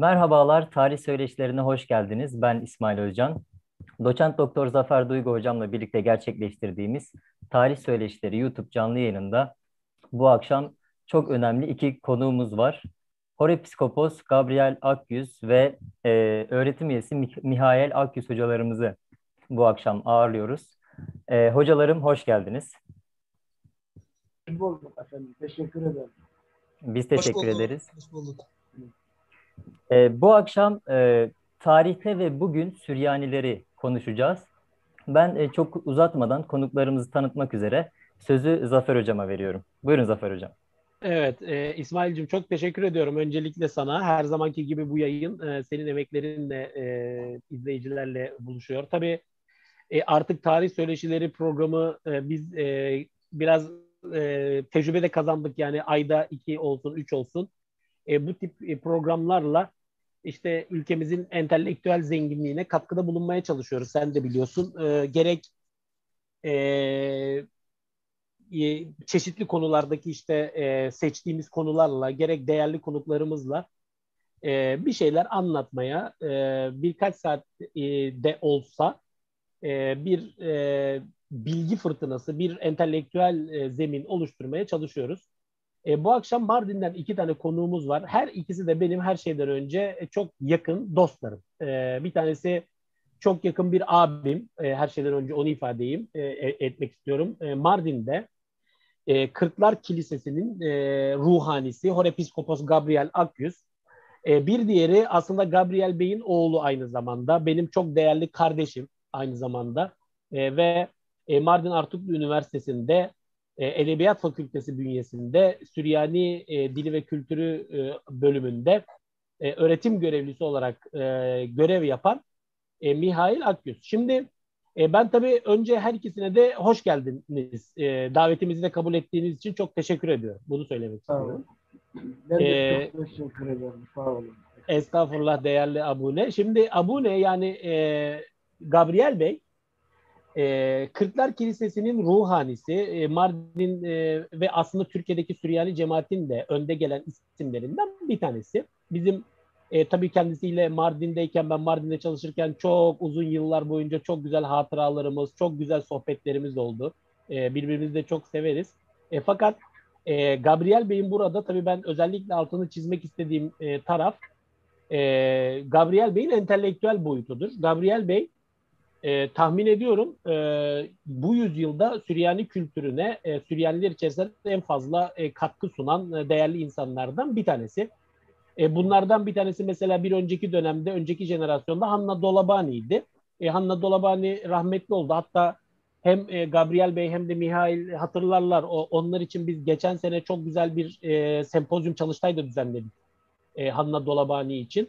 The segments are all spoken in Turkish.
Merhabalar, tarih söyleşilerine hoş geldiniz. Ben İsmail Özcan. Doçent Doktor Zafer Duygu hocamla birlikte gerçekleştirdiğimiz Tarih Söyleşileri YouTube canlı yayınında bu akşam çok önemli iki konuğumuz var. Horepiskopos Gabriel Akyüz ve öğretim üyesi Mihail Akyüz hocalarımızı bu akşam ağırlıyoruz. Hocalarım hoş geldiniz. Hoş bulduk efendim. Teşekkür ederim. Biz Hoş teşekkür bulduk. ederiz. Hoş bulduk. Bu akşam tarihte ve bugün Süryanileri konuşacağız. Ben çok uzatmadan konuklarımızı tanıtmak üzere sözü Zafer Hocam'a veriyorum. Buyurun Zafer Hocam. Evet, İsmail'cim çok teşekkür ediyorum. Öncelikle sana her zamanki gibi bu yayın senin emeklerinle izleyicilerle buluşuyor. Tabii artık tarih söyleşileri programı biz biraz tecrübe de kazandık. Yani ayda 2 olsun, 3 olsun. Bu tip programlarla işte ülkemizin entelektüel zenginliğine katkıda bulunmaya çalışıyoruz. Sen de biliyorsun. Gerek e, çeşitli konulardaki işte seçtiğimiz konularla gerek değerli konuklarımızla bir şeyler anlatmaya birkaç saat de olsa bir bilgi fırtınası, bir entelektüel zemin oluşturmaya çalışıyoruz. Bu akşam Mardin'den 2 tane konuğumuz var. Her ikisi de benim her şeyden önce çok yakın dostlarım. Bir tanesi çok yakın bir abim. Her şeyden önce onu ifade etmek istiyorum. Mardin'de Kırklar Kilisesi'nin ruhanisi Horepiskopos Gabriel Akyüz. Bir diğeri aslında Gabriel Bey'in oğlu aynı zamanda. Benim çok değerli kardeşim aynı zamanda. Ve Mardin Artuklu Üniversitesi'nde Edebiyat Fakültesi bünyesinde Süryani Dili ve Kültürü bölümünde öğretim görevlisi olarak görev yapan Mihail Akyüz. Şimdi ben tabii önce her ikisine de hoş geldiniz. Davetimizi de kabul ettiğiniz için çok teşekkür ediyorum. Bunu söylemek Sağ istiyorum. olun. Ben de E, çok teşekkür ederim. Sağ olun. Estağfurullah değerli Abune. Şimdi Abune yani Gabriel Bey Kırklar Kilisesi'nin ruhanisi, Mardin ve aslında Türkiye'deki Süryani cemaatin de önde gelen isimlerinden bir tanesi. Bizim tabii kendisiyle Mardin'deyken, ben Mardin'de çalışırken çok uzun yıllar boyunca çok güzel hatıralarımız, çok güzel sohbetlerimiz oldu. Birbirimizi de çok severiz. Fakat Gabriel Bey'in burada tabii ben özellikle altını çizmek istediğim taraf Gabriel Bey'in entelektüel boyutudur. Gabriel Bey tahmin ediyorum bu yüzyılda Süryani kültürüne Süryaniler içerisinde en fazla katkı sunan değerli insanlardan bir tanesi. Bunlardan bir tanesi mesela bir önceki dönemde, önceki jenerasyonda Hanna Dolabani'ydi. Hanna Dolabani rahmetli oldu. Hatta hem Gabriel Bey hem de Mihail hatırlarlar. Onlar için biz geçen sene çok güzel bir sempozyum çalıştay da düzenledik. Hanna Dolabani için.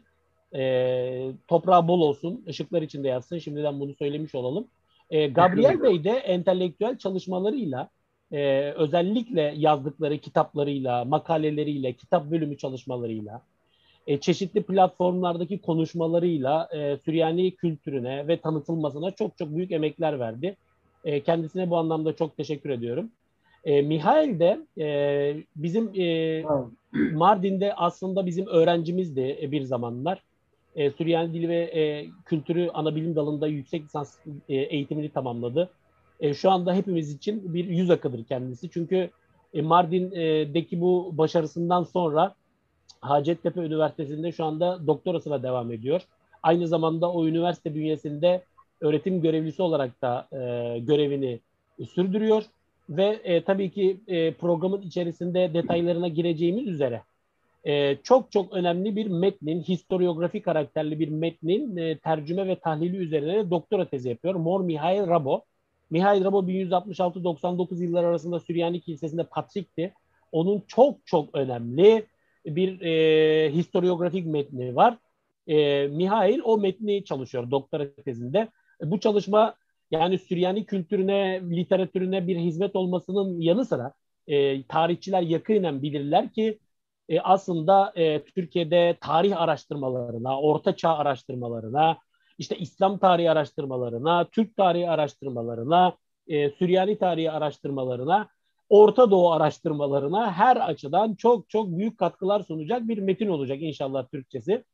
Toprağı bol olsun, ışıklar içinde yatsın. Şimdiden bunu söylemiş olalım. Gabriel Bey de entelektüel çalışmalarıyla, özellikle yazdıkları kitaplarıyla, makaleleriyle, kitap bölümü çalışmalarıyla, çeşitli platformlardaki konuşmalarıyla Süryani kültürüne ve tanıtılmasına çok çok büyük emekler verdi. Kendisine bu anlamda çok teşekkür ediyorum. Mihail de bizim Mardin'de aslında bizim öğrencimizdi bir zamanlar. Süryani Dili ve Kültürü Anabilim Dalı'nda yüksek lisans eğitimini tamamladı. Şu anda hepimiz için bir yüz akıdır kendisi. Çünkü Mardin'deki bu başarısından sonra Hacettepe Üniversitesi'nde şu anda doktorasına devam ediyor. Aynı zamanda o üniversite bünyesinde öğretim görevlisi olarak da görevini sürdürüyor. Ve tabii ki programın içerisinde detaylarına gireceğimiz üzere çok çok önemli bir metnin, historiografi karakterli bir metnin tercüme ve tahlili üzerine doktora tezi yapıyor. Mor Mihail Rabo. Mihail Rabo 1166-99 yılları arasında Süryani Kilisesi'nde patrikti. Onun çok çok önemli bir historiografik metni var. Mihail o metni çalışıyor doktora tezinde. Bu çalışma yani Süryani kültürüne, literatürüne bir hizmet olmasının yanı sıra tarihçiler yakinen bilirler ki aslında Türkiye'de tarih araştırmalarına, Orta Çağ araştırmalarına, işte İslam tarihi araştırmalarına, Türk tarihi araştırmalarına, Süryani tarihi araştırmalarına, Orta Doğu araştırmalarına her açıdan çok çok büyük katkılar sunacak bir metin olacak inşallah Türkçesi.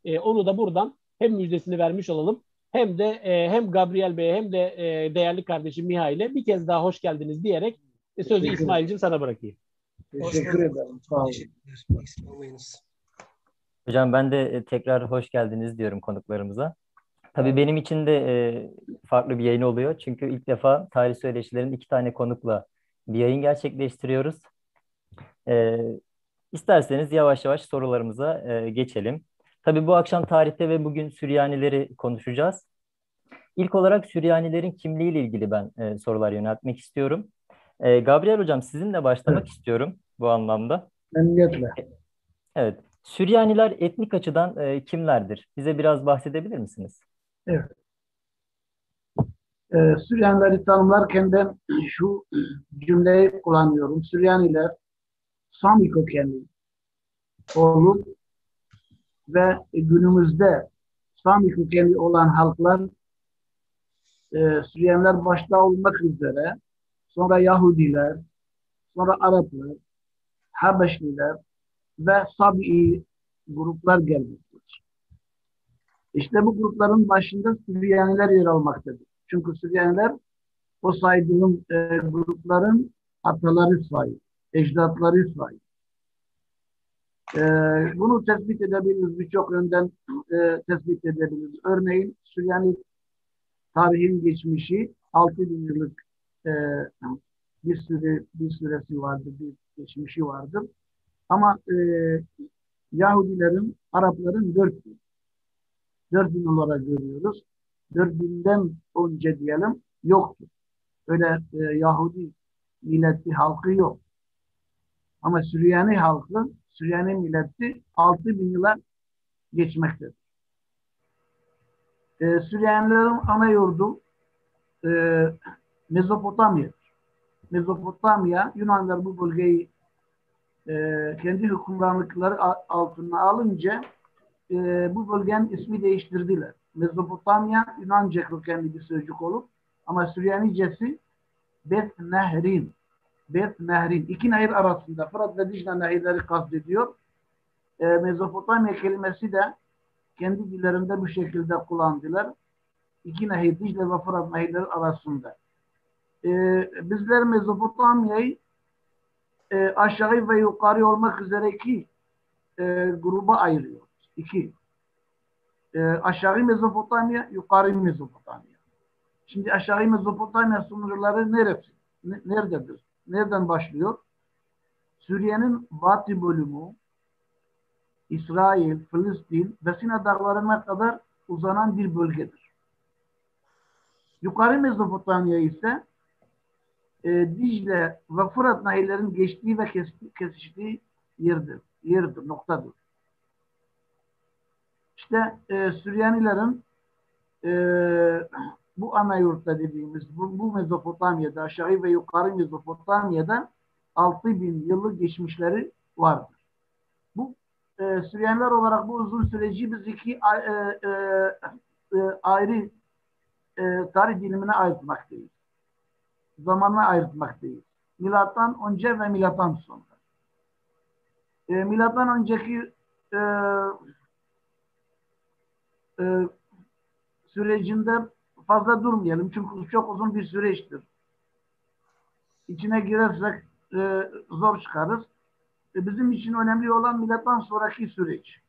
Onu da buradan hem müjdesini vermiş olalım hem de hem Gabriel Bey'e hem de değerli kardeşim Mihail'e bir kez daha hoş geldiniz diyerek sözü Teşekkür ederim. İsmail'cim sana bırakayım. Hoş Teşekkür bulduk. ederim. Sağ olun. Teşekkürler. Eksik olmayınız. Hocam ben de tekrar hoş geldiniz diyorum konuklarımıza. Tabii benim için de farklı bir yayın oluyor. Çünkü ilk defa tarih söyleşilerin iki tane konukla bir yayın gerçekleştiriyoruz. E, isterseniz yavaş yavaş sorularımıza geçelim. Tabii bu akşam tarihte ve bugün Süryanileri konuşacağız. İlk olarak Süryanilerin kimliğiyle ilgili ben sorular yöneltmek istiyorum. Gabriel Hocam sizinle başlamak Evet. istiyorum bu anlamda. Memnuniyetle. Evet, Süryaniler etnik açıdan kimlerdir? Bize biraz bahsedebilir misiniz? Evet. Süryanileri tanımlarken ben şu cümleyi kullanıyorum. Süryaniler Sami kökenli olup ve günümüzde Sami kökenli olan halklar Süryaniler başta olmak üzere sonra Yahudiler, sonra Araplar, Habeşliler ve Sabi'i gruplar gelmiştir. İşte bu grupların başında Süryaniler yer almaktadır. Çünkü Süryaniler o saydığım grupların ataları sayılır, ecdatları sayılır. Bunu tespit edebiliriz, birçok yönden tespit edebiliriz. Örneğin Süryani tarihin geçmişi 6.000 yıllık e, bir süresi vardır, bir geçmişi vardır. Ama Yahudilerin, Arapların 4.000 olarak görüyoruz. 4.000'den önce diyelim yoktur. Öyle Yahudi milleti halkı yok. Ama Süryani halkı, Süryani milleti 6.000 yıla geçmektedir. Süryanilerin ana yurdu e, Mezopotamya'dır. Mezopotamya, Yunanlar bu bölgeyi kendi hükümranlıkları altına alınca bu bölgenin ismi değiştirdiler. Mezopotamya Yunanca kökenli bir sözcük olup ama Süryanicesi Bet Nehrin. Bet Nehrin. İki nehir arasında Fırat ve Dicle nehirleri kastediyor. Mezopotamya kelimesi de kendi dillerinde bu şekilde kullandılar. İki nehir Dicle ve Fırat nehirleri arasında. Bizler Mezopotamya'yı aşağı ve yukarı olmak üzere iki gruba ayırıyoruz. İki. Aşağı Mezopotamya, yukarı Mezopotamya. Şimdi aşağı Mezopotamya sınırları neresi? Nerededir? Nereden başlıyor? Suriye'nin batı bölümü, İsrail, Filistin ve Sina dağlarına kadar uzanan bir bölgedir. Yukarı Mezopotamya ise Dicle ve Fırat nehirlerinin geçtiği ve kesiştiği yerdir, noktadır. İşte Süryanilerin bu ana yurtta dediğimiz bu Mezopotamya'da aşağı ve yukarı Mezopotamya'da 6.000 yıllık geçmişleri vardır. Bu Süryaniler olarak bu uzun süreci biz iki ayrı tarih dilimine ayırtmaktayız. Zamanla ayırtmaktayız. Milattan önce ve milattan sonra. Milattan önceki sürecinde fazla durmayalım. Çünkü çok uzun bir süreçtir. İçine girersek zor çıkarız. Bizim için önemli olan milattan sonraki süreç.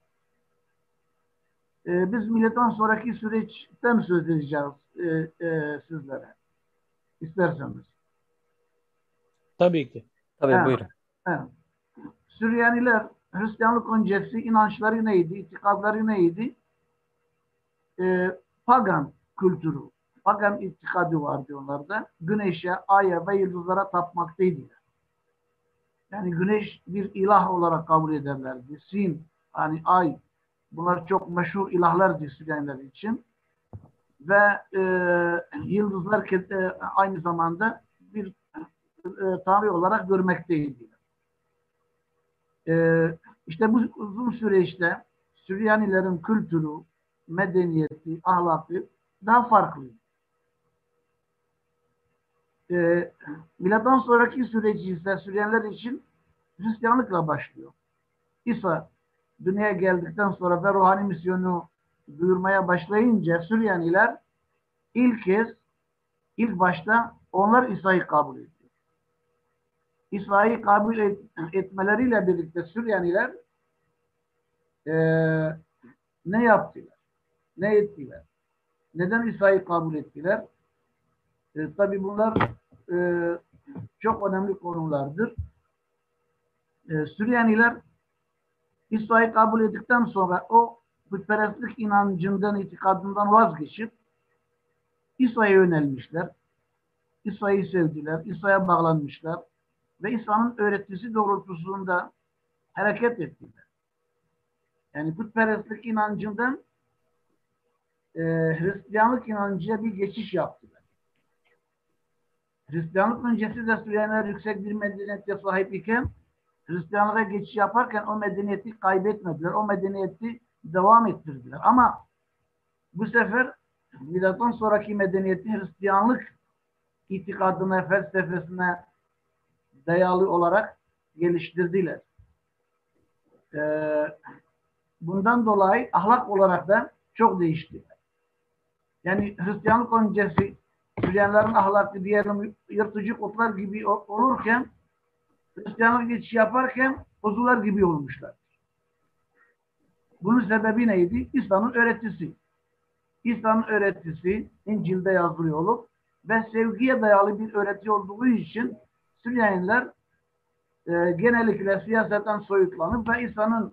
Biz milattan sonraki süreçten söz edeceğiz sizlere. İsterseniz. Tabii ki. Tabii Evet. buyurun. Evet. Süryaniler Hristiyanlık öncesi inançları neydi? İtikadları neydi? Pagan kültürü, pagan itikadı vardı onlarda. Güneşe, aya ve yıldızlara tapmaktaydılar. Yani güneş bir ilah olarak kabul ederlerdi. Sin, hani ay, bunlar çok meşhur ilahlardı Süryaniler için. Ve yıldızlar aynı zamanda bir tanrı olarak görmekteydiler. İşte bu uzun süreçte Süryanilerin kültürü, medeniyeti, ahlakı daha farklı. Milattan sonraki süreci ise Süryaniler için Hristiyanlıkla başlıyor. İsa dünyaya geldikten sonra ve ruhani misyonu duyurmaya başlayınca Süryaniler ilk başta onlar İsa'yı kabul etti. İsa'yı kabul etmeleriyle birlikte Süryaniler ne yaptılar? Ne ettiler? Neden İsa'yı kabul ettiler? Tabii bunlar çok önemli konulardır. Süryaniler İsa'yı kabul ettikten sonra o putperestlik inancından, itikadından vazgeçip İsa'ya yönelmişler. İsa'yı sevdiler, İsa'ya bağlanmışlar ve İsa'nın öğretisi doğrultusunda hareket ettiler. Yani putperestlik inancından Hristiyanlık inancına bir geçiş yaptılar. Hristiyanlık öncesi de Süryaniler yüksek bir medeniyete sahip iken Hristiyanlığa geçiş yaparken o medeniyeti kaybetmediler. O medeniyeti devam ettirdiler. Ama bu sefer milattan sonraki medeniyeti Hristiyanlık itikadına, felsefesine dayalı olarak geliştirdiler. Bundan dolayı ahlak olarak da çok değiştiler. Yani Hristiyanlık öncesi Süryanilerin ahlakı diyelim yırtıcı kurtlar gibi olurken Hristiyanlık geçiş yaparken kuzular gibi olmuşlar. Bunun sebebi neydi? İsa'nın öğretisi. İsa'nın öğretisi İncil'de yazılıyor olup ve sevgiye dayalı bir öğreti olduğu için Süryaniler genellikle siyasetten soyutlanıp ve İsa'nın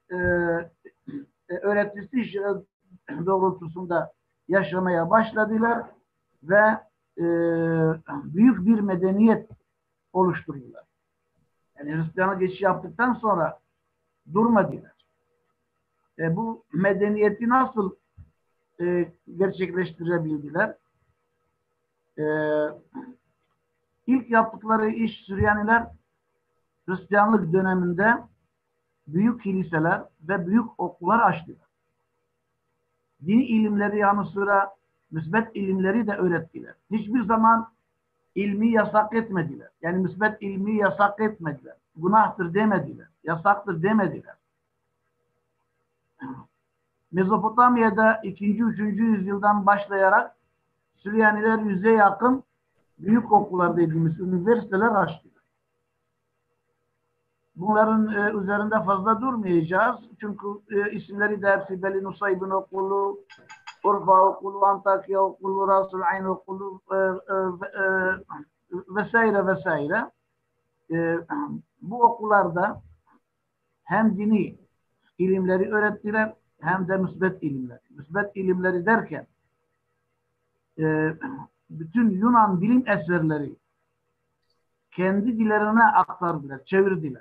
öğretisi doğrultusunda yaşamaya başladılar ve büyük bir medeniyet oluşturdular. Yani Hristiyan'a geçiş yaptıktan sonra durmadılar. Bu medeniyeti nasıl gerçekleştirebildiler? İlk yaptıkları iş Süryaniler Hristiyanlık döneminde büyük kiliseler ve büyük okullar açtılar. Dini ilimleri yanı sıra müsbet ilimleri de öğrettiler. Hiçbir zaman ilmi yasak etmediler. Yani müsbet ilmi yasak etmediler. Günahtır demediler. Yasaktır demediler. Mezopotamya'da 2. 3. yüzyıldan başlayarak Süryaniler 100'e yakın büyük okullar dediğimiz üniversiteler açtılar. Bunların üzerinde fazla durmayacağız. Çünkü isimleri de hepsi Beli Nusayb'in okulu, Urfa okulu, Antakya okulu, Rasul Ayn okulu vesaire vesaire. Bu okullarda hem dini ilimleri öğrettiler hem de müsbet ilimleri. Müsbet ilimleri derken bütün Yunan bilim eserleri kendi dillerine aktardılar, çevirdiler.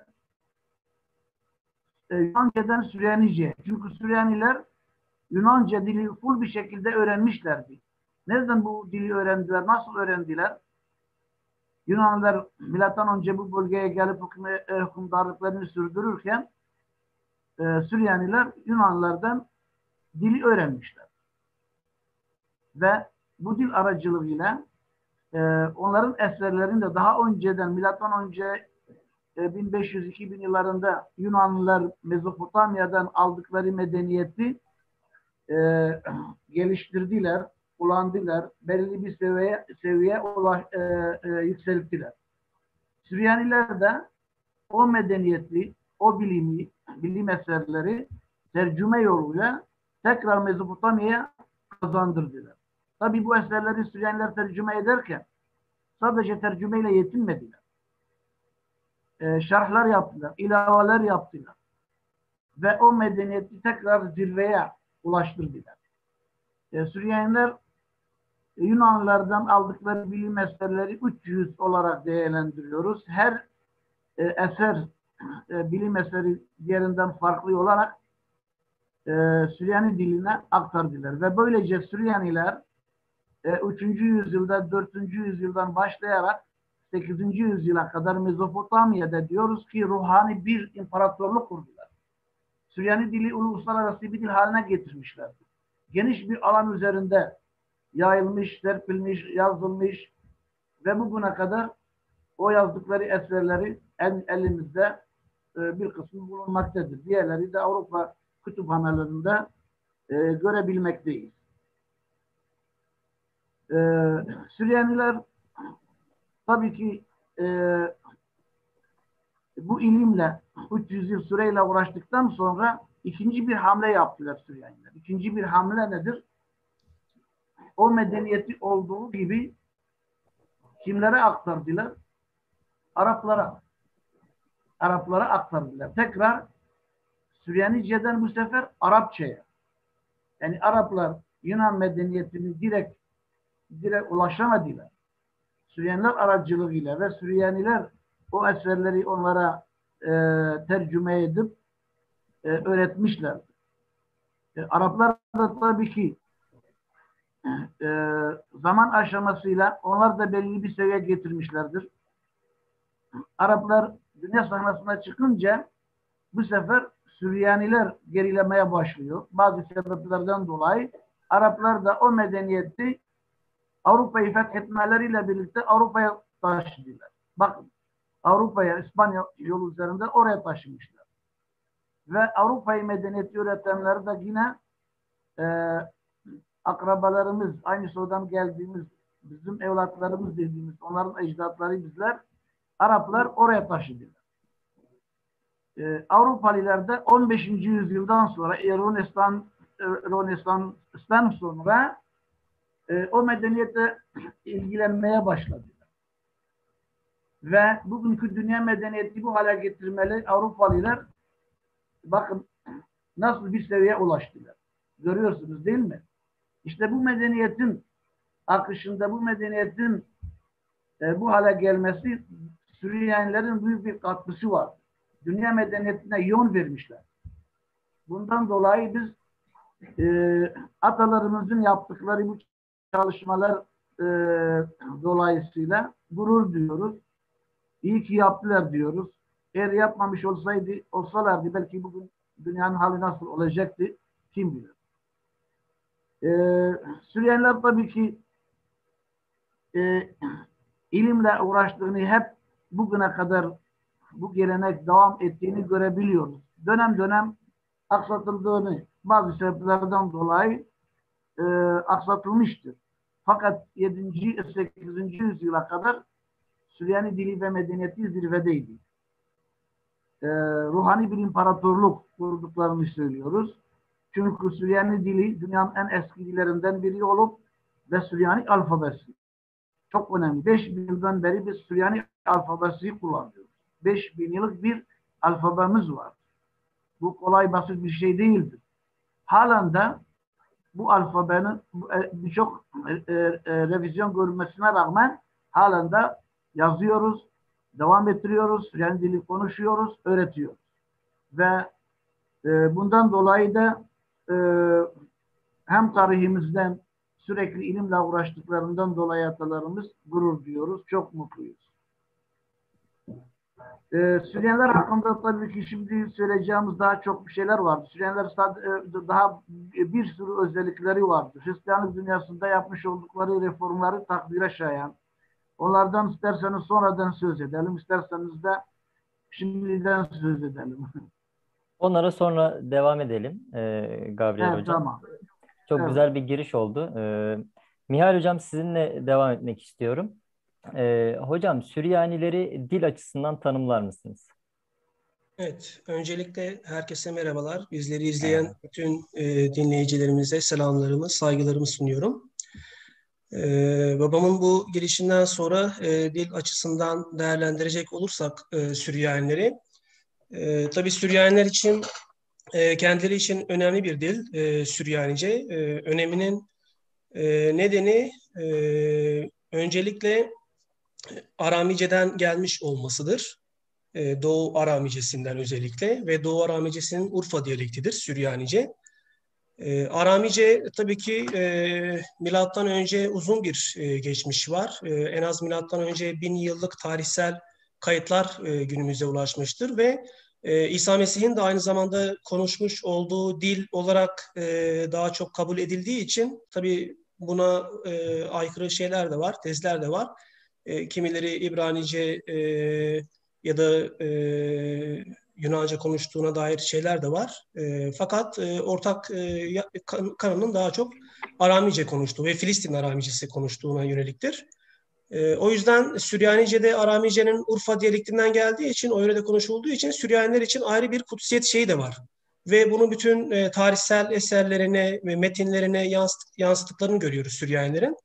Yunanca'dan Süryanice. Çünkü Süryaniler Yunanca dili full bir şekilde öğrenmişlerdi. Nereden bu dili öğrendiler? Nasıl öğrendiler? Yunanlılar milattan önce bu bölgeye gelip hükümdarlıklarını sürdürürken Süryaniler Yunanlılardan dili öğrenmişler. Ve bu dil aracılığıyla onların eserlerinde daha önceden milattan önce 1500-2000 yıllarında Yunanlılar Mezopotamya'dan aldıkları medeniyeti geliştirdiler, kullandılar, belirli bir seviyeye yükselttiler. Süryaniler de o medeniyeti, o bilimi, bilim eserleri tercüme yoluyla tekrar Mezopotamya'ya kazandırdılar. Tabi bu eserleri Süryaniler tercüme ederken sadece tercümeyle yetinmediler. Şerhler yaptılar, ilaveler yaptılar. Ve o medeniyeti tekrar zirveye ulaştırdılar. Süryaniler Yunanlılardan aldıkları bilim eserleri 300 olarak değerlendiriyoruz. Her eser, bilim eseri diğerinden farklı olarak Süryani diline aktardılar. Ve böylece Süryaniler 3. yüzyılda, 4. yüzyıldan başlayarak 8. yüzyıla kadar Mezopotamya'da diyoruz ki ruhani bir imparatorluk kurdular. Süryani dili uluslararası bir dil haline getirmişlerdi. Geniş bir alan üzerinde yayılmış, serpilmiş, yazılmış ve bugüne kadar o yazdıkları eserleri elimizde bir kısmı bulunmaktadır. Diğerleri de Avrupa kütüphanelerinde görebilmekteyiz. Süryaniler tabii ki bu ilimle 300 yıl süreyle uğraştıktan sonra ikinci bir hamle yaptılar Süryaniler. İkinci bir hamle nedir? O medeniyeti olduğu gibi kimlere aktardılar? Araplara aktardılar. Tekrar Süryanice'den bu sefer Arapçaya. Yani Araplar Yunan medeniyetini direkt ulaşamadılar. Süryaniler aracılığıyla ve Süryaniler o eserleri onlara tercüme edip öğretmişler. Araplar da tabii ki zaman aşamasıyla onlar da belli bir seviyeye getirmişlerdir. Araplar dünya sahnesine çıkınca bu sefer Süryaniler gerilemeye başlıyor. Bazı sebeplerden dolayı Araplar da o medeniyeti Avrupa'yı fethetmeleriyle birlikte Avrupa'ya taşıdılar. Bakın Avrupa'ya, İspanya yolu üzerinde oraya taşımışlar. Ve Avrupa'yı medeniyeti üretenler de yine akrabalarımız, aynı soydan geldiğimiz, bizim evlatlarımız dediğimiz, onların ecdatları bizler, Araplar oraya taşıdılar. Avrupalılar da 15. yüzyıldan sonra Rönesans'tan sonra o medeniyete ilgilenmeye başladılar. Ve bugünkü dünya medeniyeti bu hale getirmeli Avrupalılar bakın nasıl bir seviyeye ulaştılar. Görüyorsunuz değil mi? İşte bu medeniyetin akışında, bu medeniyetin bu hale gelmesi Süryanilerin büyük bir katkısı var. Dünya medeniyetine yön vermişler. Bundan dolayı biz atalarımızın yaptıkları bu çalışmalar dolayısıyla gurur duyuyoruz. İyi ki yaptılar diyoruz. Eğer yapmamış olsalardı belki bugün dünyanın hali nasıl olacaktı kim bilir. Süryaniler tabii ki ilimle uğraştığını hep bugüne kadar bu gelenek devam ettiğini görebiliyoruz. Dönem dönem aksatıldığını bazı sebeplerden dolayı aksatılmıştır. Fakat 7. 8. yüzyıla kadar Süryani dili ve medeniyeti zirvedeydi. Ruhani bir imparatorluk kurduklarını söylüyoruz. Çünkü Süryani dili dünyanın en eski dillerinden biri olup ve Süryani alfabesi. Çok önemli. 5000 yıldan beri biz Süryani alfabesi kullanıyoruz. 5000 yıllık bir alfabemiz var. Bu kolay basit bir şey değildir. Halen de bu alfabenin birçok revizyon görülmesine rağmen halen de yazıyoruz, devam ettiriyoruz, Süryani dili konuşuyoruz, öğretiyoruz. Ve bundan dolayı da hem tarihimizden sürekli ilimle uğraştıklarından dolayı atalarımız gurur duyuyoruz, çok mutluyuz. Süryaniler hakkında tabii ki şimdi söyleyeceğimiz daha çok bir şeyler vardı. Süryaniler daha bir sürü özellikleri vardı. Hristiyanlık dünyasında yapmış oldukları reformları takdire şayan. Onlardan isterseniz sonradan söz edelim, isterseniz de şimdiden söz edelim. Onlara sonra devam edelim Gabriel Evet, Hocam. tamam. Çok Evet. güzel bir giriş oldu. Mihail Hocam sizinle devam etmek istiyorum. Hocam Süryanileri dil açısından tanımlar mısınız? Evet, öncelikle herkese merhabalar. Bizleri izleyen bütün dinleyicilerimize selamlarımı, saygılarımı sunuyorum. Babamın bu girişinden sonra dil açısından değerlendirecek olursak Süryanileri, tabii Süryaniler için kendileri için önemli bir dil Süryanice. Öneminin nedeni öncelikle Aramice'den gelmiş olmasıdır. Doğu Aramicesinden özellikle ve Doğu Aramicesinin Urfa diyalektidir Süryanice. Aramice tabii ki milattan önce uzun bir geçmiş var. En az milattan önce 1000 yıllık tarihsel kayıtlar günümüze ulaşmıştır ve İsa Mesih'in de aynı zamanda konuşmuş olduğu dil olarak daha çok kabul edildiği için tabii buna aykırı şeyler de var, tezler de var. Kimileri İbranice ya da Yunanca konuştuğuna dair şeyler de var. Fakat ortak kanının daha çok Aramice konuştuğu ve Filistin Aramicesi konuştuğuna yöneliktir. O yüzden Süryanice'de Aramice'nin Urfa diyalektinden geldiği için, o yörede konuşulduğu için Süryaniler için ayrı bir kutsiyet şeyi de var. Ve bunu bütün tarihsel eserlerine ve metinlerine yansıttıklarını görüyoruz Süryanilerin.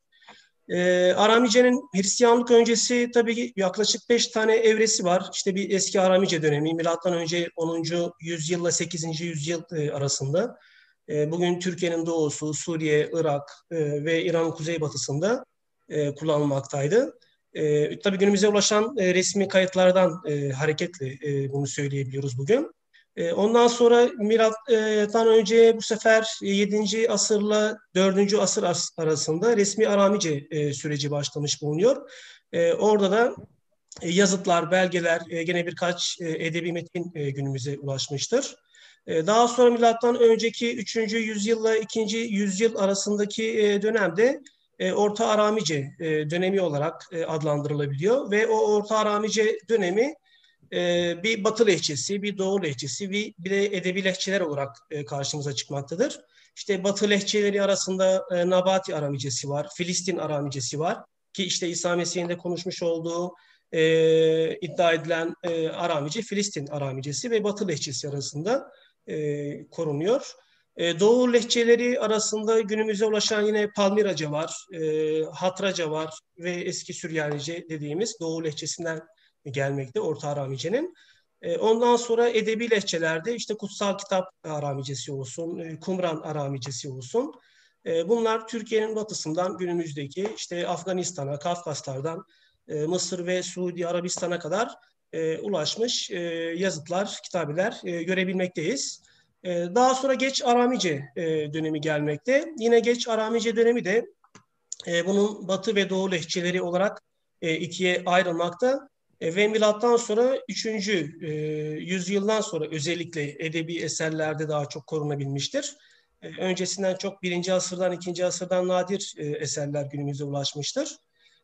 Aramice'nin Hristiyanlık öncesi tabii ki yaklaşık 5 tane evresi var. İşte bir eski Aramice dönemi, milattan önce 10. yüzyılla 8. yüzyıl arasında. Bugün Türkiye'nin doğusu, Suriye, Irak ve İran'ın kuzeybatısında kullanılmaktaydı. Tabii günümüze ulaşan resmi kayıtlardan hareketle bunu söyleyebiliyoruz bugün. Ondan sonra milattan önce bu sefer 7. asırla 4. asır arasında resmi Aramice süreci başlamış bulunuyor. Orada da yazıtlar, belgeler, gene birkaç edebi metin günümüze ulaşmıştır. Daha sonra milattan önceki 3. yüzyılla 2. yüzyıl arasındaki dönemde Orta Aramice dönemi olarak adlandırılabiliyor ve o Orta Aramice dönemi bir Batı lehçesi, bir Doğu lehçesi, bir de edebi lehçeler olarak karşımıza çıkmaktadır. İşte Batı lehçeleri arasında Nabati Aramicesi var, Filistin Aramicesi var ki işte İsa Mesih'in de konuşmuş olduğu iddia edilen Aramice, Filistin Aramicesi ve Batı lehçesi arasında korunuyor. Doğu lehçeleri arasında günümüze ulaşan yine Palmiraca var, Hatraca var ve eski Süryanice dediğimiz Doğu lehçesinden gelmekte Orta Aramice'nin. Ondan sonra edebi lehçelerde işte Kutsal Kitap Aramicesi olsun, Kumran Aramicesi olsun. Bunlar Türkiye'nin batısından günümüzdeki işte Afganistan'a, Kafkaslardan Mısır ve Suudi Arabistan'a kadar ulaşmış yazıtlar, kitabeler görebilmekteyiz. Daha sonra Geç Aramice dönemi gelmekte. Yine Geç Aramice dönemi de bunun Batı ve Doğu lehçeleri olarak ikiye ayrılmakta. Ve milattan sonra 3. yüzyıldan sonra özellikle edebi eserlerde daha çok korunabilmiştir. Öncesinden çok 1. asırdan, 2. asırdan nadir eserler günümüze ulaşmıştır.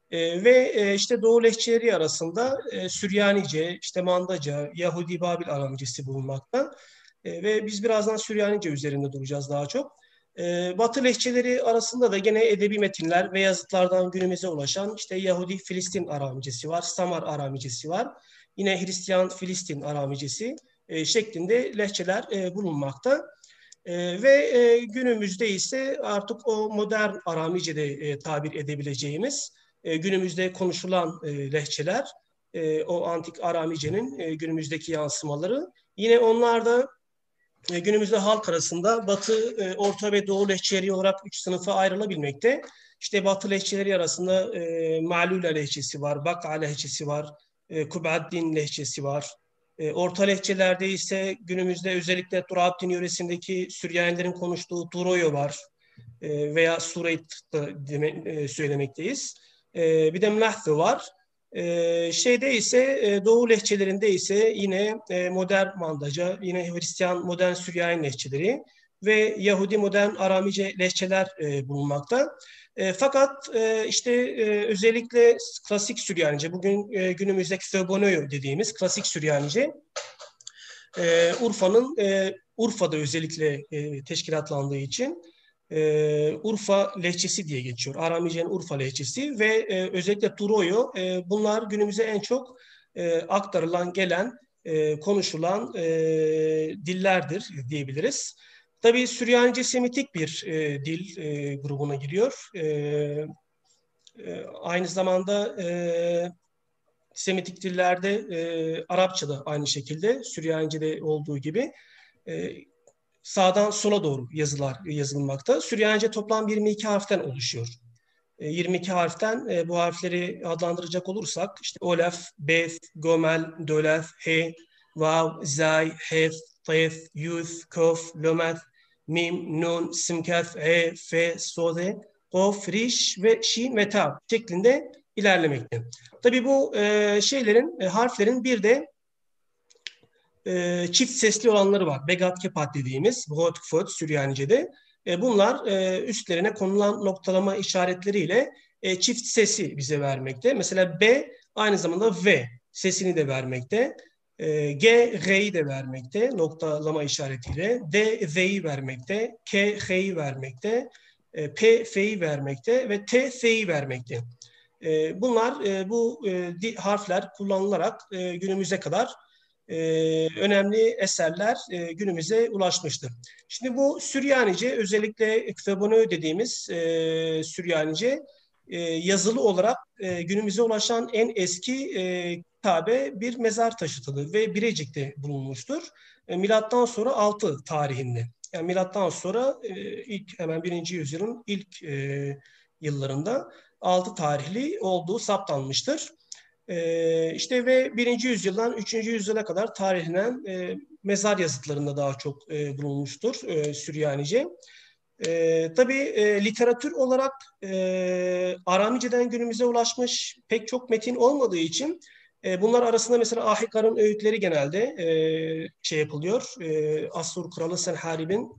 Ve işte Doğu lehçeleri arasında Süryanice, işte Mandaca, Yahudi Babil Aramicesi bulunmakta. Ve biz birazdan Süryanice üzerinde duracağız daha çok. Batı lehçeleri arasında da gene edebi metinler ve yazıtlardan günümüze ulaşan işte Yahudi Filistin Aramicesi var, Samar Aramicesi var. Yine Hristiyan Filistin Aramicesi şeklinde lehçeler bulunmakta. Ve günümüzde ise artık o modern Aramice'de tabir edebileceğimiz günümüzde konuşulan lehçeler, o antik Aramice'nin günümüzdeki yansımaları. Yine onlar da günümüzde halk arasında Batı, Orta ve Doğu lehçeleri olarak 3 sınıfa ayrılabilmekte. İşte Batı lehçeleri arasında Ma'lula lehçesi var, Bak'a lehçesi var, Kub'addin lehçesi var. Orta lehçelerde ise günümüzde özellikle Turabdin yöresindeki Süryanilerin konuştuğu Turoyo var veya Sureyt söylemekteyiz. Bir de Mlahtı var. Şeyde ise Doğu lehçelerinde ise yine modern Mandaca, yine Hristiyan modern Süryani lehçeleri ve Yahudi modern Aramice lehçeler bulunmakta. Fakat işte özellikle klasik Süryanice, bugün günümüzdeki Theobonoyo dediğimiz klasik Süryanice, Urfa'da özellikle teşkilatlandığı için Urfa lehçesi diye geçiyor. Aramice'nin Urfa lehçesi ve özellikle Turoyo, bunlar günümüze en çok aktarılan, gelen, konuşulan dillerdir diyebiliriz. Tabii Süryanice Semitik bir dil grubuna giriyor. Aynı zamanda Semitik dillerde Arapça da aynı şekilde Süryanice'de olduğu gibi sağdan sola doğru yazılmakta. Süryanice toplam 22 harften oluşuyor. 22 harften bu harfleri adlandıracak olursak işte Olaf, Beth, Gomel, Dolaf, He, Vav, Zay, Hef, Tef, Yuth, Kof, Lomet, Mim, Nun, Simkef, E, Fe, Sode, Kof, Riş ve Şin ve Tav şeklinde ilerlemekte. Tabii bu harflerin bir de çift sesli olanları var. Begat kepat dediğimiz Vot Kfot Süryanice'de. Bunlar üstlerine konulan noktalama işaretleriyle çift sesi bize vermekte. Mesela B aynı zamanda V sesini de vermekte. G, G'yi de vermekte noktalama işaretiyle. D, Z'yi vermekte. K, H'yi vermekte. P, F'yi vermekte ve T, S'yi vermekte. Bunlar bu harfler kullanılarak günümüze kadar önemli eserler günümüze ulaşmıştır. Şimdi bu Süryanice, özellikle Kıtabını dediğimiz Süryanice yazılı olarak günümüze ulaşan en eski kitabe bir mezar taşıtıdır ve Birecik'te bulunmuştur. Milattan sonra 6 tarihinde. Yani milattan sonra ilk hemen 1. yüzyılın ilk yıllarında 6 tarihli olduğu saptanmıştır. İşte ve 1. yüzyıldan 3. yüzyıla kadar tarihlenen mezar yazıtlarında daha çok bulunmuştur Süryanice. Tabii literatür olarak Aramice'den günümüze ulaşmış pek çok metin olmadığı için bunlar arasında mesela Ahikar'ın öğütleri genelde şey yapılıyor. Assur Kralı Senherib'in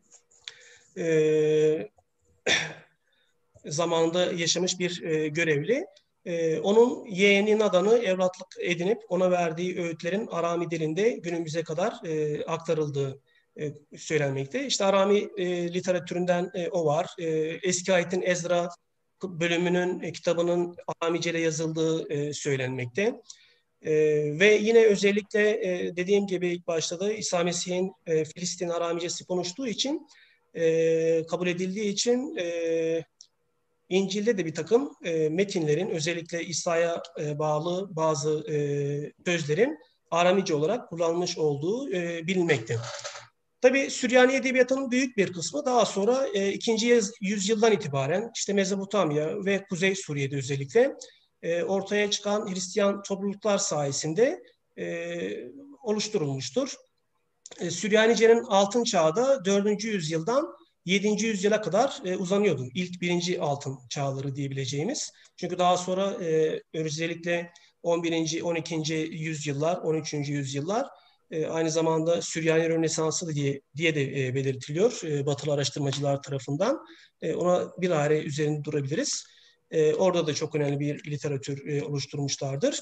zamanında yaşamış bir görevli. Onun yeğeni Nadan'ı evlatlık edinip ona verdiği öğütlerin Arami dilinde günümüze kadar aktarıldığı söylenmekte. İşte Arami literatüründen o var. Eski ayetin Ezra bölümünün kitabının Aramice ile yazıldığı söylenmekte. Ve yine özellikle dediğim gibi ilk başta da İsa Mesih'in Filistin Aramicesi konuştuğu için kabul edildiği için İncil'de de bir takım metinlerin, özellikle İsa'ya bağlı bazı sözlerin Aramice olarak kullanılmış olduğu bilinmekte. Tabii Süryani edebiyatının büyük bir kısmı daha sonra 2. yüzyıldan itibaren işte Mezopotamya ve Kuzey Suriye'de özellikle ortaya çıkan Hristiyan topluluklar sayesinde oluşturulmuştur. Süryanice'nin altın çağı da 4. yüzyıldan 7. yüzyıla kadar uzanıyordu. İlk 1. altın çağları diyebileceğimiz. Çünkü daha sonra özellikle 11. 12. yüzyıllar, 13. yüzyıllar aynı zamanda Süryani Rönesansı diye de belirtiliyor Batılı araştırmacılar tarafından. Ona bir aile üzerinde durabiliriz. Orada da çok önemli bir literatür oluşturmuşlardır.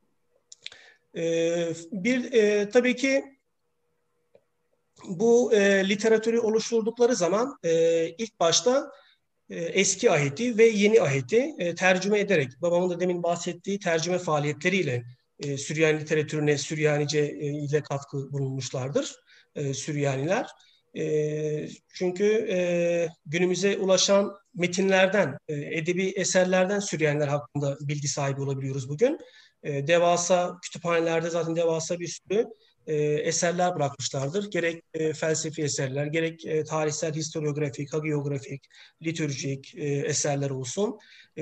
Tabii ki bu literatürü oluşturdukları zaman ilk başta eski ahiti ve yeni ahiti tercüme ederek, babamın da demin bahsettiği tercüme faaliyetleriyle Süryani literatürüne Süryanice ile katkı bulunmuşlardır Süryaniler. Çünkü günümüze ulaşan metinlerden, edebi eserlerden Süryaniler hakkında bilgi sahibi olabiliyoruz bugün. Devasa kütüphanelerde zaten devasa bir sürü eserler bırakmışlardır. Gerek felsefi eserler, gerek tarihsel, historiografik, hagiografik, litürjik eserler olsun.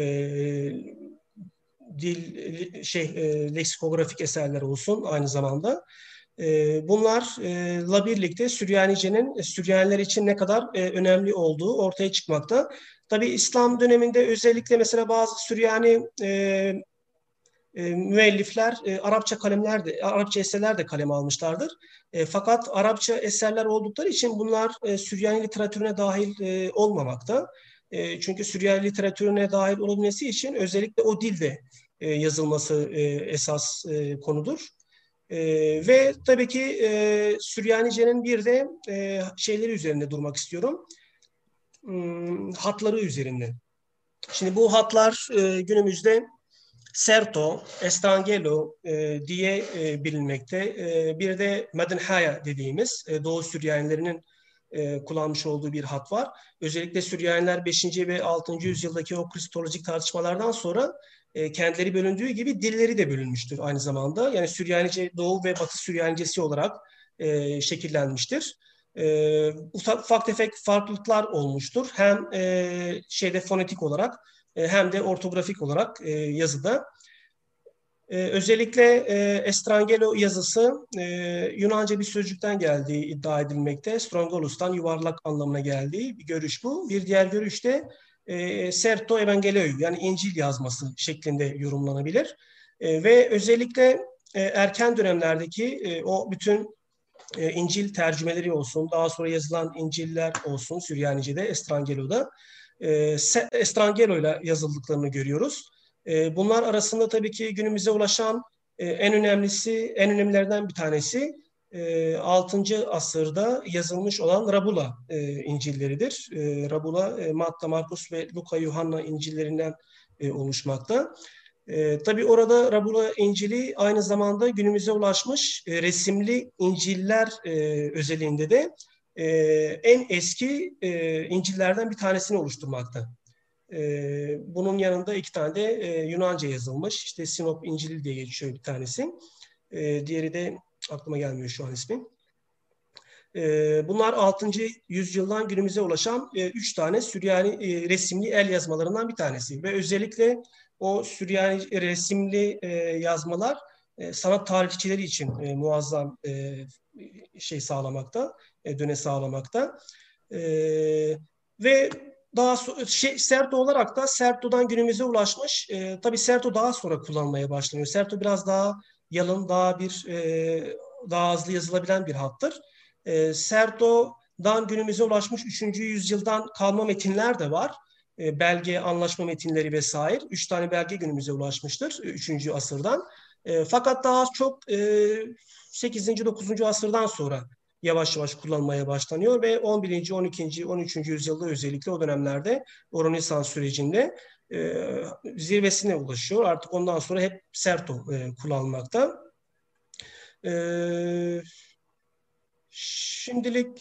Leksikografik eserler olsun aynı zamanda. Bunlarla birlikte Süryanice'nin Süryaniler için ne kadar önemli olduğu ortaya çıkmakta. Tabii İslam döneminde özellikle mesela bazı Süryani müellifler Arapça eserler de kaleme almışlardır. Fakat Arapça eserler oldukları için bunlar Süryani literatürüne dahil olmamakta. Çünkü Süryani literatürüne dahil olabilmesi için özellikle o dilde yazılması esas konudur. Ve tabii ki Süryanice'nin bir de şeyleri üzerinde durmak istiyorum. Hatları üzerinde. Şimdi bu hatlar günümüzde Serto, Estrangelo diye bilinmekte. Bir de Medinhaya dediğimiz Doğu Süryanilerinin kullanmış olduğu bir hat var. Özellikle Süryaniler 5. ve 6. yüzyıldaki o kristolojik tartışmalardan sonra kendileri bölündüğü gibi dilleri de bölünmüştür aynı zamanda. Yani Süryanice Doğu ve Batı Süryanicesi olarak şekillenmiştir. Ufak tefek farklılıklar olmuştur. Hem fonetik olarak hem de ortografik olarak yazıda. Özellikle Estrangelo yazısı Yunanca bir sözcükten geldiği iddia edilmekte. Strongolus'tan yuvarlak anlamına geldiği bir görüş bu. Bir diğer görüş de Serto Evangelio'yu yani İncil yazması şeklinde yorumlanabilir. Ve özellikle erken dönemlerdeki o bütün İncil tercümeleri olsun, daha sonra yazılan İncil'ler olsun Süryanice'de, Estrangelo'da Estrangelo ile yazıldıklarını görüyoruz. Bunlar arasında tabii ki günümüze ulaşan En önemlilerden bir tanesi 6. asırda yazılmış olan Rabula İncilleridir. Rabula, Matta, Markus ve Luka, Yuhanna İncillerinden oluşmakta. Tabii orada Rabula İncil'i aynı zamanda günümüze ulaşmış resimli İncil'ler özelliğinde de en eski İncil'lerden bir tanesini oluşturmakta. Bunun yanında 2 tane de Yunanca yazılmış. İşte Sinop İncil'i diye geçiyor bir tanesi. Diğeri de aklıma gelmiyor şu an ismi. Bunlar 6. yüzyıldan günümüze ulaşan 3 tane Süryani resimli el yazmalarından bir tanesi. Ve özellikle o Süryani resimli yazmalar sanat tarihçileri için muazzam sağlamakta, döne sağlamakta. Ve daha Serto olarak da Serto'dan günümüze ulaşmış. Tabii Serto daha sonra kullanmaya başlanıyor. Serto biraz daha yalın, daha hızlı yazılabilen bir hattır. Serto'dan günümüze ulaşmış 3. yüzyıldan kalma metinler de var. Belge, anlaşma metinleri vesaire. 3 tane belge günümüze ulaşmıştır 3. asırdan. Fakat daha çok 8. 9. asırdan sonra yavaş yavaş kullanmaya başlanıyor ve 11. 12. 13. yüzyılda özellikle o dönemlerde o Rönesans sürecinde zirvesine ulaşıyor. Artık ondan sonra hep Serto kullanılmakta. Şimdilik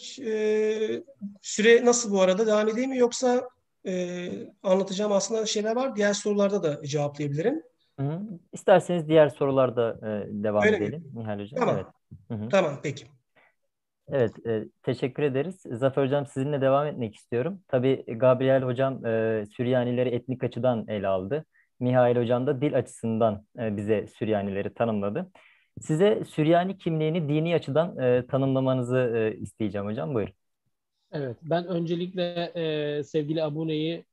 süre nasıl bu arada? Devam edeyim mi yoksa anlatacağım aslında şeyler var. Diğer sorularda da cevaplayabilirim. Hı. İsterseniz diğer sorularda devam Öyle mi? edelim Nihal Hocam. Tamam. Evet. Hı hı. Tamam, peki. Evet, teşekkür ederiz. Zafer Hocam sizinle devam etmek istiyorum. Tabii Gabriel Hocam Süryanileri etnik açıdan ele aldı. Mihail Hocam da dil açısından bize Süryanileri tanımladı. Size Süryani kimliğini dini açıdan tanımlamanızı isteyeceğim hocam. Buyurun. Evet, ben öncelikle sevgili Abune'yi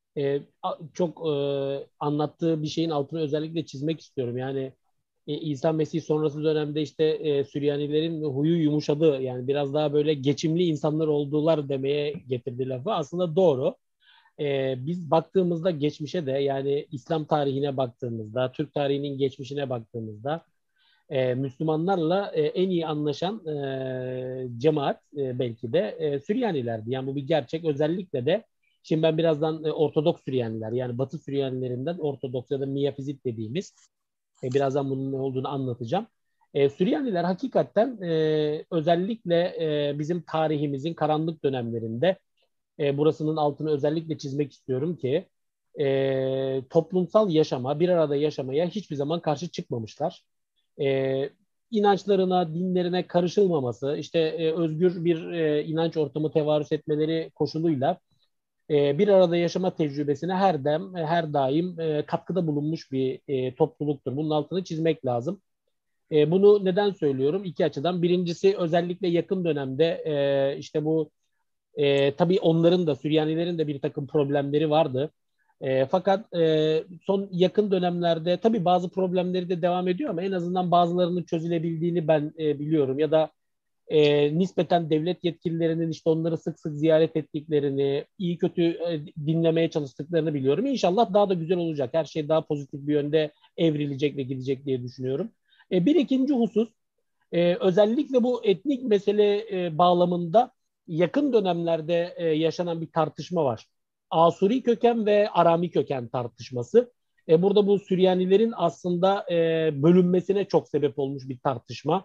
çok anlattığı bir şeyin altını özellikle çizmek istiyorum. Yani İsa Mesih sonrası dönemde işte Süryanilerin huyu yumuşadı. Yani biraz daha böyle geçimli insanlar oldular demeye getirdi lafı. Aslında doğru. Biz baktığımızda geçmişe de yani İslam tarihine baktığımızda, Türk tarihinin geçmişine baktığımızda Müslümanlarla en iyi anlaşan cemaat belki de Süryanilerdi. Yani bu bir gerçek. Özellikle de şimdi ben birazdan Ortodoks Süryaniler yani Batı Süryanilerinden Ortodoks ya da Miyafizit dediğimiz birazdan bunun ne olduğunu anlatacağım. Süryaniler hakikaten özellikle bizim tarihimizin karanlık dönemlerinde burasının altını özellikle çizmek istiyorum ki toplumsal yaşama, bir arada yaşamaya hiçbir zaman karşı çıkmamışlar. E, inançlarına, dinlerine karışılmaması, işte özgür bir inanç ortamı tevarüs etmeleri koşuluyla bir arada yaşama tecrübesine her daim katkıda bulunmuş bir topluluktur. Bunun altını çizmek lazım. Bunu neden söylüyorum? İki açıdan. Birincisi özellikle yakın dönemde işte bu tabii onların da Süryanilerin de bir takım problemleri vardı. Fakat son yakın dönemlerde tabii bazı problemleri de devam ediyor ama en azından bazılarının çözülebildiğini ben biliyorum. Ya da nispeten devlet yetkililerinin işte onları sık sık ziyaret ettiklerini, iyi kötü dinlemeye çalıştıklarını biliyorum. İnşallah daha da güzel olacak. Her şey daha pozitif bir yönde evrilecek ve gidecek diye düşünüyorum. Bir ikinci husus, özellikle bu etnik mesele bağlamında yakın dönemlerde yaşanan bir tartışma var. Asuri köken ve Arami köken tartışması. Burada bu Süryanilerin aslında bölünmesine çok sebep olmuş bir tartışma.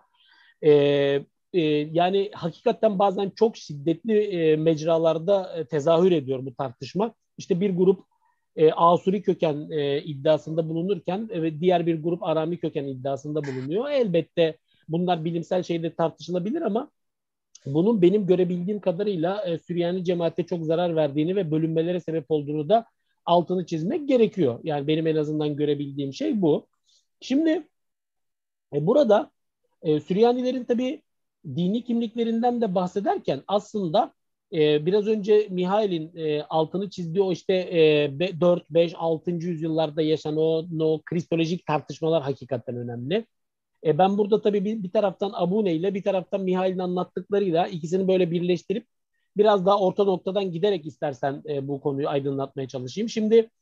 Yani hakikaten bazen çok şiddetli mecralarda tezahür ediyor bu tartışma. İşte bir grup Asuri köken iddiasında bulunurken ve diğer bir grup Arami köken iddiasında bulunuyor. Elbette bunlar bilimsel şeyde tartışılabilir ama bunun benim görebildiğim kadarıyla Süryani cemaate çok zarar verdiğini ve bölünmelere sebep olduğunu da altını çizmek gerekiyor. Yani benim en azından görebildiğim şey bu. Şimdi burada Süryanilerin tabii dini kimliklerinden de bahsederken aslında biraz önce Mihail'in altını çizdiği o işte 4, 5, 6. yüzyıllarda yaşanan o kristolojik tartışmalar hakikaten önemli. Ben burada tabii bir taraftan Abune ile bir taraftan Mihail'in anlattıklarıyla ikisini böyle birleştirip biraz daha orta noktadan giderek istersen bu konuyu aydınlatmaya çalışayım. Şimdi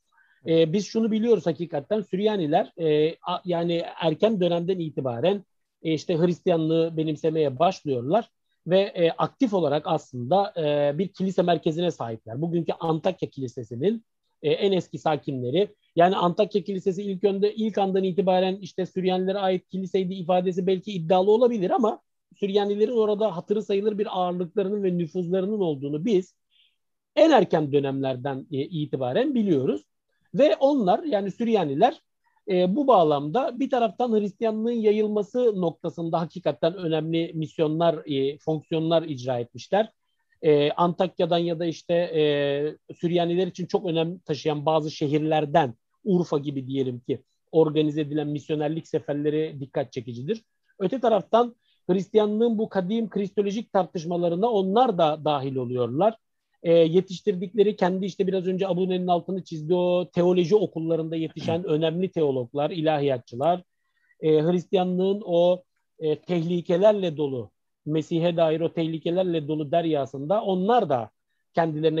Biz şunu biliyoruz hakikaten, Süryaniler yani erken dönemden itibaren işte Hristiyanlığı benimsemeye başlıyorlar ve aktif olarak aslında bir kilise merkezine sahipler. Bugünkü Antakya Kilisesi'nin en eski sakinleri. Yani Antakya Kilisesi ilk andan itibaren işte Süryanilere ait kiliseydi ifadesi belki iddialı olabilir ama Süryanilerin orada hatırı sayılır bir ağırlıklarının ve nüfuzlarının olduğunu biz en erken dönemlerden itibaren biliyoruz. Ve onlar, yani Süryaniler bu bağlamda bir taraftan Hristiyanlığın yayılması noktasında hakikaten önemli misyonlar, fonksiyonlar icra etmişler. Antakya'dan ya da işte Süryaniler için çok önem taşıyan bazı şehirlerden, Urfa gibi diyelim ki, organize edilen misyonerlik seferleri dikkat çekicidir. Öte taraftan Hristiyanlığın bu kadim kristolojik tartışmalarına onlar da dahil oluyorlar. Yetiştirdikleri, kendi işte biraz önce Abune'nin altını çizdiği o teoloji okullarında yetişen önemli teologlar, ilahiyatçılar, Hristiyanlığın o tehlikelerle dolu, Mesih'e dair o tehlikelerle dolu deryasında onlar da kendilerine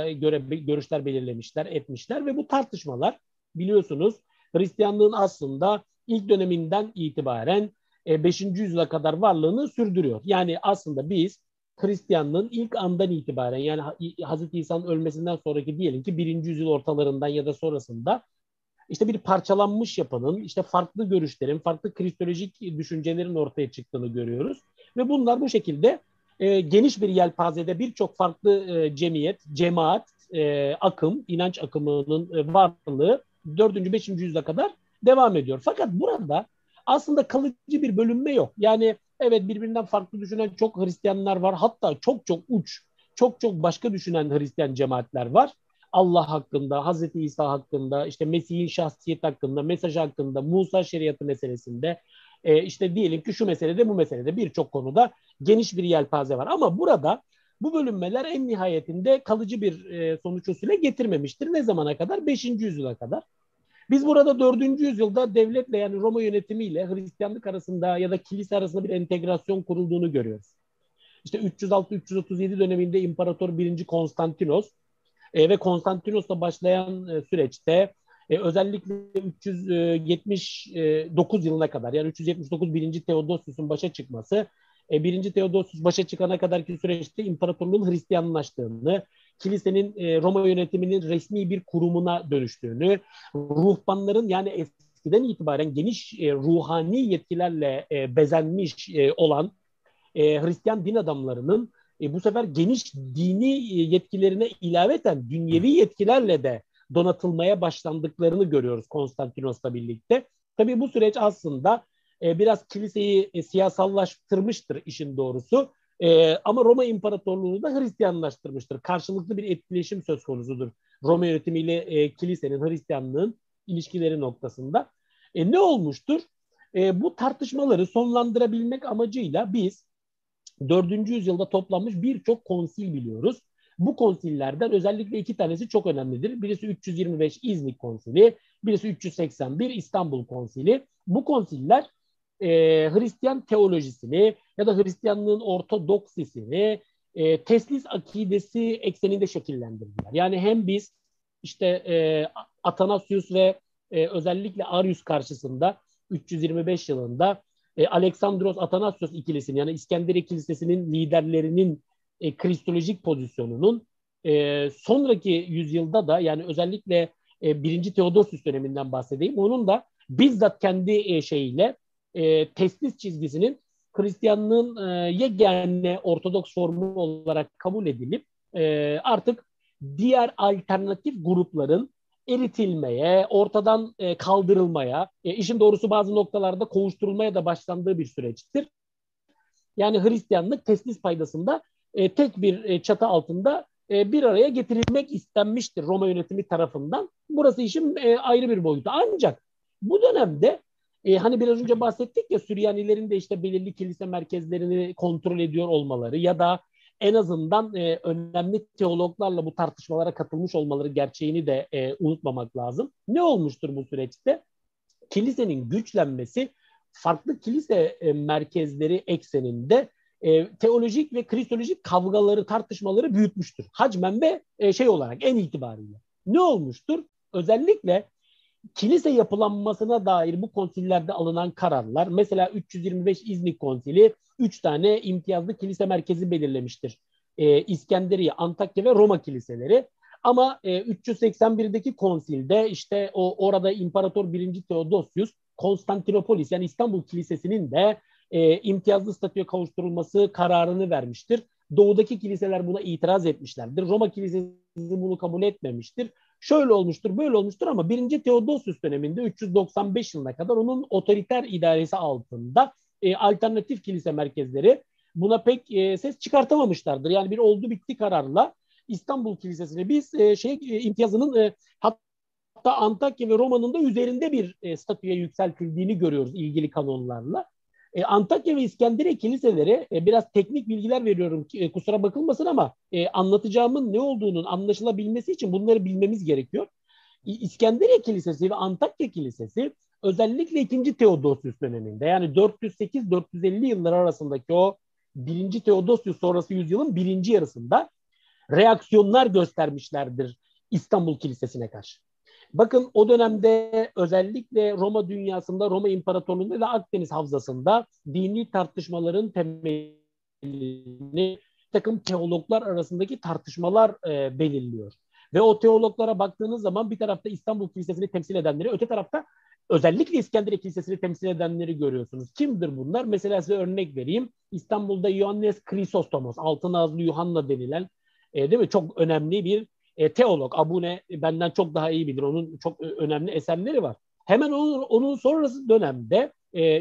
görüşler belirlemişler, etmişler ve bu tartışmalar biliyorsunuz Hristiyanlığın aslında ilk döneminden itibaren 5. yüzyıla kadar varlığını sürdürüyor. Yani aslında biz Hristiyanlığın ilk andan itibaren, yani Hazreti İsa'nın ölmesinden sonraki diyelim ki 1. yüzyıl ortalarından ya da sonrasında işte bir parçalanmış yapının, işte farklı görüşlerin, farklı kristolojik düşüncelerin ortaya çıktığını görüyoruz. Ve bunlar bu şekilde geniş bir yelpazede birçok farklı cemaat, akım, inanç akımının varlığı 4. 5. yüzyıla kadar devam ediyor. Fakat burada aslında kalıcı bir bölünme yok. Yani evet, birbirinden farklı düşünen çok Hristiyanlar var. Hatta çok uç, çok başka düşünen Hristiyan cemaatler var. Allah hakkında, Hazreti İsa hakkında, işte Mesih'in şahsiyeti hakkında, mesaj hakkında, Musa şeriatı meselesinde, işte diyelim ki şu meselede, bu meselede birçok konuda geniş bir yelpaze var. Ama burada bu bölünmeler en nihayetinde kalıcı bir sonuç usulü getirmemiştir. Ne zamana kadar? 5. yüzyıla kadar. Biz burada 4. yüzyılda devletle, yani Roma yönetimiyle Hristiyanlık arasında ya da kilise arasında bir entegrasyon kurulduğunu görüyoruz. İşte 306-337 döneminde İmparator 1. Konstantinos ve Konstantinos'la başlayan süreçte özellikle 379 yılına kadar, yani 379 1. Theodosius'un başa çıkması, 1. Theodosius başa çıkana kadarki süreçte imparatorluğun Hristiyanlaştığını, kilisenin Roma yönetiminin resmi bir kurumuna dönüştüğünü, ruhbanların, yani eskiden itibaren geniş ruhani yetkilerle bezenmiş olan Hristiyan din adamlarının bu sefer geniş dini yetkilerine ilaveten dünyevi yetkilerle de donatılmaya başlandıklarını görüyoruz Konstantinos'la birlikte. Tabii bu süreç aslında biraz kiliseyi siyasallaştırmıştır işin doğrusu. Ama Roma İmparatorluğu'nu da Hristiyanlaştırmıştır. Karşılıklı bir etkileşim söz konusudur Roma yönetimiyle kilisenin, Hristiyanlığın ilişkileri noktasında. Ne olmuştur? Bu tartışmaları sonlandırabilmek amacıyla biz 4. yüzyılda toplanmış birçok konsil biliyoruz. Bu konsillerden özellikle 2 tanesi çok önemlidir. Birisi 325 İznik Konsili, birisi 381 İstanbul Konsili. Bu konsiller Hristiyan teolojisini ya da Hristiyanlığın ortodoksisini teslis akidesi ekseninde şekillendirdiler. Yani hem biz işte Athanasius ve özellikle Arius karşısında 325 yılında Aleksandros Athanasios ikilisinin, yani İskenderiye Kilisesi'nin liderlerinin kristolojik pozisyonunun sonraki yüzyılda da, yani özellikle 1. Theodosius döneminden bahsedeyim, onun da bizzat kendi şeyiyle teslis çizgisinin Hristiyanlığın yegane Ortodoks formu olarak kabul edilip artık diğer alternatif grupların eritilmeye, ortadan kaldırılmaya, işin doğrusu bazı noktalarda kovuşturulmaya da başlandığı bir süreçtir. Yani Hristiyanlık teslis paydasında tek bir çatı altında bir araya getirilmek istenmiştir Roma yönetimi tarafından. Burası işin ayrı bir boyutu. Ancak bu dönemde hani biraz önce bahsettik ya, Süryanilerin de işte belirli kilise merkezlerini kontrol ediyor olmaları ya da en azından önemli teologlarla bu tartışmalara katılmış olmaları gerçeğini de unutmamak lazım. Ne olmuştur bu süreçte? Kilisenin güçlenmesi farklı kilise merkezleri ekseninde teolojik ve kristolojik kavgaları, tartışmaları büyütmüştür. Hacmen ve şey olarak en itibariyle. Ne olmuştur? Özellikle kilise yapılanmasına dair bu konsillerde alınan kararlar, mesela 325 İznik Konsili 3 tane imtiyazlı kilise merkezi belirlemiştir. İskenderiye, Antakya ve Roma kiliseleri. Ama 381'deki konsilde işte orada İmparator 1. Theodosius Konstantinopolis yani İstanbul Kilisesi'nin de imtiyazlı statüye kavuşturulması kararını vermiştir. Doğudaki kiliseler buna itiraz etmişlerdir. Roma Kilisesi bunu kabul etmemiştir. Şöyle olmuştur, böyle olmuştur ama 1. Theodosius döneminde 395 yılına kadar onun otoriter idaresi altında alternatif kilise merkezleri buna pek ses çıkartamamışlardır. Yani bir oldu bitti kararla İstanbul Kilisesi'ne biz imtiyazının hatta Antakya ve Roma'nın da üzerinde bir statüye yükseltildiğini görüyoruz ilgili kanonlarla. Antakya ve İskenderiye kiliseleri biraz teknik bilgiler veriyorum kusura bakılmasın ama anlatacağımın ne olduğunun anlaşılabilmesi için bunları bilmemiz gerekiyor. İskenderiye Kilisesi ve Antakya Kilisesi özellikle 2. Theodosius döneminde yani 408-450 yılları arasındaki o 1. Theodosius sonrası yüzyılın birinci yarısında reaksiyonlar göstermişlerdir İstanbul Kilisesi'ne karşı. Bakın o dönemde özellikle Roma dünyasında, Roma İmparatorluğu'nda ve Akdeniz Havzası'nda dini tartışmaların temelini takım teologlar arasındaki tartışmalar belirliyor. Ve o teologlara baktığınız zaman bir tarafta İstanbul Kilisesi'ni temsil edenleri, öte tarafta özellikle İskenderiye Kilisesi'ni temsil edenleri görüyorsunuz. Kimdir bunlar? Mesela size örnek vereyim. İstanbul'da Ioannes Chrysostomos, Altın Ağızlı Yuhanna denilen değil mi? Çok önemli bir teolog. Abune benden çok daha iyi bilir. Onun çok önemli eserleri var. Hemen onun sonrası dönemde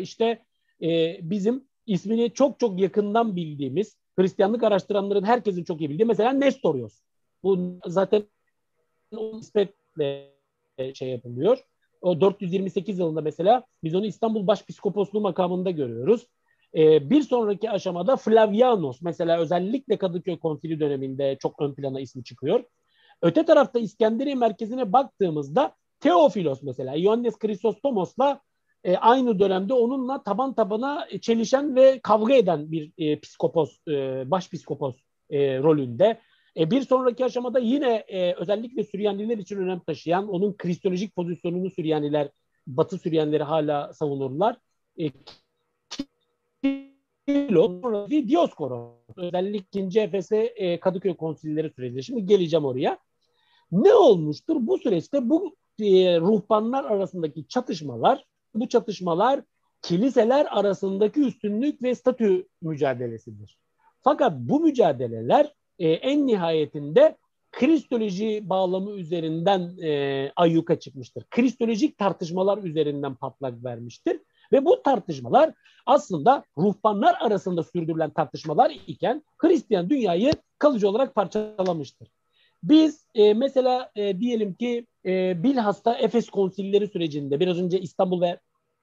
bizim ismini çok çok yakından bildiğimiz, Hristiyanlık araştıranların herkesin çok iyi bildiği mesela Nestorios. Bu zaten o nispetle yapılıyor. O 428 yılında mesela biz onu İstanbul Başpiskoposluğu makamında görüyoruz. Bir sonraki aşamada Flavianos mesela özellikle Kadıköy Konsili döneminde çok ön plana ismi çıkıyor. Öte tarafta İskenderiye merkezine baktığımızda Teofilos mesela Ioannes Chrysostomos'la aynı dönemde onunla taban tabana çelişen ve kavga eden bir psikopos, başpiskopos rolünde. Bir sonraki aşamada yine özellikle Süryaniler için önem taşıyan onun kristolojik pozisyonunu Batı Süryanileri hala savunurlar. Dioskoros özellikle 2. Efes'e Kadıköy konsilleri sürecinde. Şimdi geleceğim oraya. Ne olmuştur? Bu süreçte bu ruhbanlar arasındaki bu çatışmalar kiliseler arasındaki üstünlük ve statü mücadelesidir. Fakat bu mücadeleler en nihayetinde kristoloji bağlamı üzerinden ayyuka çıkmıştır. Kristolojik tartışmalar üzerinden patlak vermiştir. Ve bu tartışmalar aslında ruhbanlar arasında sürdürülen tartışmalar iken Hristiyan dünyayı kalıcı olarak parçalamıştır. Biz mesela diyelim ki bilhassa Efes konsilleri sürecinde biraz önce İstanbul ve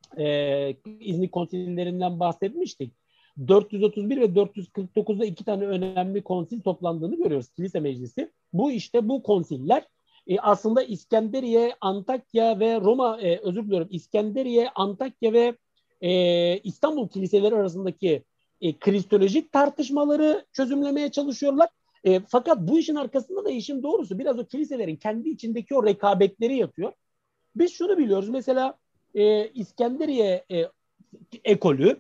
İznik konsillerinden bahsetmiştik. 431 ve 449'da 2 tane önemli konsil toplandığını görüyoruz. Kilise Meclisi. Bu konsiller aslında İskenderiye, Antakya ve İskenderiye, Antakya ve İstanbul kiliseleri arasındaki kristolojik tartışmaları çözümlemeye çalışıyorlar. Fakat bu işin arkasında da işin doğrusu biraz o kiliselerin kendi içindeki o rekabetleri yatıyor. Biz şunu biliyoruz. Mesela İskenderiye ekolü,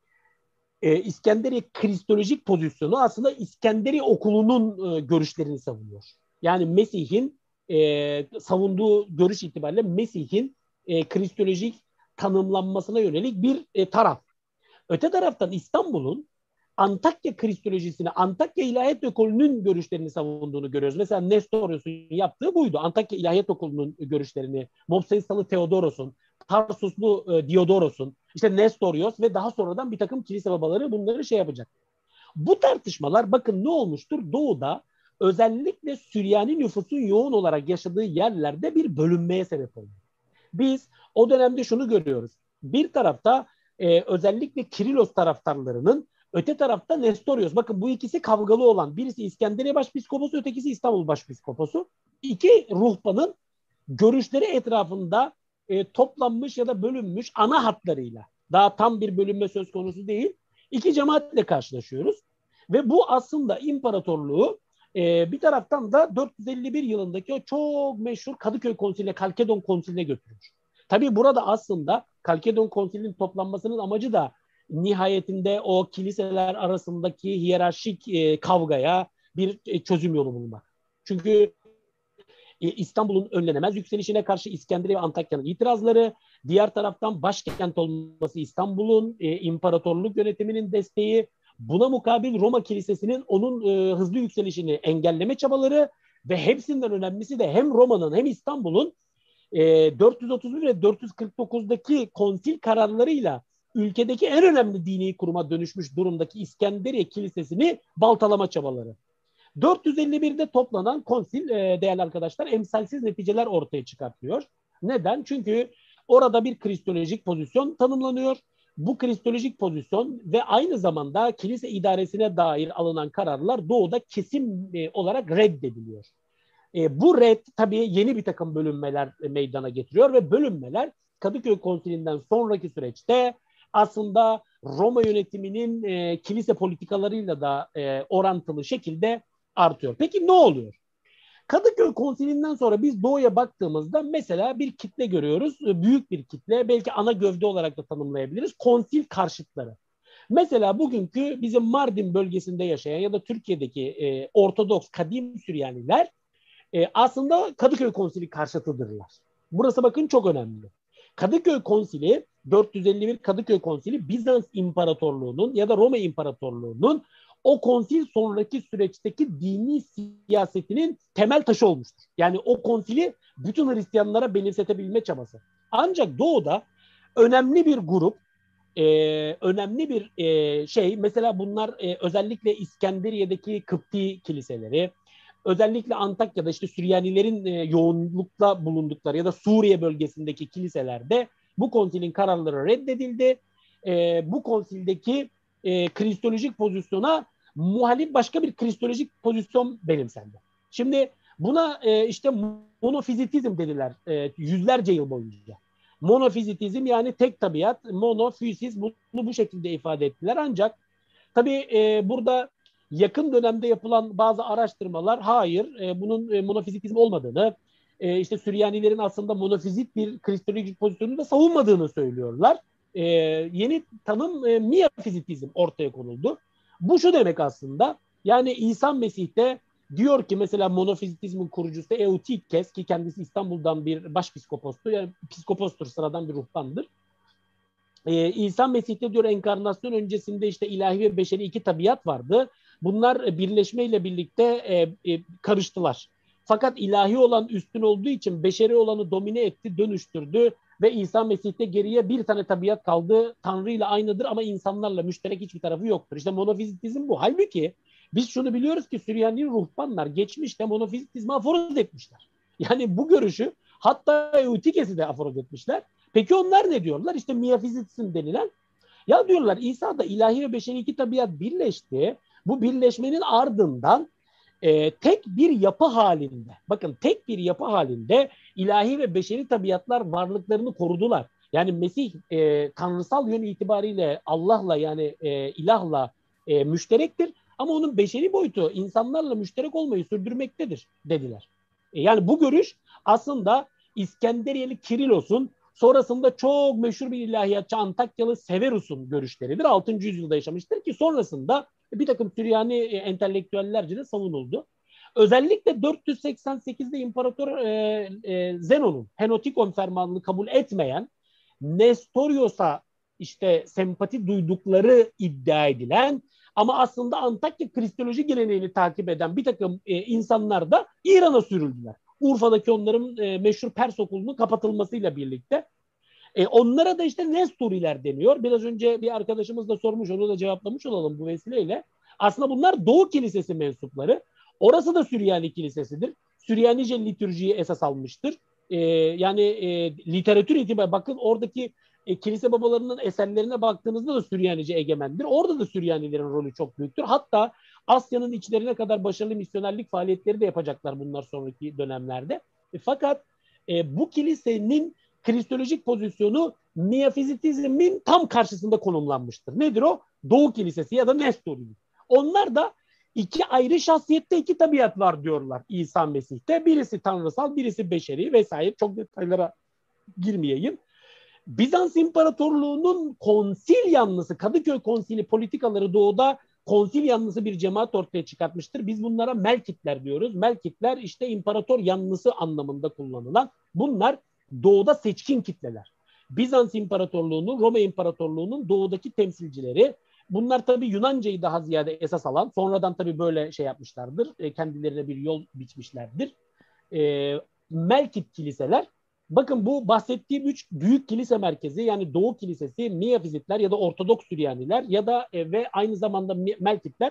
İskenderiye kristolojik pozisyonu aslında İskenderiye okulunun görüşlerini savunuyor. Yani Mesih'in savunduğu görüş itibariyle Mesih'in kristolojik tanımlanmasına yönelik bir taraf. Öte taraftan İstanbul'un Antakya kristolojisini, Antakya İlahiyat Okulu'nun görüşlerini savunduğunu görüyoruz. Mesela Nestorius'un yaptığı buydu. Antakya İlahiyat Okulu'nun görüşlerini, Mopsaisalı Theodoros'un, Tarsuslu Diodoros'un, Nestorius ve daha sonradan bir takım kilise babaları bunları yapacak. Bu tartışmalar bakın ne olmuştur? Doğu'da özellikle Süryani nüfusun yoğun olarak yaşadığı yerlerde bir bölünmeye sebep oldu. Biz o dönemde şunu görüyoruz. Bir tarafta özellikle Kirilos taraftarlarının, öte tarafta Nestorius. Bakın bu ikisi kavgalı olan. Birisi İskenderiye Başpiskoposu, ötekisi İstanbul Başpiskoposu. İki ruhbanın görüşleri etrafında toplanmış ya da bölünmüş ana hatlarıyla. Daha tam bir bölünme söz konusu değil. İki cemaatle karşılaşıyoruz. Ve bu aslında imparatorluğu Bir taraftan da 451 yılındaki o çok meşhur Kadıköy Konsili'ne, Kalkedon Konsili'ne götürülür. Tabii burada aslında Kalkedon Konsili'nin toplanmasının amacı da nihayetinde o kiliseler arasındaki hiyerarşik kavgaya bir çözüm yolu bulmak. Çünkü İstanbul'un önlenemez yükselişine karşı İskenderiye ve Antakya'nın itirazları, diğer taraftan başkent olması İstanbul'un, imparatorluk yönetiminin desteği, buna mukabil Roma Kilisesi'nin onun hızlı yükselişini engelleme çabaları ve hepsinden önemlisi de hem Roma'nın hem İstanbul'un 431 ve 449'daki konsil kararlarıyla ülkedeki en önemli dini kuruma dönüşmüş durumdaki İskenderiye Kilisesi'ni baltalama çabaları. 451'de toplanan konsil değerli arkadaşlar emsalsiz neticeler ortaya çıkartıyor. Neden? Çünkü orada bir kristolojik pozisyon tanımlanıyor. Bu kristolojik pozisyon ve aynı zamanda kilise idaresine dair alınan kararlar doğuda kesin olarak reddediliyor. Bu red tabii yeni bir takım bölünmeler meydana getiriyor ve bölünmeler Kadıköy Konsili'nden sonraki süreçte aslında Roma yönetiminin kilise politikalarıyla da orantılı şekilde artıyor. Peki ne oluyor? Kadıköy Konsili'nden sonra biz doğuya baktığımızda mesela bir kitle görüyoruz. Büyük bir kitle, belki ana gövde olarak da tanımlayabiliriz. Konsil karşıtları. Mesela bugünkü bizim Mardin bölgesinde yaşayan ya da Türkiye'deki Ortodoks kadim Süryaniler aslında Kadıköy Konsili karşıtıdırlar. Burası bakın çok önemli. Kadıköy Konsili, 451 Kadıköy Konsili Bizans İmparatorluğu'nun ya da Roma İmparatorluğu'nun o konsil sonraki süreçteki dini siyasetinin temel taşı olmuştur. Yani o konsili bütün Hristiyanlara benimsetebilme çabası. Ancak doğuda önemli bir grup, önemli bir şey, mesela bunlar özellikle İskenderiye'deki Kıpti kiliseleri, özellikle Antakya'da işte Süryanilerin yoğunlukla bulundukları ya da Suriye bölgesindeki kiliselerde bu konsilin kararları reddedildi. Bu konsildeki kristolojik pozisyona muhalif başka bir kristolojik pozisyon benimsendi. Şimdi buna işte monofizitizm dediler yüzlerce yıl boyunca. Monofizitizm yani tek tabiat, monofisis, bunu bu şekilde ifade ettiler. Ancak tabii burada yakın dönemde yapılan bazı araştırmalar hayır, bunun monofizitizm olmadığını, işte Süryanilerin aslında monofizit bir kristolojik pozisyonunu da savunmadığını söylüyorlar. Yeni tanım miyafizitizm ortaya konuldu. Bu şu demek aslında, yani İsa Mesih de diyor ki mesela monofizitizmin kurucusu Eutyches ki kendisi İstanbul'dan bir başpiskopostur, yani psikopostur, sıradan bir ruhbandır. İsa Mesih'te diyor enkarnasyon öncesinde işte ilahi ve beşeri iki tabiat vardı. Bunlar birleşmeyle birlikte karıştılar. Fakat ilahi olan üstün olduğu için beşeri olanı domine etti, dönüştürdü ve İsa Mesih'te geriye bir tane tabiat kaldı. Tanrı ile aynıdır ama insanlarla müşterek hiçbir tarafı yoktur. İşte monofizitizm bu. Halbuki biz şunu biliyoruz ki Süryani ruhbanlar geçmişte monofizitizmi aforoz etmişler. Yani bu görüşü hatta Eutyches'i de aforoz etmişler. Peki onlar ne diyorlar? İşte miyafizitizm denilen. Ya diyorlar İsa'da ilahi ve beşeri iki tabiat birleşti. Bu birleşmenin ardından tek bir yapı halinde, bakın tek bir yapı halinde ilahi ve beşeri tabiatlar varlıklarını korudular. Yani Mesih tanrısal yön itibariyle Allah'la yani ilahla müşterektir. Ama onun beşeri boyutu insanlarla müşterek olmayı sürdürmektedir dediler. Yani bu görüş aslında İskenderiyeli Kirilos'un, sonrasında çok meşhur bir ilahiyatçı Antakyalı Severus'un görüşleridir. 6. yüzyılda yaşamıştır ki sonrasında bir takım Süryani entelektüellerce de savunuldu. Özellikle 488'de İmparator Zenon'un Henotikon fermanını kabul etmeyen, Nestorios'a işte sempati duydukları iddia edilen ama aslında Antakya Kristoloji geleneğini takip eden bir takım insanlar da İran'a sürüldüler. Urfa'daki onların meşhur Pers okulunun kapatılmasıyla birlikte. Onlara da işte Nestoriler deniyor. Biraz önce bir arkadaşımız da sormuş, onu da cevaplamış olalım bu vesileyle. Aslında bunlar Doğu Kilisesi mensupları. Orası da Süryani Kilisesidir. Süryanice litürjiyi esas almıştır. Literatür itibariyle bakın oradaki kilise babalarının eserlerine baktığınızda da Süryanice egemendir. Orada da Süryanilerin rolü çok büyüktür. Hatta Asya'nın içlerine kadar başarılı misyonerlik faaliyetleri de yapacaklar bunlar sonraki dönemlerde. Fakat bu kilisenin kristolojik pozisyonu miyafizitizmin tam karşısında konumlanmıştır. Nedir o? Doğu Kilisesi ya da Nestorilik. Onlar da İki ayrı şahsiyette iki tabiat var diyorlar İsa Mesih'te. Birisi tanrısal, birisi beşeri vesaire. Çok detaylara girmeyeyim. Bizans İmparatorluğu'nun konsil yanlısı, Kadıköy Konsili politikaları doğuda konsil yanlısı bir cemaat ortaya çıkartmıştır. Biz bunlara Melkitler diyoruz. Melkitler işte imparator yanlısı anlamında kullanılan. Bunlar doğuda seçkin kitleler. Bizans İmparatorluğu'nun, Roma İmparatorluğu'nun doğudaki temsilcileri. Bunlar tabii Yunancayı daha ziyade esas alan, sonradan tabii böyle şey yapmışlardır, kendilerine bir yol biçmişlerdir. Melkit kiliseler, bakın bu bahsettiğim üç büyük kilise merkezi, yani Doğu Kilisesi, Miyafizitler ya da Ortodoks Süryaniler ya da ve aynı zamanda Melkitler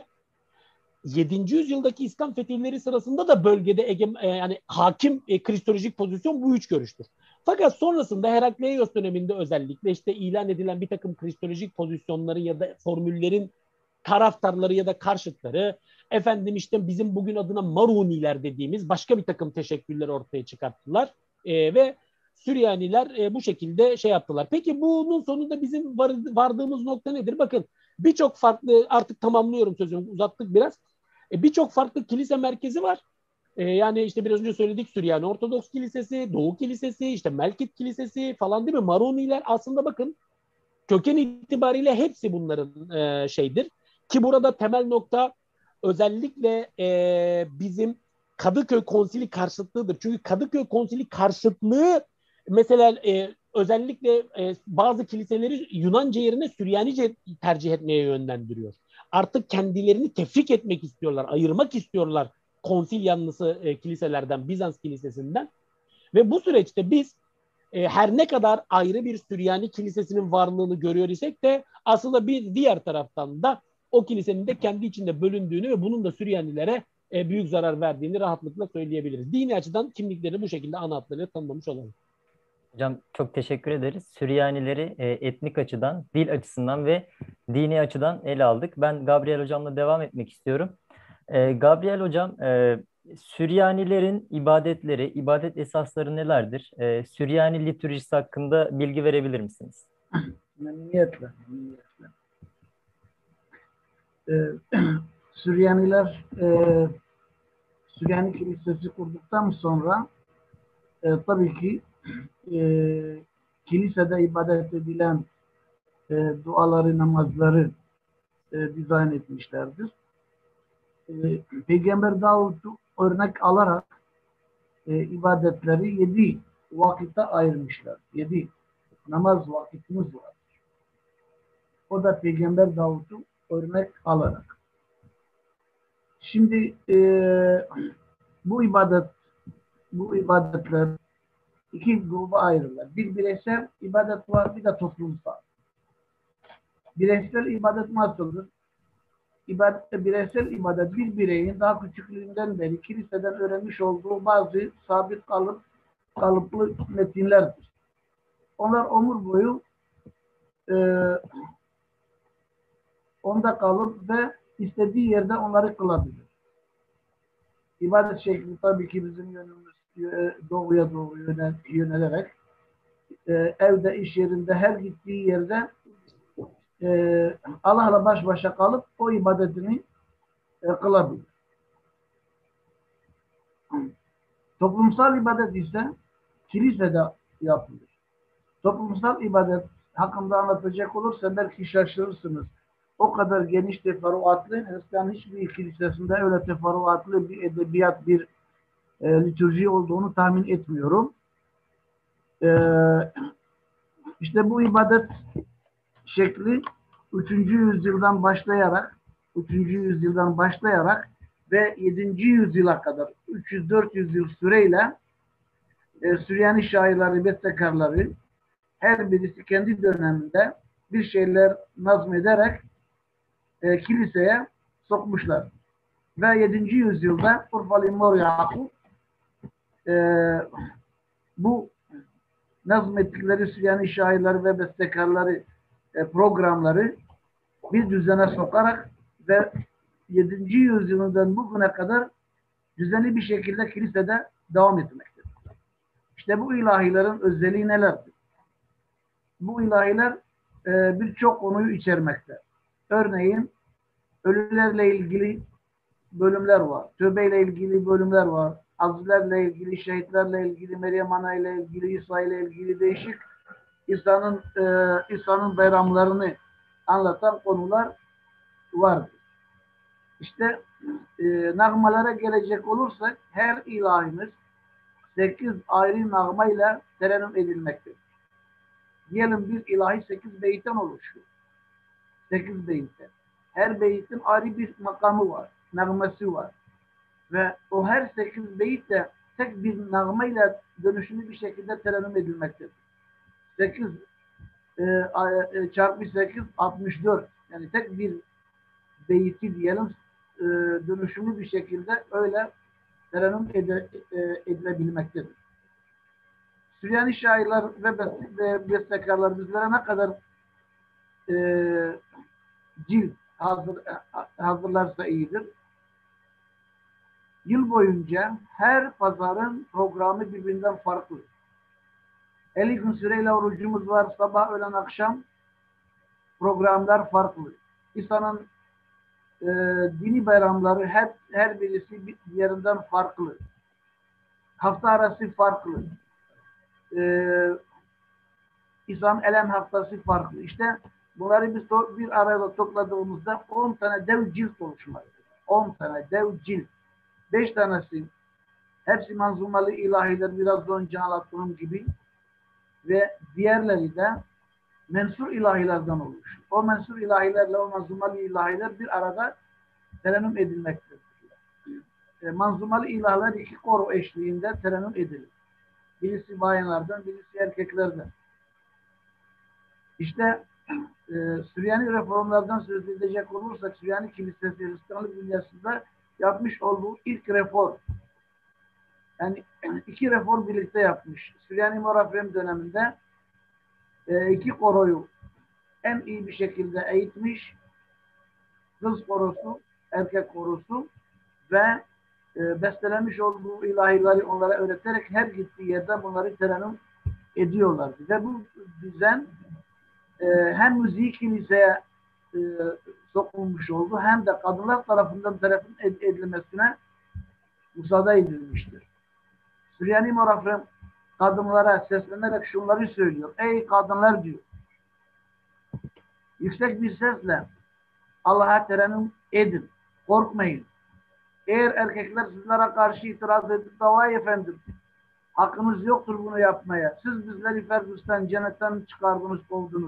7. yüzyıldaki İslam fetihleri sırasında da bölgede yani hakim kristolojik pozisyon bu üç görüştür. Fakat sonrasında Herakleios döneminde özellikle işte ilan edilen bir takım kristolojik pozisyonları ya da formüllerin taraftarları ya da karşıtları, efendim işte bizim bugün adına Maruniler dediğimiz başka bir takım teşekkülleri ortaya çıkarttılar ve Süryaniler bu şekilde şey yaptılar. Peki bunun sonunda bizim vardığımız nokta nedir? Bakın birçok farklı, artık tamamlıyorum sözümü, uzattık biraz. Birçok farklı kilise merkezi var. Yani işte biraz önce söyledik, Süryani Ortodoks Kilisesi, Doğu Kilisesi, işte Melkit Kilisesi falan, değil mi? Maroniler aslında bakın köken itibariyle hepsi bunların şeydir. Ki burada temel nokta özellikle bizim Kadıköy Konsili karşıtlığıdır. Çünkü Kadıköy Konsili karşıtlığı mesela özellikle bazı kiliseleri Yunanca yerine Süryanice tercih etmeye yönlendiriyor. Artık kendilerini tefrik etmek istiyorlar, ayırmak istiyorlar konsil yanlısı kiliselerden, Bizans kilisesinden. Ve bu süreçte biz her ne kadar ayrı bir Süryani kilisesinin varlığını görüyor isek de aslında bir diğer taraftan da o kilisenin de kendi içinde bölündüğünü ve bunun da Süryanilere büyük zarar verdiğini rahatlıkla söyleyebiliriz. Dini açıdan kimlikleri bu şekilde ana hatlarıyla tanımlamış olalım. Hocam çok teşekkür ederiz. Süryanileri etnik açıdan, dil açısından ve dini açıdan ele aldık. Ben Gabriel Hocam'la devam etmek istiyorum. Gabriel Hocam, Süryanilerin ibadetleri, ibadet esasları nelerdir? Süryani litürjisi hakkında bilgi verebilir misiniz? Memnuniyetle. Süryaniler Süryani Kilisesi kurduktan sonra tabii ki kilisede ibadet edilen duaları, namazları dizayn etmişlerdir. Peygamber Davud'u örnek alarak ibadetleri 7 vakitte ayırmışlar. 7 namaz vakitimiz var. O da Peygamber Davud'u örnek alarak. Şimdi bu ibadetler iki gruba ayrılır. Bir bireysel ibadet var, bir de toplumsal. Bireysel ibadet nasıldır? Bireysel ibadet bir bireyin daha küçüklüğünden beri kiliseden öğrenmiş olduğu bazı sabit kalıplı metinlerdir. Onlar ömür boyu onda kalıp ve istediği yerde onları kılabilir. İbadet şekli tabii ki bizim yönümüz doğuya doğru yönelerek evde, iş yerinde, her gittiği yerde Allah'la baş başa kalıp o ibadetini kılabilir. Toplumsal ibadet ise kilisede yapılır. Toplumsal ibadet hakkında anlatacak olursa belki şaşırırsınız. O kadar geniş, teferruatlı, Hristiyan hiçbir kilisesinde öyle teferruatlı bir edebiyat, bir litürji olduğunu tahmin etmiyorum. İşte bu ibadet şekli 3. yüzyıldan başlayarak ve 7. yüzyıla kadar 300-400 yıl süreyle Süryani şairleri, bestekarları her birisi kendi döneminde bir şeyler nazmederek kiliseye sokmuşlar. Ve 7. yüzyılda Urfalı Mor Yakup bu nazmettikleri Süryani şairleri ve bestekarları programları bir düzene sokarak ve 7. yüzyıldan bugüne kadar düzenli bir şekilde kilisede devam etmektedir. İşte bu ilahilerin özelliği nelerdir? Bu ilahiler birçok konuyu içermekte. Örneğin ölülerle ilgili bölümler var. Tövbe ile ilgili bölümler var. Azilerle ilgili, şehitlerle ilgili, Meryem Ana ile ilgili, İsa ile ilgili değişik İsa'nın bayramlarını anlatan konular vardır. İşte nağmalara gelecek olursak her ilahimiz 8 ayrı nağmayla terennüm edilmektedir. Diyelim bir ilahi 8 beyitten oluşuyor. 8 beyitten. Her beytin ayrı bir makamı var, nağması var. Ve o her 8 beyit de tek bir nağmayla dönüşümlü bir şekilde terennüm edilmektedir. 8 çarpı 8 64. Yani tek bir beyti diyelim dönüşümlü bir şekilde öyle terennüm edilebilmektedir. Süryani şairler ve bestekarlar bizlere ne kadar cilt hazırlarsa iyidir. Yıl boyunca her pazarın programı birbirinden farklı. 50 gün süreyle orucumuz var. Sabah, öğlen, akşam programlar farklı. İsa'nın dini bayramları her birisi diğerinden farklı. Hafta arası farklı. İsa'nın elem haftası farklı. İşte bunları biz bir arada topladığımızda 10 tane dev cilt oluşmaktadır. 10 tane dev cilt. 5 tanesi hepsi manzumalı ilahiler, biraz önce anlattığım gibi, ve diğerleri de mensur ilahilerden oluşur. O mensur ilahilerle o manzumalı ilahiler bir arada terennüm edilmektedir. Manzumalı ilahlar 2 koro eşliğinde terennüm edilir. Birisi bayanlardan, birisi erkeklerden. İşte Süryani reformlardan söz edecek olursak, Süryani Kilisesi Hristiyanlık dünyasında yapmış olduğu ilk reform. Yani 2 reform birlikte yapmış. Süryani Morafem döneminde 2 koroyu en iyi bir şekilde eğitmiş. Kız korosu, erkek korosu ve bestelemiş olduğu ilahileri onlara öğreterek her gittiği yerde bunları terennüm ediyorlardı. Ve bu düzen hem müziği kiliseye sokulmuş oldu, hem de kadınlar tarafından terennüm edilmesine müsaade edilmiştir. Süryani Morafem kadınlara seslenerek şunları söylüyor. Ey kadınlar diyor. Yüksek bir sesle Allah'a terennüm edin. Korkmayın. Eğer erkekler sizlere karşı itiraz edip davayı efendim, hakkınız yoktur bunu yapmaya. Siz bizleri Firdevs'ten, cennetten çıkardınız, kovdunuz.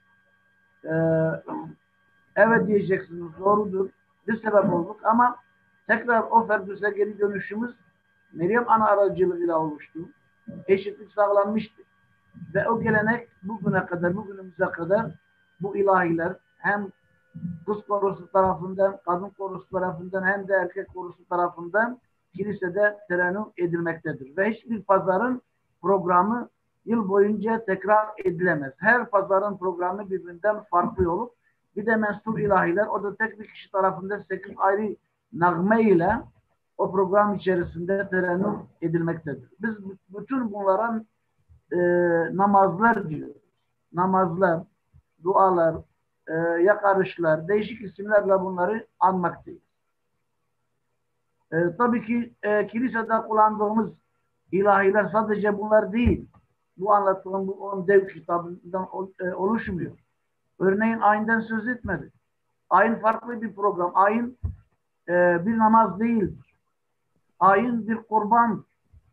Evet diyeceksiniz, doğrudur. Bir sebep olduk ama tekrar o Firdevs'e geri dönüşümüz Meryem Ana aracılığıyla oluştu. Eşitlik sağlanmıştı. Ve o gelenek bugüne kadar, bugünümüze kadar bu ilahiler hem kız korosu tarafından, kadın korosu tarafından hem de erkek korosu tarafından kilisede terennüm edilmektedir. Ve hiçbir pazarın programı yıl boyunca tekrar edilemez. Her pazarın programı birbirinden farklı olup bir de mensur ilahiler, o da tek bir kişi tarafından 8 ayrı nağme ile o program içerisinde terennüm edilmektedir. Biz bütün bunlara namazlar diyoruz. Namazlar, dualar, yakarışlar, değişik isimlerle bunları anmaktayız. Tabii ki kilisede kullandığımız ilahiler sadece bunlar değil. Bu anlattığım bu 10 dev kitabından oluşmuyor. Örneğin ayinden söz etmedi. Ayin farklı bir program. Ayin bir namaz değildir. Ayin bir kurban.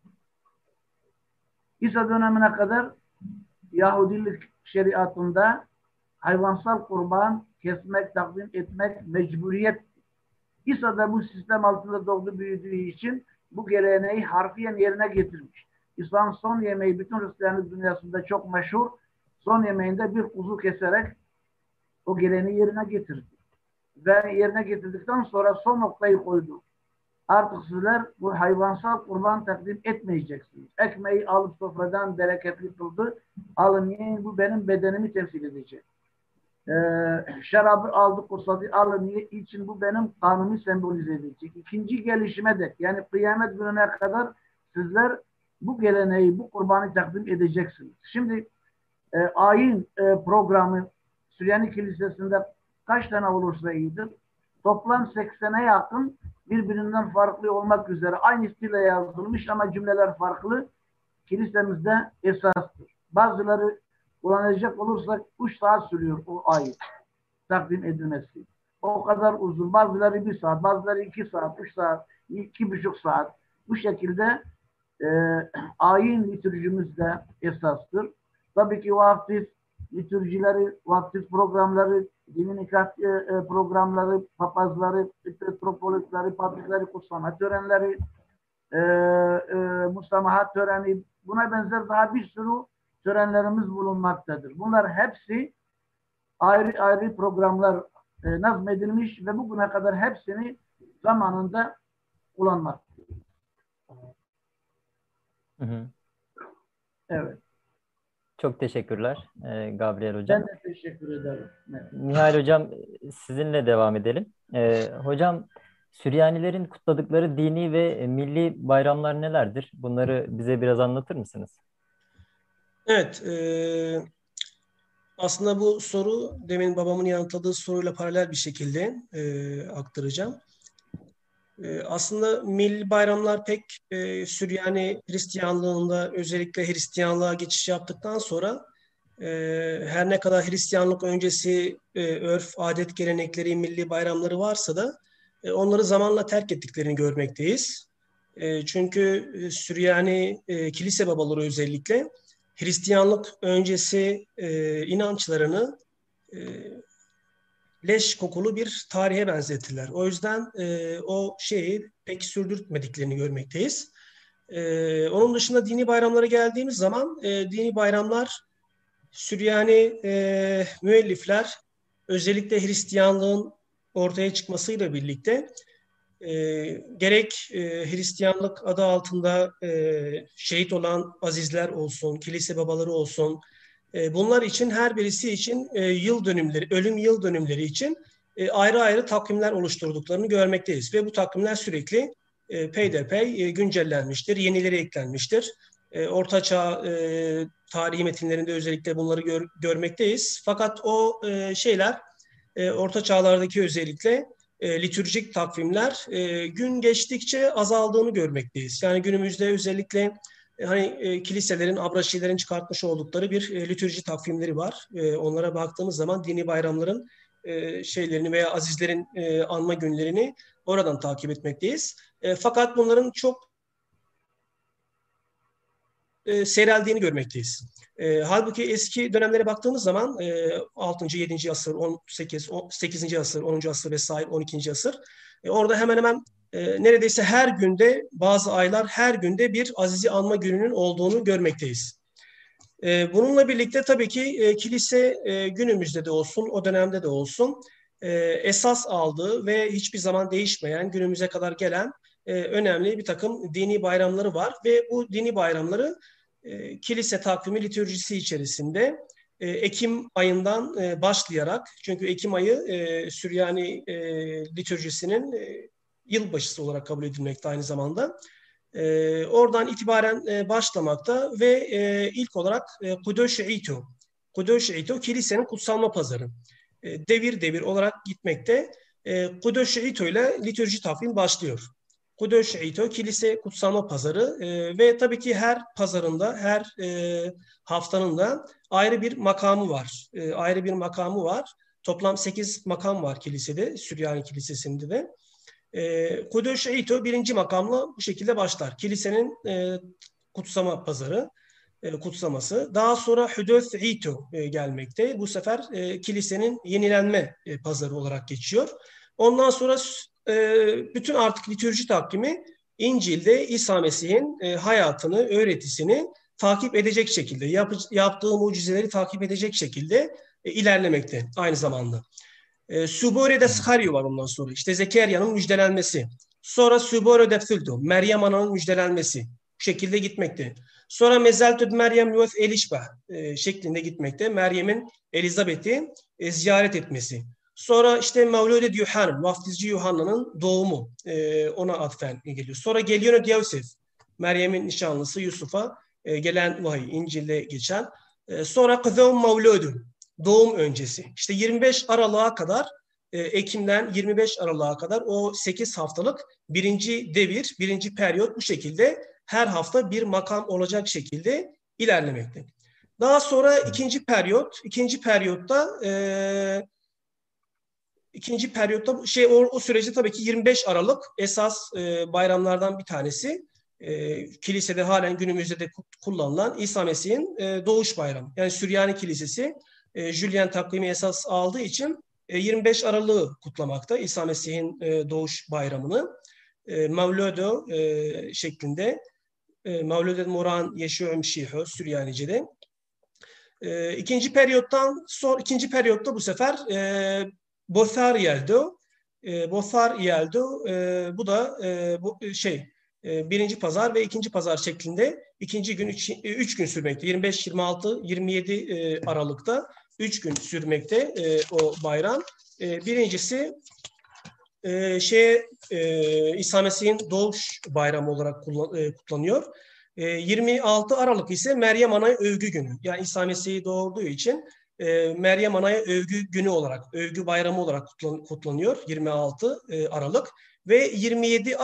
İsa dönemine kadar Yahudilik şeriatında hayvansal kurban kesmek, takdim etmek mecburiyet. İsa da bu sistem altında doğdu büyüdüğü için bu geleneği harfiyen yerine getirmiş. İsa'nın son yemeği bütün Hristiyanlık dünyasında çok meşhur. Son yemeğinde bir kuzu keserek o geleneği yerine getirdi. Ve yerine getirdikten sonra son noktayı koydu. Artık sizler bu hayvansal kurban takdim etmeyeceksiniz. Ekmeği alıp sofradan bereketli kıldı. Alın yiyin, bu benim bedenimi temsil edecek. Şarabı aldı kutsadı, alın için bu benim kanımı sembolize edecek. İkinci gelişime dek, yani kıyamet gününe kadar sizler bu geleneği, bu kurbanı takdim edeceksiniz. Şimdi ayin programı Süryani Kilisesi'nde kaç tane olursa iyidir. toplam 80'e yakın birbirinden farklı olmak üzere aynı stile yazılmış ama cümleler farklı kilisemizde esastır. Bazıları kullanacak olursak 3 saat sürüyor o ayet takdim edilmesi. O kadar uzun. Bazıları 1 saat, bazıları 2 saat, 3 saat, 2,5 saat. Bu şekilde ayin litürjimizde esastır. Tabii ki vaftiz litürjileri, vaftiz programları, dinin nikah programları, papazları, metropolitleri, patrikleri kutsama törenleri, musamahat töreni, buna benzer daha bir sürü törenlerimiz bulunmaktadır. Bunlar hepsi ayrı ayrı programlar nazmedilmiş ve bugüne kadar hepsini zamanında kullanmaktadır. Hı hı. Evet. Çok teşekkürler Gabriel Hocam. Ben de teşekkür ederim. Evet. Mihail Hocam, sizinle devam edelim. Hocam, Süryanilerin kutladıkları dini ve milli bayramlar nelerdir? Bunları bize biraz anlatır mısınız? Evet, aslında bu soru demin babamın yanıtladığı soruyla paralel bir şekilde aktaracağım. Aslında milli bayramlar pek Süryani Hristiyanlığında özellikle Hristiyanlığa geçiş yaptıktan sonra her ne kadar Hristiyanlık öncesi örf, adet, gelenekleri, milli bayramları varsa da onları zamanla terk ettiklerini görmekteyiz. Çünkü Süryani kilise babaları özellikle Hristiyanlık öncesi inançlarını leş kokulu bir tarihe benzettiler. O yüzden o şeyi pek sürdürtmediklerini görmekteyiz. Onun dışında dini bayramlara geldiğimiz zaman dini bayramlar Süryani müellifler özellikle Hristiyanlığın ortaya çıkmasıyla birlikte gerek Hristiyanlık adı altında şehit olan azizler olsun, kilise babaları olsun, bunlar için her birisi için yıl dönümleri, ölüm yıl dönümleri için ayrı ayrı takvimler oluşturduklarını görmekteyiz. Ve bu takvimler sürekli peyderpey güncellenmiştir, yenileri eklenmiştir. Orta Çağ tarihi metinlerinde özellikle bunları görmekteyiz. Fakat o şeyler, Orta Çağlardaki özellikle litürjik takvimler gün geçtikçe azaldığını görmekteyiz. Yani günümüzde özellikle hani kiliselerin, abraşilerin çıkartmış oldukları bir litürji takvimleri var. Onlara baktığımız zaman dini bayramların şeylerini veya azizlerin anma günlerini oradan takip etmekteyiz. Fakat bunların çok seyreldiğini görmekteyiz. Halbuki eski dönemlere baktığımız zaman 6. 7. asır, 8. asır, 10. asır vesaire 12. asır orada hemen hemen neredeyse her günde bazı aylar her günde bir Azizi Anma gününün olduğunu görmekteyiz. Bununla birlikte tabii ki kilise günümüzde de olsun, o dönemde de olsun esas aldığı ve hiçbir zaman değişmeyen, günümüze kadar gelen önemli bir takım dini bayramları var ve bu dini bayramları kilise takvimi litürjisi içerisinde Ekim ayından başlayarak, çünkü Ekim ayı Süryani litürjisinin yılbaşısı olarak kabul edilmekte aynı zamanda. Oradan itibaren başlamakta ve ilk olarak Kudosh Eito kilisenin kutsanma pazarı. Devir devir olarak gitmekte. Kudosh Eito ile litürji takvim başlıyor. Kudosh Eito kilise kutsanma pazarı ve tabii ki her pazarında, her haftanın da ayrı bir makamı var. Ayrı bir makamı var. Toplam 8 makam var kilisede, Süryani Kilisesi'nde de. Kudosh Eito birinci makamla bu şekilde başlar. Kilisenin kutsama pazarı, kutsaması. Daha sonra Hudöth Eito gelmekte. Bu sefer kilisenin yenilenme pazarı olarak geçiyor. Ondan sonra bütün artık litürji takvimi İncil'de İsa Mesih'in hayatını, öğretisini takip edecek şekilde, yaptığı mucizeleri takip edecek şekilde ilerlemekte aynı zamanda. Subore Schario var ondan sonra. İşte Zekeriya'nın müjdelenmesi. Sonra Subore Defildo, Meryem Ana'nın müjdelenmesi. Bu şekilde gitmekte. Sonra Mezeltüd Meryem Lueth Elişbah şeklinde gitmekte. Meryem'in Elizabeth'i ziyaret etmesi. Sonra işte Mevlüde Yuhanna, vaftizci Yuhanna'nın doğumu ona atfen geliyor. Sonra geliyor Yosef, Meryem'in nişanlısı Yusuf'a gelen vahiy, İncil'de geçen. Sonra Kızım Mevlüdü, doğum öncesi. İşte 25 Aralık'a kadar Ekim'den 25 Aralık'a kadar o 8 haftalık birinci devir, birinci periyot bu şekilde her hafta bir makam olacak şekilde ilerlemekte. Daha sonra ikinci periyotta o süreci tabii ki 25 Aralık esas bayramlardan bir tanesi. Kilisede halen günümüzde de kullanılan İsa Mesih'in doğuş bayramı. Yani Süryani Kilisesi Julian takvimi esas aldığı için 25 Aralık'ı kutlamakta İsa Mesih'in doğuş bayramını. Mevlüdo şeklinde Mevlüd Moran Yeşû Mşiho Süryanice'de. İkinci periyotta bu sefer Bothar Yeldo. Bu da birinci pazar ve ikinci pazar şeklinde ikinci gün 3 gün sürmekte. 25, 26, 27 Aralık'ta 3 gün sürmekte o bayram. Birincisi İsa Mesih'in doğuş bayramı olarak kutlanıyor. 26 Aralık ise Meryem Ana'ya övgü günü. Yani İsa Mesih'i doğurduğu için Meryem Ana'ya övgü günü olarak, övgü bayramı olarak kutlanıyor 26 Aralık. Ve 27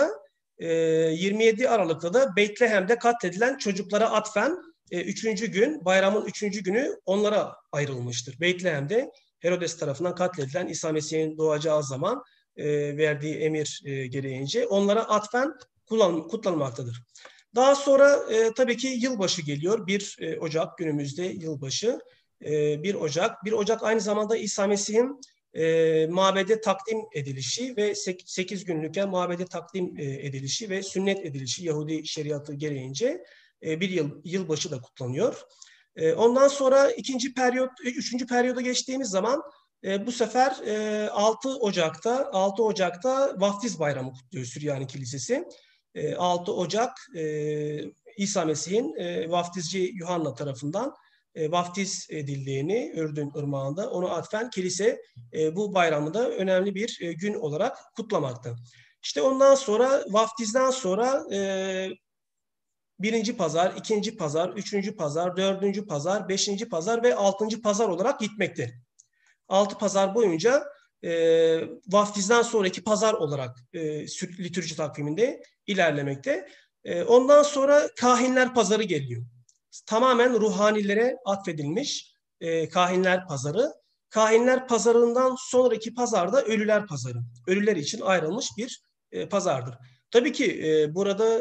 Aralık'ta da Betlehem'de katledilen çocuklara atfen bayramın 3. günü onlara ayrılmıştır. Betlehem'de Herodes tarafından katledilen İsa Mesih'in doğacağı zaman verdiği emir gereğince onlara atfen kutlanmaktadır. Daha sonra tabii ki yılbaşı geliyor. 1 Ocak günümüzde yılbaşı. 1 Ocak aynı zamanda İsa Mesih'in mabede takdim edilişi ve 8 günlükken mabede takdim edilişi ve sünnet edilişi Yahudi şeriatı gereğince bir yılbaşı da kutlanıyor. Ondan sonra 3. periyoda geçtiğimiz zaman bu sefer 6 Ocak'ta Vaftiz Bayramı kutluyor Süryani Kilisesi. 6 Ocak İsa Mesih'in vaftizci Yuhanna tarafından vaftiz edildiğini Ürdün Irmağı'nda onu atfen kilise bu bayramı da önemli bir gün olarak kutlamakta. İşte ondan sonra vaftizden sonra 1. pazar, 2. pazar, 3. pazar, 4. pazar, 5. pazar ve 6. pazar olarak gitmekte. 6 pazar boyunca vaftizden sonraki pazar olarak litürji takviminde ilerlemekte. Ondan sonra kahinler pazarı geliyor. Tamamen ruhanilere atfedilmiş kahinler pazarı. Kahinler pazarından sonraki pazar da ölüler pazarı. Ölüler için ayrılmış bir pazardır. Tabii ki burada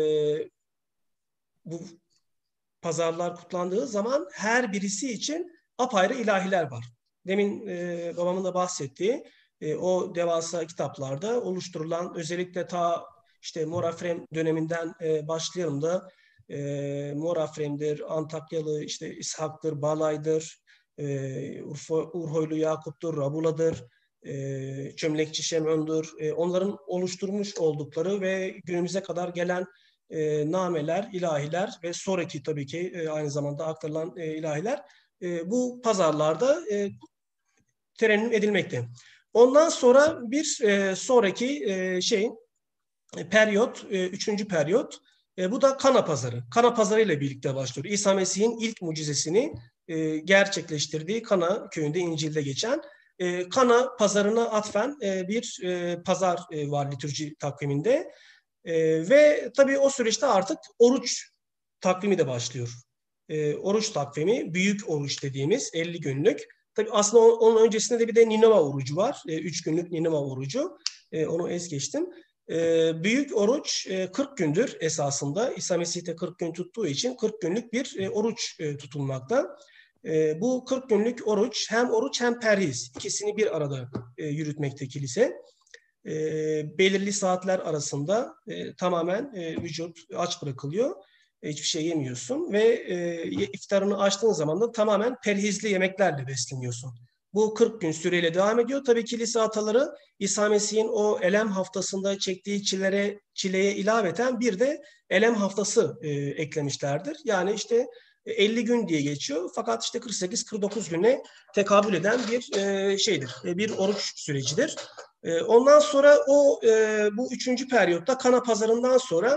bu pazarlar kutlandığı zaman her birisi için apayrı ilahiler var. Demin babamın da bahsettiği o devasa kitaplarda oluşturulan özellikle ta işte Morafrem döneminden başlayalım da Morafrem'dir, Antakyalı işte İshak'tır, Balay'dır, Urhoylu Yakup'tur, Rabula'dır, Çömlekçi Şemön'dür. Onların oluşturmuş oldukları ve günümüze kadar gelen nameler, ilahiler ve sonraki tabii ki aynı zamanda aktarılan ilahiler bu pazarlarda terennüm edilmekte. Ondan sonra bir sonraki periyot, 3. periyot, bu da Kana Pazarı. Kana Pazarı ile birlikte başlıyor. İsa Mesih'in ilk mucizesini gerçekleştirdiği Kana köyünde İncil'de geçen Kana Pazarı'na atfen bir pazar var litürji takviminde. Ve tabii o süreçte artık oruç takvimi de başlıyor. Oruç takvimi, büyük oruç dediğimiz 50 günlük. Tabii aslında onun öncesinde de bir de Ninova orucu var. 3 günlük Ninova orucu. Onu es geçtim. Büyük oruç 40 gündür esasında. İsa Mesih de 40 gün tuttuğu için 40 günlük bir oruç tutulmakta. Bu 40 günlük oruç hem perhiz ikisini bir arada yürütmekte kilise. Belirli saatler arasında tamamen vücut aç bırakılıyor. Hiçbir şey yemiyorsun ve iftarını açtığın zaman da tamamen perhizli yemeklerle besleniyorsun. Bu 40 gün süreyle devam ediyor. Tabii kilise ataları İsa Mesih'in o elem haftasında çektiği çileye ilaveten bir de elem haftası eklemişlerdir. Yani işte 50 gün diye geçiyor. Fakat işte 48-49 güne tekabül eden bir bir oruç sürecidir. Ondan sonra bu 3. periyotta Kana Pazarı'ndan sonra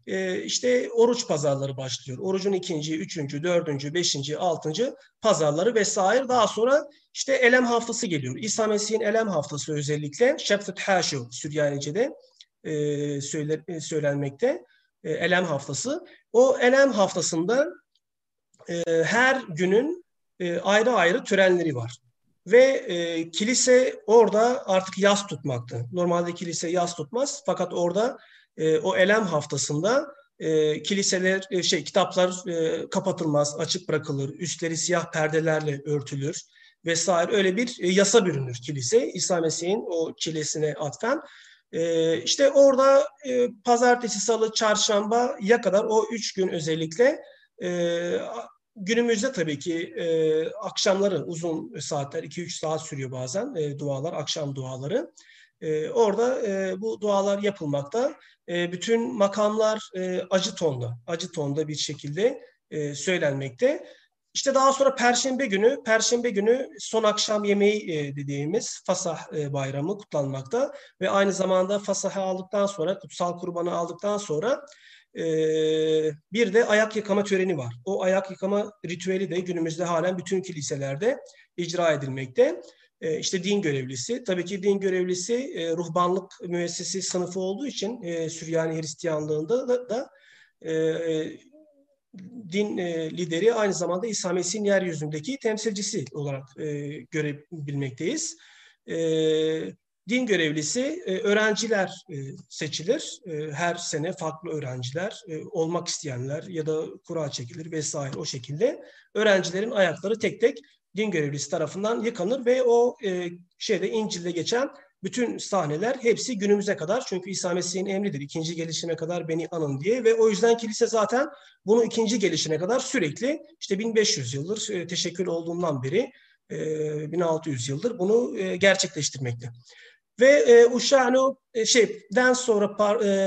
işte oruç pazarları başlıyor. Orucun ikinci, üçüncü, dördüncü, beşinci, altıncı pazarları vesaire. Daha sonra işte Elem haftası geliyor. İsa Mesih'in Elem haftası özellikle Şebtut Haşu Süryanice'de söylenmekte. Elem haftası. O Elem haftasında her günün ayrı ayrı törenleri var. Ve kilise orada artık yas tutmaktı. Normalde kilise yas tutmaz. Fakat orada o Elem haftasında kiliseler, kitaplar kapatılmaz, açık bırakılır. Üstleri siyah perdelerle örtülür vesaire. Öyle bir yasa bürünür kilise. İsa Mesih'in o çilesine atfen. İşte orada pazartesi, salı, çarşambaya kadar o 3 gün özellikle günümüzde tabii ki akşamları uzun saatler, 2-3 saat sürüyor bazen dualar, akşam duaları. Orada bu dualar yapılmakta. Bütün makamlar acı tonda bir şekilde söylenmekte. İşte daha sonra Perşembe günü son akşam yemeği dediğimiz Fasah bayramı kutlanmakta ve aynı zamanda Fasah'ı aldıktan sonra, kutsal kurbanı aldıktan sonra bir de ayak yıkama töreni var. O ayak yıkama ritüeli de günümüzde halen bütün kiliselerde icra edilmekte. İşte din görevlisi, tabii ki din görevlisi ruhbanlık müessesi sınıfı olduğu için Süryani Hristiyanlığında da din lideri aynı zamanda İsa Mesih'in yeryüzündeki temsilcisi olarak görebilmekteyiz. Din görevlisi öğrenciler seçilir. Her sene farklı öğrenciler, olmak isteyenler ya da kura çekilir vesaire o şekilde. Öğrencilerin ayakları tek tek din görevlisi tarafından yıkanır ve o İncil'de geçen bütün sahneler hepsi günümüze kadar, çünkü İsa Mesih'in emridir. İkinci gelişine kadar beni anın diye ve o yüzden kilise zaten bunu ikinci gelişine kadar sürekli işte 1500 yıldır teşekkül olduğundan beri 1600 yıldır bunu gerçekleştirmekte. Ve Uşağno den sonra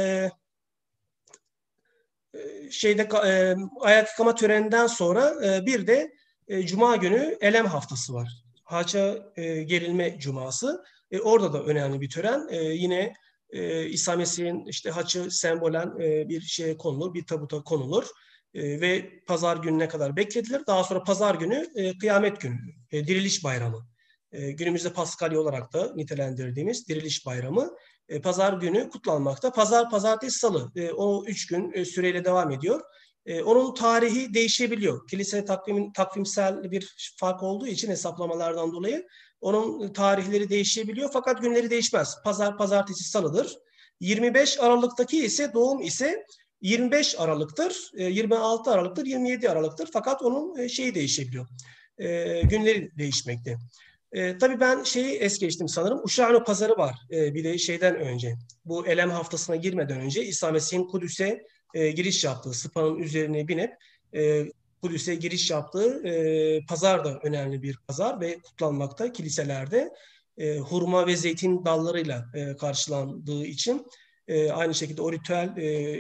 ayak yıkama töreninden sonra bir de Cuma günü Elem haftası var. Haça gerilme cuması. Orada da önemli bir tören. Yine İsa Mesih'in işte haçı sembolen bir şeye konulur, bir tabuta konulur. Ve pazar gününe kadar bekletilir. Daha sonra pazar günü kıyamet günü, diriliş bayramı. Günümüzde Paskalya olarak da nitelendirdiğimiz diriliş bayramı pazar günü kutlanmakta. Pazar, pazartesi, salı o 3 gün süreyle devam ediyor. Onun tarihi değişebiliyor. Kilise takvimsel bir fark olduğu için hesaplamalardan dolayı onun tarihleri değişebiliyor fakat günleri değişmez. Pazar, pazartesi, salıdır. 25 Aralık'taki ise doğum ise 25 Aralık'tır, 26 Aralık'tır, 27 Aralık'tır fakat onun şeyi değişebiliyor. Günleri değişmekte. Tabii ben es geçtim sanırım. Uşağno pazarı var bir de şeyden önce. Bu Elem haftasına girmeden önce İsa Mesih'in Kudüs'e giriş yaptığı, sıpanın üzerine binip Kudüs'e giriş yaptığı pazar da önemli bir pazar ve kutlanmakta kiliselerde. Hurma ve zeytin dallarıyla karşılandığı için aynı şekilde o ritüel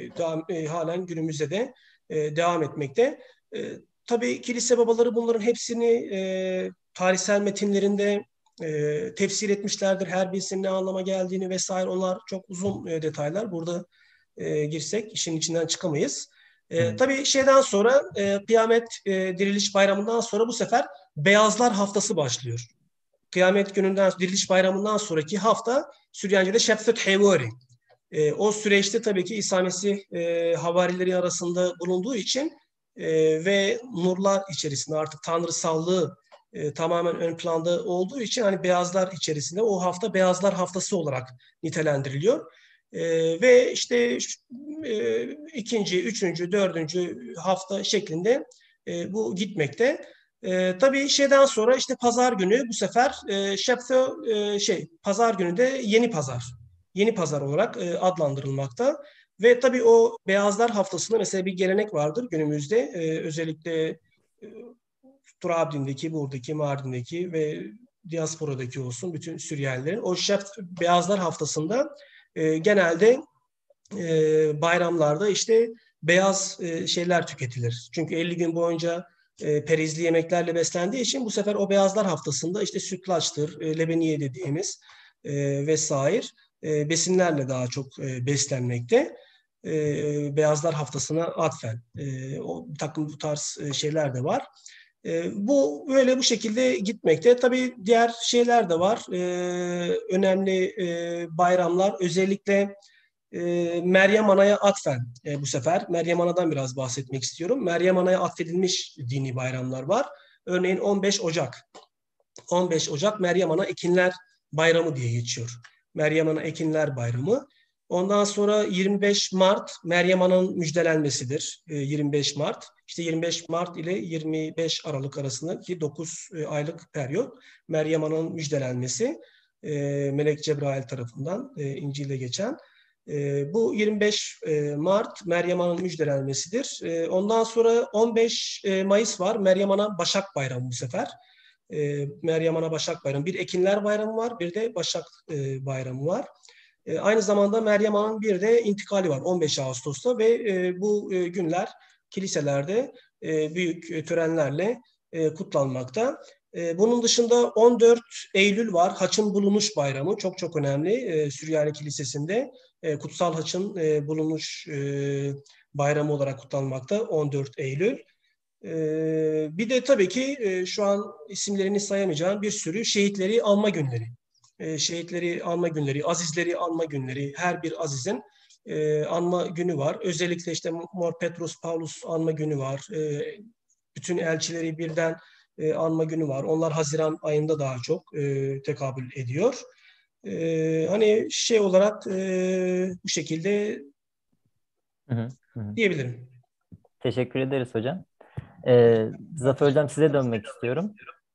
halen günümüzde de devam etmekte. Tabii kilise babaları bunların hepsini tarihsel metinlerinde tefsir etmişlerdir. Her birisinin ne anlama geldiğini vesaire, onlar çok uzun detaylar. Burada girsek işin içinden çıkamayız. Tabii şeyden sonra Kıyamet Diriliş Bayramı'ndan sonra bu sefer Beyazlar Haftası başlıyor. Kıyamet gününden, Diriliş Bayramı'ndan sonraki hafta Süryanice'de Şebtut Hevori. O süreçte tabii ki İsa Mesih havarileri arasında bulunduğu için ve nurlar içerisinde artık tanrısallığı tamamen ön planda olduğu için hani beyazlar içerisinde o hafta Beyazlar Haftası olarak nitelendiriliyor. Ve işte ikinci, üçüncü, dördüncü hafta şeklinde bu gitmekte. Tabii şeyden sonra işte pazar günü bu sefer pazar günü de yeni pazar. Yeni pazar olarak adlandırılmakta. Ve tabii o Beyazlar Haftası'nda mesela bir gelenek vardır günümüzde. Özellikle Trabzon'daki, buradaki, Mardin'deki ve diasporadaki olsun bütün Süryanilerin o Beyazlar Haftası'nda genelde bayramlarda işte beyaz şeyler tüketilir. Çünkü 50 gün boyunca perizli yemeklerle beslendiği için bu sefer o Beyazlar Haftası'nda işte sütlaçtır, lebeniye dediğimiz vesaire besinlerle daha çok beslenmekte. Beyazlar Haftası'na atfen. Bir takım bu tarz şeyler de var. Bu böyle bu şekilde gitmekte. Tabii diğer şeyler de var. Önemli bayramlar. Özellikle Meryem Ana'ya atfen bu sefer. Meryem Ana'dan biraz bahsetmek istiyorum. Meryem Ana'ya atfedilmiş dini bayramlar var. Örneğin 15 Ocak. 15 Ocak Meryem Ana Ekinler Bayramı diye geçiyor. Meryem Ana Ekinler Bayramı. Ondan sonra 25 Mart Meryem Ana'nın müjdelenmesidir. 25 Mart. İşte 25 Mart ile 25 Aralık arasındaki 9 aylık periyot Meryem Ana'nın müjdelenmesi. Melek Cebrail tarafından İncil'de geçen. Bu 25 Mart Meryem Ana'nın müjdelenmesidir. Ondan sonra 15 Mayıs var. Meryem Ana Başak Bayramı bu sefer. Meryem Ana Başak Bayramı. Bir Ekinler Bayramı var, bir de Başak Bayramı var. Aynı zamanda Meryem Ana'nın bir de intikali var 15 Ağustos'ta ve bu günler kiliselerde büyük törenlerle kutlanmakta. Bunun dışında 14 Eylül var. Haçın Bulunuş Bayramı. Çok çok önemli. Süryani Kilisesi'nde Kutsal Haçın Bulunuş Bayramı olarak kutlanmakta 14 Eylül. Bir de tabii ki şu an isimlerini sayamayacağım bir sürü şehitleri anma günleri. Şehitleri anma günleri, azizleri anma günleri, her bir azizin anma günü var. Özellikle işte Mor Petrus Paulus anma günü var. Bütün elçileri birden anma günü var. Onlar Haziran ayında daha çok tekabül ediyor. Hani şey olarak bu şekilde diyebilirim. Teşekkür ederiz hocam. Zafer Hocam size dönmek istiyorum.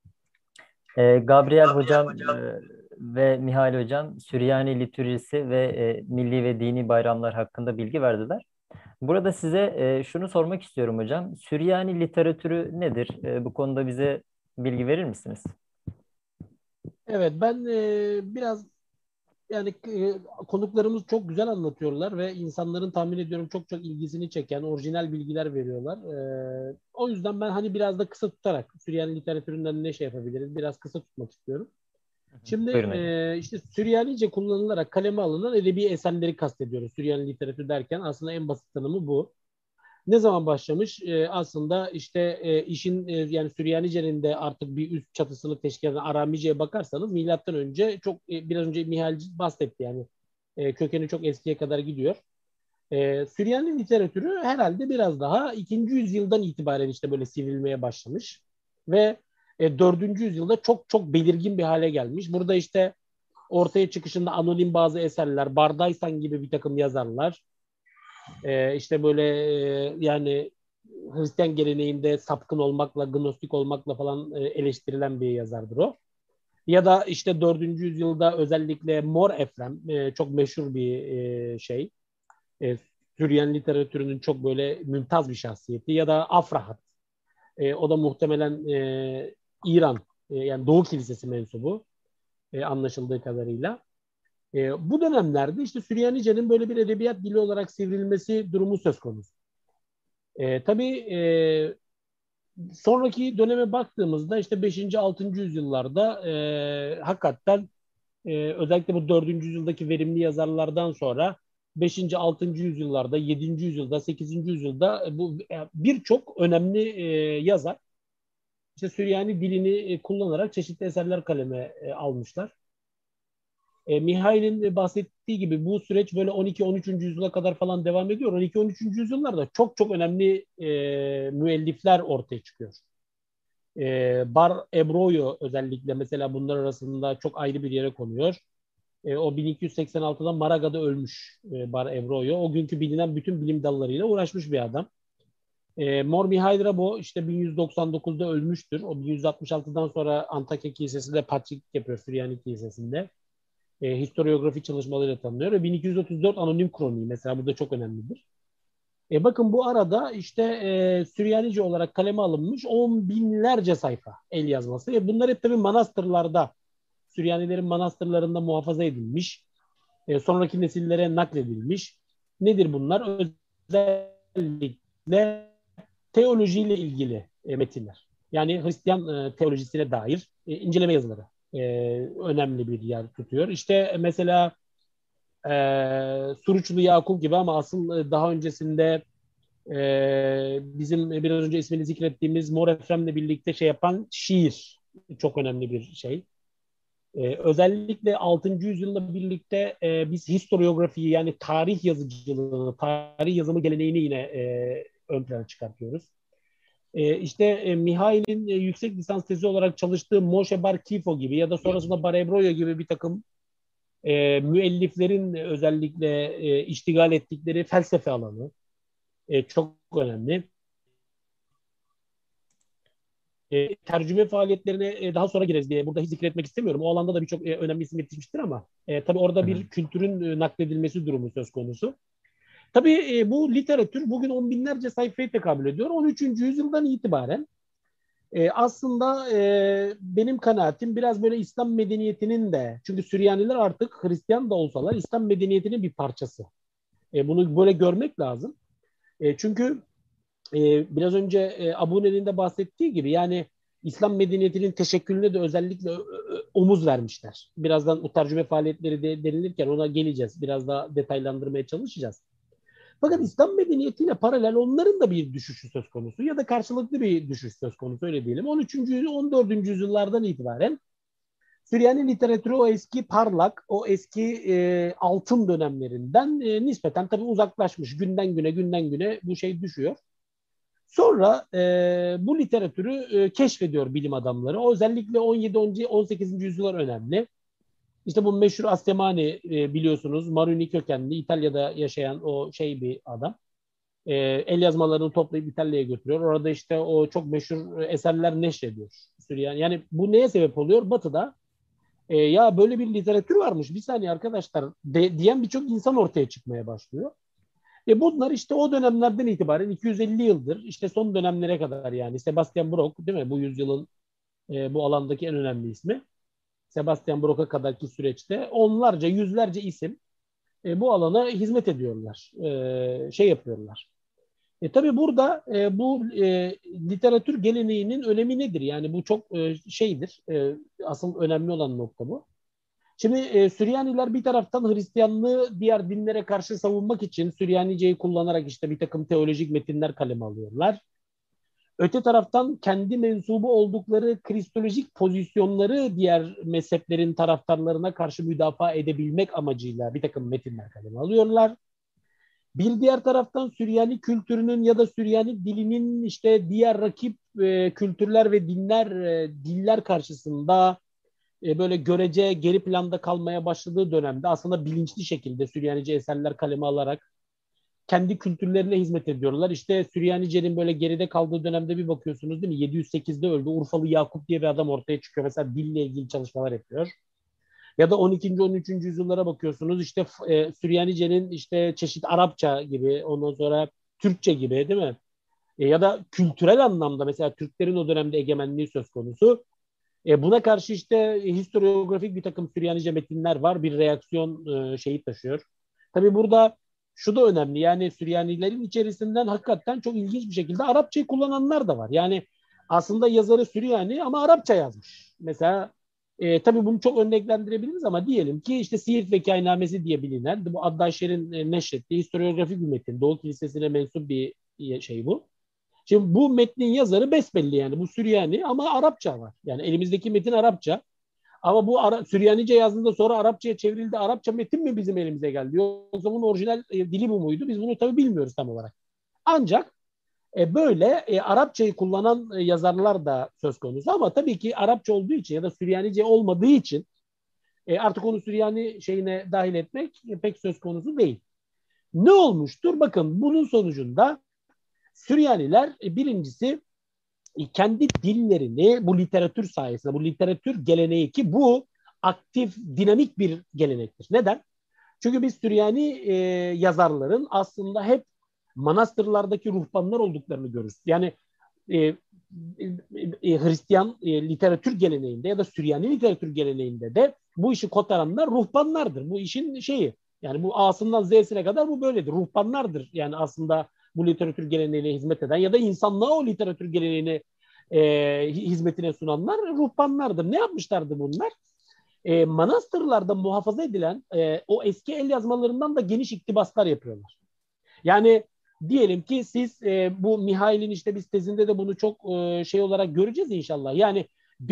Gabriel Hocam ve Mihail Hocam Süryani litürjisi ve milli ve dini bayramlar hakkında bilgi verdiler. Burada size şunu sormak istiyorum hocam. Süryani literatürü nedir? Bu konuda bize bilgi verir misiniz? Evet, ben biraz yani konuklarımız çok güzel anlatıyorlar ve insanların tahmin ediyorum çok çok ilgisini çeken orijinal bilgiler veriyorlar. O yüzden ben hani biraz da kısa tutarak Süryani literatüründen ne şey yapabiliriz biraz kısa tutmak istiyorum. Şimdi Buyurun hocam. işte Süryanice kullanılarak kaleme alınan edebi eserleri kastediyoruz. Süryani literatürü derken aslında en basit tanımı bu. Ne zaman başlamış? Aslında işte işin yani Süryanice'nin de artık bir üst çatısını teşkil eden Aramice'ye bakarsanız milattan önce çok biraz önce Mihail bahsetti yani kökeni çok eskiye kadar gidiyor. Süryani literatürü herhalde biraz daha 2. yüzyıldan itibaren işte böyle sivrilmeye başlamış ve 4. yüzyılda çok çok belirgin bir hale gelmiş. Burada işte ortaya çıkışında anonim bazı eserler, Bardaysan gibi bir takım yazarlar, işte böyle yani Hristiyan geleneğinde sapkın olmakla, gnostik olmakla falan eleştirilen bir yazardır o. Ya da işte 4. yüzyılda özellikle Mor Efrem çok meşhur bir şey. Süryani literatürünün çok böyle mümtaz bir şahsiyeti. Ya da Afrahat. O da muhtemelen İran, yani Doğu Kilisesi mensubu anlaşıldığı kadarıyla. Bu dönemlerde işte Süryanice'nin böyle bir edebiyat dili olarak sivrilmesi durumu söz konusu. Tabii sonraki döneme baktığımızda işte 5. 6. yüzyıllarda hakikaten özellikle bu 4. yüzyıldaki verimli yazarlardan sonra 5. 6. yüzyıllarda, 7. yüzyılda, 8. yüzyılda bu birçok önemli yazar işte Süryani dilini kullanarak çeşitli eserler kaleme almışlar. Mihail'in bahsettiği gibi bu süreç böyle 12-13. yüzyıla kadar falan devam ediyor. 12-13. yüzyıllarda çok çok önemli müellifler ortaya çıkıyor. Bar Ebroyo özellikle mesela bunlar arasında çok ayrı bir yere konuyor. O 1286'da Maraga'da ölmüş Bar Ebroyo. O günkü bilinen bütün bilim dallarıyla uğraşmış bir adam. Mor Mihail Rabo işte 1199'da ölmüştür. O 1166'dan sonra Antakya Kilisesi'nde patriklik yapıyor Süryani Kilisesi'nde. Historiografi çalışmalarıyla tanınıyor ve 1234 anonim kroniği mesela burada çok önemlidir. Bakın bu arada işte Süryanice olarak kaleme alınmış 10 binlerce sayfa el yazması. Bunlar hep tabii manastırlarda, Süryanilerin manastırlarında muhafaza edilmiş. Sonraki nesillere nakledilmiş. Nedir bunlar? Özellikle teolojiyle ilgili metinler. Yani Hristiyan teolojisine dair inceleme yazıları önemli bir yer tutuyor. İşte mesela Suruçlu Yakup gibi ama asıl daha öncesinde bizim biraz önce ismini zikrettiğimiz Mor Efrem'le birlikte şey yapan şiir çok önemli bir şey. Özellikle 6. yüzyılla birlikte biz historiografiyi yani tarih yazıcılığını, tarih yazımı geleneğini yine ön plana çıkartıyoruz. İşte Mihail'in yüksek lisans tezi olarak çalıştığı Moshe Bar Kifo gibi ya da sonrasında Bar Ebroya gibi bir takım müelliflerin özellikle iştigal ettikleri felsefe alanı çok önemli. Tercüme faaliyetlerine daha sonra gireriz diye burada hiç zikretmek istemiyorum. O alanda da birçok önemli isim yetişmiştir ama tabii orada bir kültürün nakledilmesi durumu söz konusu. Tabii bu literatür bugün on binlerce sayfaya tekabül ediyor. 13. yüzyıldan itibaren aslında benim kanaatim biraz böyle İslam medeniyetinin de, çünkü Süryaniler artık Hristiyan da olsalar İslam medeniyetinin bir parçası. Bunu böyle görmek lazım. Çünkü biraz önce Abune'nin de bahsettiği gibi yani İslam medeniyetinin teşekkülüne de özellikle omuz vermişler. Birazdan o tercüme faaliyetleri de denilirken ona geleceğiz. Biraz daha detaylandırmaya çalışacağız. Fakat İslam medeniyetiyle paralel onların da bir düşüşü söz konusu ya da karşılıklı bir düşüş söz konusu öyle diyelim. 13. 14. yüzyıllardan itibaren Süryani literatürü o eski parlak, o eski altın dönemlerinden nispeten tabii uzaklaşmış. Günden güne bu şey düşüyor. Sonra bu literatürü keşfediyor bilim adamları. Özellikle 17. 18. yüzyıllar önemli. İşte bu meşhur Astemani biliyorsunuz Maruni kökenli İtalya'da yaşayan o şey bir adam. El yazmalarını toplayıp İtalya'ya götürüyor. Orada işte o çok meşhur eserler neşrediyor. Yani bu neye sebep oluyor? Batı'da ya böyle bir literatür varmış bir saniye arkadaşlar diyen birçok insan ortaya çıkmaya başlıyor. Bunlar işte o dönemlerden itibaren 250 yıldır işte son dönemlere kadar yani Sebastian Brock değil mi? Bu yüzyılın bu alandaki en önemli ismi. Sebastian Brock'a kadarki süreçte onlarca, yüzlerce isim bu alana hizmet ediyorlar. Şey yapıyorlar. Tabii burada bu literatür geleneğinin önemi nedir? Yani bu çok şeydir. Asıl önemli olan nokta bu. Şimdi Süryaniler bir taraftan Hristiyanlığı diğer dinlere karşı savunmak için Süryanice'yi kullanarak işte bir takım teolojik metinler kaleme alıyorlar. Öte taraftan kendi mensubu oldukları kristolojik pozisyonları diğer mezheplerin taraftarlarına karşı müdafaa edebilmek amacıyla bir takım metinler kaleme alıyorlar. Bir diğer taraftan Süryani kültürünün ya da Süryani dilinin işte diğer rakip kültürler ve diller karşısında böyle görece geri planda kalmaya başladığı dönemde aslında bilinçli şekilde Süryanice eserler kaleme alarak kendi kültürlerine hizmet ediyorlar. İşte Süryanice'nin böyle geride kaldığı dönemde bir bakıyorsunuz değil mi? 708'de öldü. Urfalı Yakup diye bir adam ortaya çıkıyor. Mesela dille ilgili çalışmalar yapıyor. Ya da 12. 13. yüzyıllara bakıyorsunuz. İşte Süryanice'nin işte çeşit Arapça gibi, ondan sonra Türkçe gibi değil mi? Ya da kültürel anlamda mesela Türklerin o dönemde egemenliği söz konusu. Buna karşı işte historiografik bir takım Süryanice metinler var. Bir reaksiyon şeyi taşıyor. Tabii burada şu da önemli. Yani Süryanilerin içerisinden hakikaten çok ilginç bir şekilde Arapçayı kullananlar da var. Yani aslında yazarı Süryani ama Arapça yazmış. Mesela tabii bunu çok örneklendirebiliriz ama diyelim ki işte Siirt Vekainamesi diye bilinen bu Addaşer'in neşrettiği historiografik bir metin. Doğu Kilisesi'ne mensup bir şey bu. Şimdi bu metnin yazarı besbelli yani bu Süryani ama Arapça var. Yani elimizdeki metin Arapça. Ama bu Süryanice yazdığında sonra Arapçaya çevrildi. Arapça metin mi bizim elimize geldi? Yoksa bunun orijinal dili bu muydu? Biz bunu tabii bilmiyoruz tam olarak. Ancak böyle Arapçayı kullanan yazarlar da söz konusu. Ama tabii ki Arapça olduğu için ya da Süryanice olmadığı için artık onu Süryani şeyine dahil etmek pek söz konusu değil. Ne olmuştur? Bakın bunun sonucunda Süryaniler birincisi kendi dillerini bu literatür sayesinde, bu literatür geleneği ki bu aktif, dinamik bir gelenektir. Neden? Çünkü biz Süryani yazarların aslında hep manastırlardaki ruhbanlar olduklarını görürüz. Yani Hristiyan literatür geleneğinde ya da Süryani literatür geleneğinde de bu işi kotaranlar ruhbanlardır. Bu işin şeyi. Yani bu A'sından Z'sine kadar bu böyledir. Ruhbanlardır. Yani aslında bu literatür geleneğine hizmet eden ya da insanlığa o literatür geleneğini hizmetine sunanlar ruhbanlardır. Ne yapmışlardı bunlar? Manastırlarda muhafaza edilen o eski el yazmalarından da geniş iktibaslar yapıyorlar. Yani diyelim ki siz bu Mihail'in işte biz tezinde de bunu çok şey olarak göreceğiz inşallah. Yani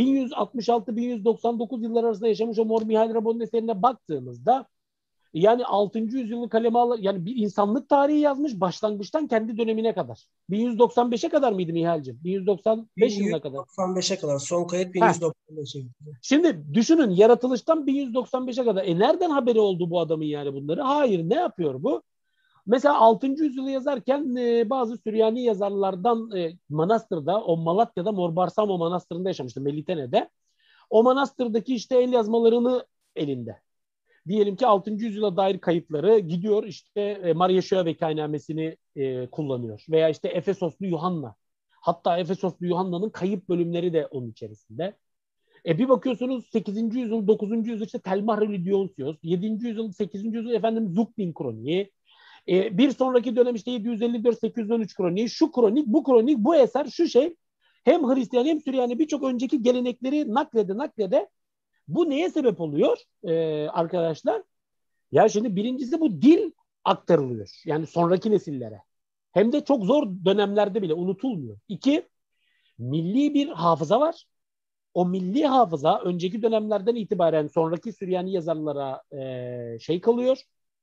1166-1199 yıllar arasında yaşamış o Mor Mihail Rabon'un eserine baktığımızda yani 6. yüzyılı kaleme alır, yani bir insanlık tarihi yazmış başlangıçtan kendi dönemine kadar. 1195'e kadar mıydı Mihail'cim? 1195 yılına kadar. 1195'e kadar. Son kayıt Heh. 1195'e gitti. Şimdi düşünün yaratılıştan 1195'e kadar. Nereden haberi oldu bu adamın yani bunları? Hayır, ne yapıyor bu? Mesela 6. yüzyılı yazarken bazı Süryani yazarlardan Manastır'da, o Malatya'da Morbarsamo Manastırı'nda yaşamıştı, Melitene'de. O manastırdaki işte el yazmalarını elinde. Diyelim ki 6. yüzyıla dair kayıtları gidiyor işte Maria Şöa vekainamesini kullanıyor. Veya işte Efesoslu Yuhanna. Hatta Efesoslu Yuhanna'nın kayıp bölümleri de onun içerisinde. Bir bakıyorsunuz 8. yüzyıl, 9. yüzyıl işte Telmahri Dionysios, 7. yüzyıl, 8. yüzyıl efendim Zuklin kroniği. Bir sonraki dönem işte 754-813 kroniği, şu kronik, bu kronik, bu eser, şu şey. Hem Hristiyan hem Süryani birçok önceki gelenekleri naklede. Bu neye sebep oluyor arkadaşlar? Ya şimdi birincisi bu dil aktarılıyor. Yani sonraki nesillere. Hem de çok zor dönemlerde bile unutulmuyor. 2, milli bir hafıza var. O milli hafıza önceki dönemlerden itibaren sonraki Süryani yazarlara şey kalıyor,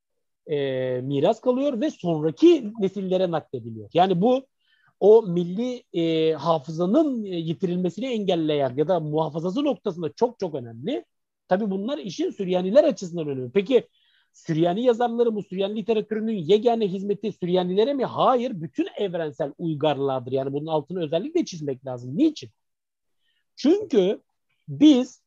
miras kalıyor ve sonraki nesillere naklediliyor. Yani bu o milli hafızanın yitirilmesini engelleyen ya da muhafazası noktasında çok çok önemli. Tabii bunlar işin Süryaniler açısından önemli. Peki Süryani yazarları bu Süryani literatürünün yegane hizmeti Süryanilere mi? Hayır, bütün evrensel uygarlığa. Yani bunun altını özellikle çizmek lazım. Niçin? Çünkü biz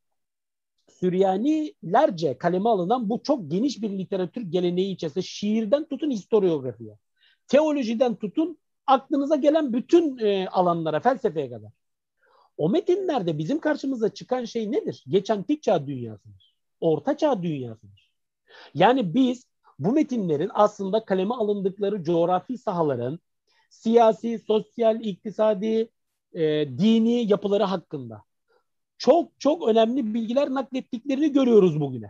Süryanilerce kaleme alınan bu çok geniş bir literatür geleneği içerisinde şiirden tutun historiografiye, teolojiden tutun aklınıza gelen bütün alanlara, felsefeye kadar. O metinlerde bizim karşımıza çıkan şey nedir? Geç antik çağ dünyasıdır. Orta çağ dünyasıdır. Yani biz bu metinlerin aslında kaleme alındıkları coğrafi sahaların siyasi, sosyal, iktisadi, dini yapıları hakkında çok çok önemli bilgiler naklettiklerini görüyoruz bugüne.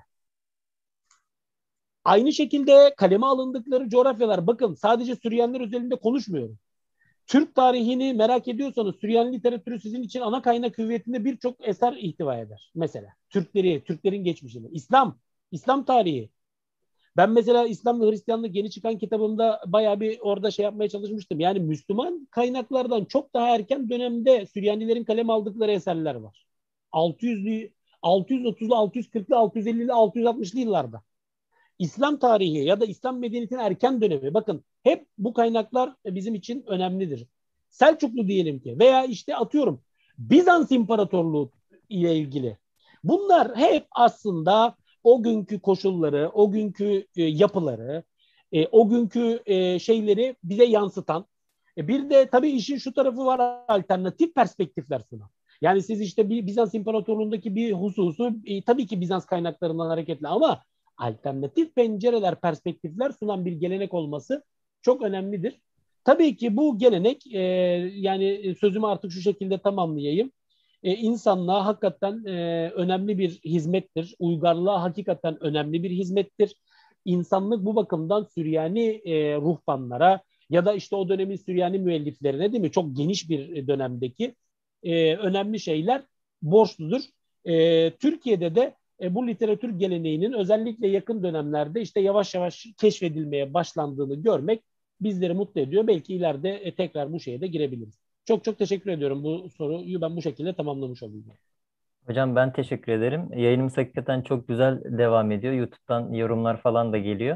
Aynı şekilde kaleme alındıkları coğrafyalar, bakın sadece Süryaniler özelinde konuşmuyorum. Türk tarihini merak ediyorsanız Süryani literatürü sizin için ana kaynak hüviyetinde birçok eser ihtiva eder. Mesela Türklerin geçmişini, İslam tarihi. Ben mesela İslam ve Hristiyanlık yeni çıkan kitabımda bayağı bir orada şey yapmaya çalışmıştım. Yani Müslüman kaynaklardan çok daha erken dönemde Süryanilerin kaleme aldıkları eserler var. 600'lü, 630'lu, 640'lı, 650'li, 660'lı yıllarda. İslam tarihi ya da İslam medeniyetinin erken dönemi. Bakın hep bu kaynaklar bizim için önemlidir. Selçuklu diyelim ki veya işte atıyorum Bizans İmparatorluğu ile ilgili. Bunlar hep aslında o günkü koşulları, o günkü yapıları, o günkü şeyleri bize yansıtan. Bir de tabii işin şu tarafı var, alternatif perspektifler sunan. Yani siz işte bir Bizans İmparatorluğu'ndaki bir hususu tabii ki Bizans kaynaklarından hareketli ama alternatif pencereler, perspektifler sunan bir gelenek olması çok önemlidir. Tabii ki bu gelenek yani sözümü artık şu şekilde tamamlayayım. İnsanlığa hakikaten önemli bir hizmettir. Uygarlığa hakikaten önemli bir hizmettir. İnsanlık bu bakımdan Süryani ruhbanlara ya da işte o dönemin Süryani müelliflerine değil mi? Çok geniş bir dönemdeki önemli şeyler borçludur. Türkiye'de de bu literatür geleneğinin özellikle yakın dönemlerde işte yavaş yavaş keşfedilmeye başlandığını görmek bizleri mutlu ediyor. Belki ileride tekrar bu şeye de girebiliriz. Çok çok teşekkür ediyorum. Bu soruyu ben bu şekilde tamamlamış olayım. Hocam ben teşekkür ederim. Yayınımız hakikaten çok güzel devam ediyor. YouTube'dan yorumlar falan da geliyor.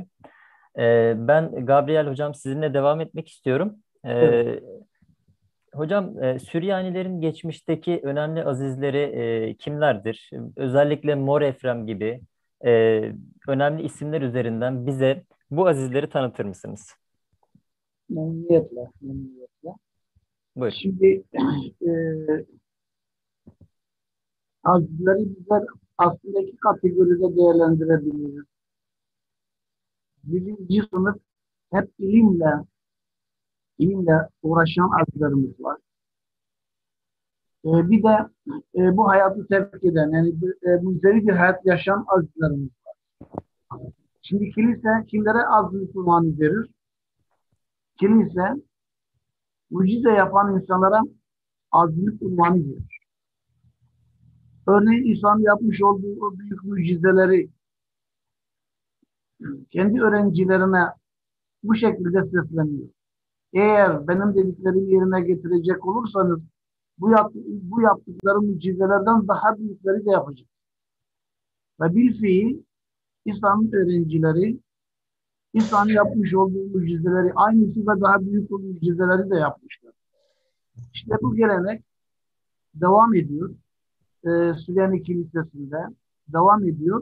Ben Gabriel hocam sizinle devam etmek istiyorum. Evet. Hocam Süryanilerin geçmişteki önemli azizleri kimlerdir? Özellikle Mor Efrem gibi önemli isimler üzerinden bize bu azizleri tanıtır mısınız? Memnuniyetle, memnuniyetle. Buyurun. Şimdi azizleri bizler aslında iki kategoride değerlendirebiliriz. Birinci sınıf hep ilimle uğraşan azizlerimiz var. Bir de bu hayatı terk eden, yani münzevi bir hayat yaşayan azizlerimiz var. Şimdi kilise kimlere azizlik unvanı verir? Kilise mucize yapan insanlara azizlik unvanı verir. Örneğin İsa'nın yapmış olduğu o büyük mucizeleri kendi öğrencilerine bu şekilde sesleniyor. Eğer benim dediklerimi yerine getirecek olursanız bu yaptıkları mucizelerden daha büyükleri de yapacak. Ve bir fiil İsa'nın öğrencileri İsa'nın yapmış olduğu mucizeleri aynısı ve daha büyük mucizeleri de yapmışlar. İşte bu gelenek devam ediyor. Süryani Kilisesi'nde devam ediyor.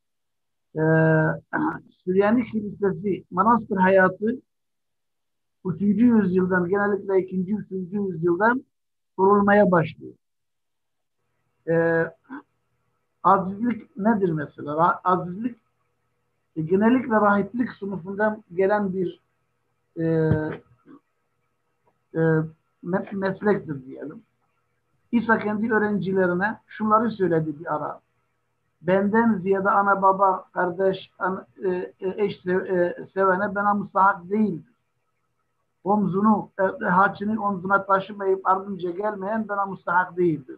Süryani Kilisesi manastır hayatı 3. yüzyıldan genellikle 2. 3. yüzyıldan kurulmaya başlıyor. Azizlik nedir mesela? Azizlik genellikle rahiplik sınıfından gelen bir e, meslektir diyelim. İsa kendi öğrencilerine şunları söyledi bir ara. Benden ziyade ana baba, kardeş, eş sevene bana müstahak değildir. Haçını omzuna taşımayıp ardınca gelmeyen bana müstahak değildir.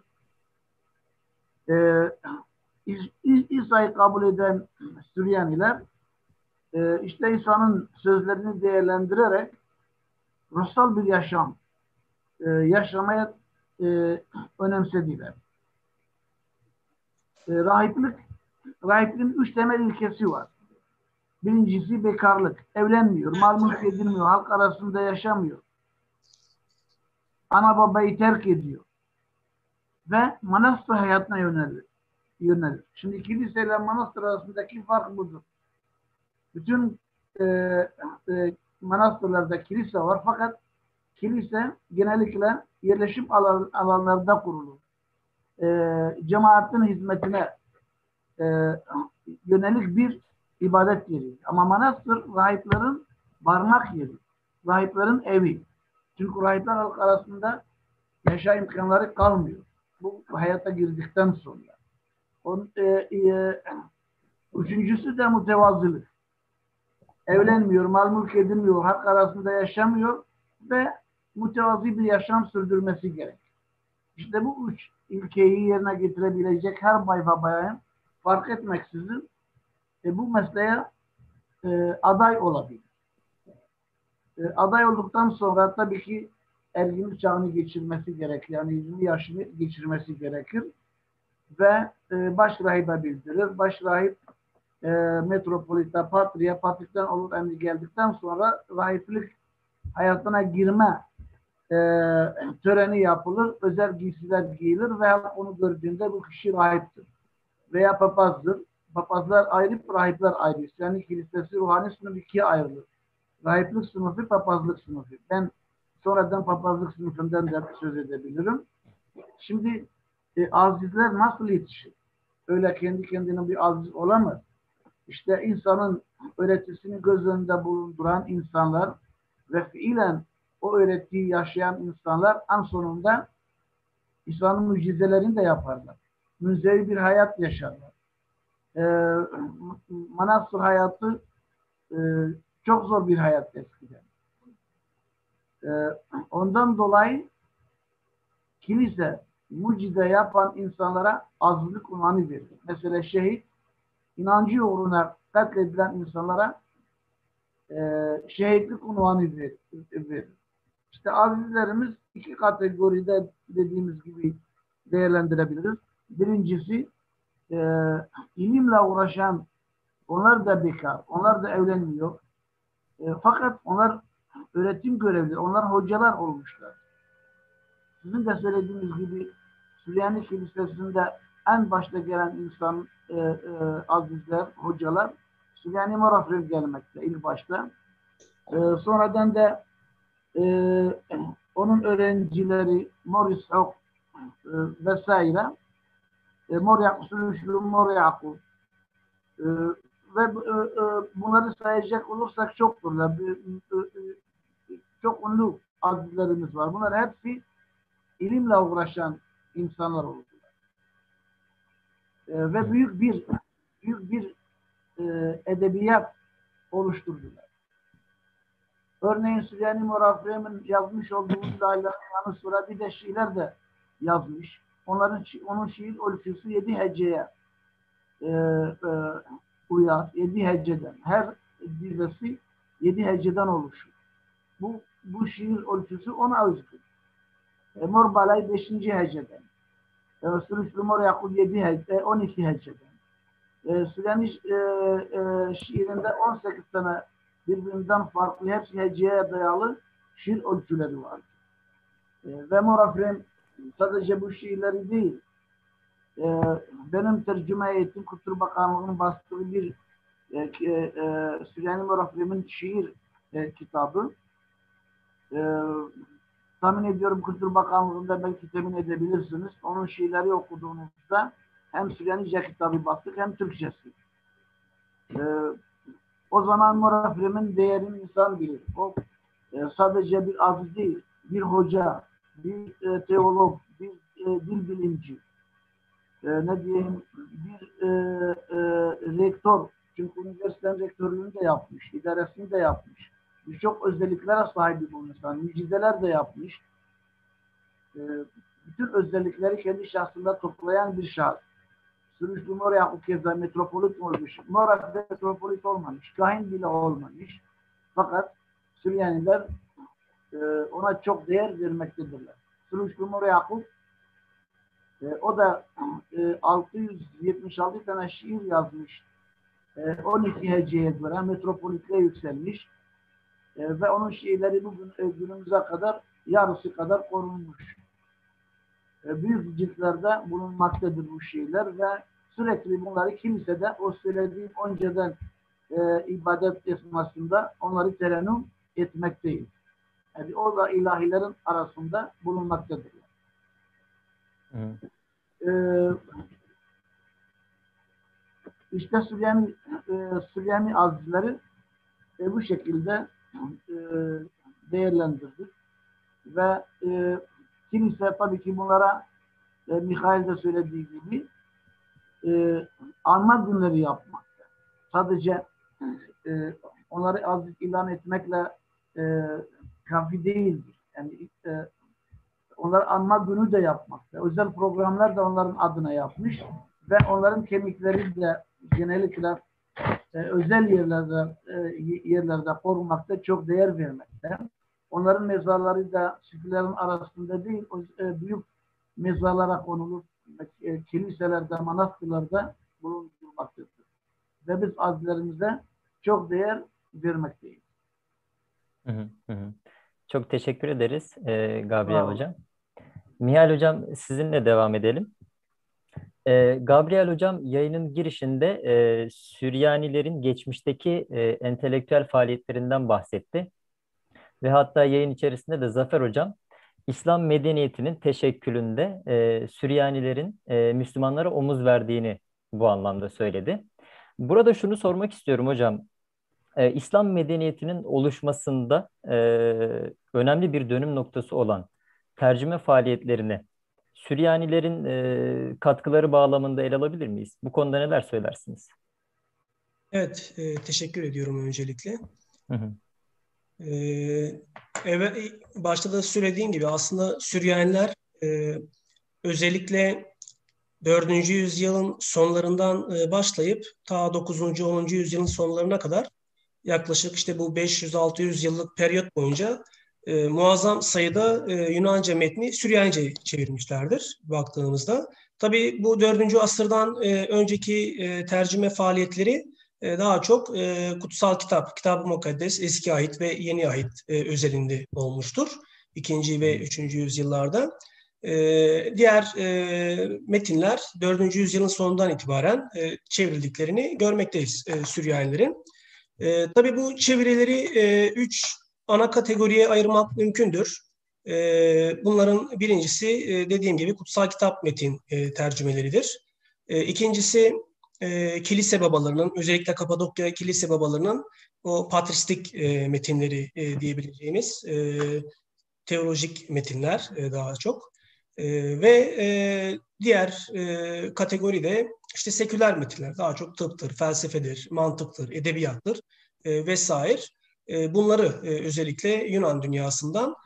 İsa'yı kabul eden Süryaniler işte İsa'nın sözlerini değerlendirerek ruhsal bir yaşam yaşamaya önemsediler. Rahipliğin 3 temel ilkesi var. Birincisi bekarlık. Evlenmiyor, mal mülk edilmiyor, halk arasında yaşamıyor. Ana babayı terk ediyor. Ve manastır hayatına yönelir. Şimdi kiliseyle manastır arasındaki fark budur. Bütün manastırlarda kilise var fakat kilise genellikle yerleşim alanlarında kurulur. Cemaatin hizmetine yönelik bir ibadet yeri. Ama manastır rahiplerin barınak yeri. Rahiplerin evi. Çünkü rahipler halk arasında yaşam imkanları kalmıyor. Bu hayata girdikten sonra. Üçüncüsü de mütevazılık. Evlenmiyor, mal mülk edilmiyor, halk arasında yaşamıyor ve mütevazi bir yaşam sürdürmesi gerek. İşte bu 3 ilkeyi yerine getirebilecek her bay ve bayan fark etmeksizin bu mesleğe aday olabilir. Aday olduktan sonra tabii ki erginlik çağını geçirmesi gerekir. Yani 20 yaşını geçirmesi gerekir. Ve baş rahibe bildirir. Baş rahip metropolita, patrikten olur emri geldikten sonra rahiplik hayatına girme töreni yapılır. Özel giysiler giyilir ve onu gördüğünde bu kişi rahiptir. Veya papazdır. Papazlar ayrı, rahipler ayrı. Yani kilisesi ruhani sınıf ikiye ayrılır. Rahiplik sınıfı, papazlık sınıfı. Ben sonradan papazlık sınıfından da söz edebilirim. Şimdi azizler nasıl yetişir? Öyle kendi kendine bir aziz olamaz. İşte insanın öğretisini göz önünde bulunduran insanlar ve fiilen o öğretiyi yaşayan insanlar en sonunda İsa'nın mucizelerini de yaparlar. Münzevi bir hayat yaşarlar. Manastır hayatı çok zor bir hayat eskiden. Ondan dolayı kilise mucize yapan insanlara azizlik unvanı verir. Mesela şehit inancı uğruna katledilen insanlara şehitlik unvanı verir. İşte azizlerimiz iki kategoride dediğimiz gibi değerlendirebiliriz. Birincisi ilimle uğraşan, onlar da bekar, onlar da evlenmiyor. Fakat onlar öğretim görevlileri, onlar hocalar olmuşlar. Sizin de söylediğiniz gibi Süryani Kilisesi'nde en başta gelen insan azizler, hocalar Süryani Morafrel gelmekte ilk başta. Sonradan da onun öğrencileri Morris Hock vesaire Mor Yakub ve bunları sayacak olursak çokturlar. Çok ünlü azizlerimiz var. Bunlar hepsi ilimle uğraşan insanlar oldular. Ve büyük bir edebiyat oluşturdular. Örneğin Süryani Morafrem'in yazmış olduğu ilahilerin yanı sıra bir de şiirler de yazmış. Onun şiir ölçüsü 7 heceye uyar. 7 heceden. Her dizesi 7 heceden oluşur. Bu şiir ölçüsü ona özgür. Mor Balay 5. heceden. Sürüşlü Mor Yakul 12 heceden. Süryani şiirinde 18 tane birbirinden farklı hepsi heceye dayalı şiir ölçüleri var. Ve Morafrem sadece bu şiirleri değil, benim tercüme ettiğim Kültür Bakanlığı'nın bastığı bir Süryani Morafrem'in şiir kitabı. Tahmin ediyorum Kültür Bakanlığı'nda belki temin edebilirsiniz. Onun şiirleri okuduğunuzda hem Süryanice kitabı bastık hem Türkçesi. O zaman Morafrem'in değerini insan bilir. O sadece bir aziz değil, bir hoca, bir teolog, bir dil bilimci, ne diyeyim, bir rektör. Çünkü üniversitenin rektörlüğünü de yapmış, idaresini de yapmış. Birçok özelliklere sahibi bu insan. Mucizeler de yapmış. Bütün özellikleri kendi şahsında toplayan bir şahıs. Sürüşlü Mor Yakut keza metropolit olmuş. Mor metropolit olmamış. Kahin bile olmamış. Fakat Süryaniler ona çok değer vermektedirler. Sürüşlü Mor Yakut o da 676 tane şiir yazmış. 12 heceye göre metropolitle yükselmiş. Ve onun şiirleri bugün günümüze kadar yarısı kadar korunmuş. Büyük ciltlerde bulunmaktadır bu şiirler ve sürekli bunları kimse de o söylediğim önceden ibadet esmasında onları terennüm etmekteyiz. Yani o da ilahilerin arasında bulunmaktadır. İşte Süryani azizleri bu şekilde değerlendirdik. Ve kilise tabii ki bunlara Mihail de söylediği gibi anma günleri yapmakta. Sadece onları aziz ilan etmekle kafi değildir. Yani onları anma günü de yapmakta. Özel programlar da onların adına yapmış ve onların kemikleri de genellikle özel yerlerde korunmakta, çok değer vermekte. Onların mezarları da Süfylerin arasında değil, büyük mezarlara konulup kiliselerde, manastırlarda bulundurmaktadır. Ve biz azizlerimize çok değer vermekteyiz. Çok teşekkür ederiz Gabriel Hocam. Mihail Hocam, sizinle devam edelim. Gabriel Hocam yayının girişinde Süryanilerin geçmişteki entelektüel faaliyetlerinden bahsetti. Ve hatta yayın içerisinde de Zafer Hocam İslam medeniyetinin teşekkülünde Süryanilerin Müslümanlara omuz verdiğini bu anlamda söyledi. Burada şunu sormak istiyorum hocam. İslam medeniyetinin oluşmasında önemli bir dönüm noktası olan tercüme faaliyetlerini Süryanilerin katkıları bağlamında ele alabilir miyiz? Bu konuda neler söylersiniz? Evet, teşekkür ediyorum öncelikle. Hı hı. Evet, başta da söylediğim gibi aslında Süryaniler özellikle 4. yüzyılın sonlarından başlayıp ta 9. 10. yüzyılın sonlarına kadar yaklaşık işte bu 500-600 yıllık periyot boyunca muazzam sayıda Yunanca metni Süryanice çevirmişlerdir baktığımızda. Tabii bu 4. asırdan önceki tercüme faaliyetleri daha çok kutsal kitap, Kitab-ı Mukaddes, Eski Ahit ve Yeni Ahit özelinde olmuştur. 2. ve 3. yüzyıllarda. Diğer metinler 4. yüzyılın sonundan itibaren çevrildiklerini görmekteyiz Süryanilerin. Tabii bu çevirileri 3 ana kategoriye ayırmak mümkündür. Bunların birincisi dediğim gibi kutsal kitap metin tercümeleridir. İkincisi kilise babalarının, özellikle Kapadokya kilise babalarının o patristik metinleri diyebileceğimiz teolojik metinler daha çok. Ve diğer kategoride işte seküler metinler, daha çok tıptır, felsefedir, mantıktır, edebiyattır vesaire. Bunları özellikle Yunan dünyasından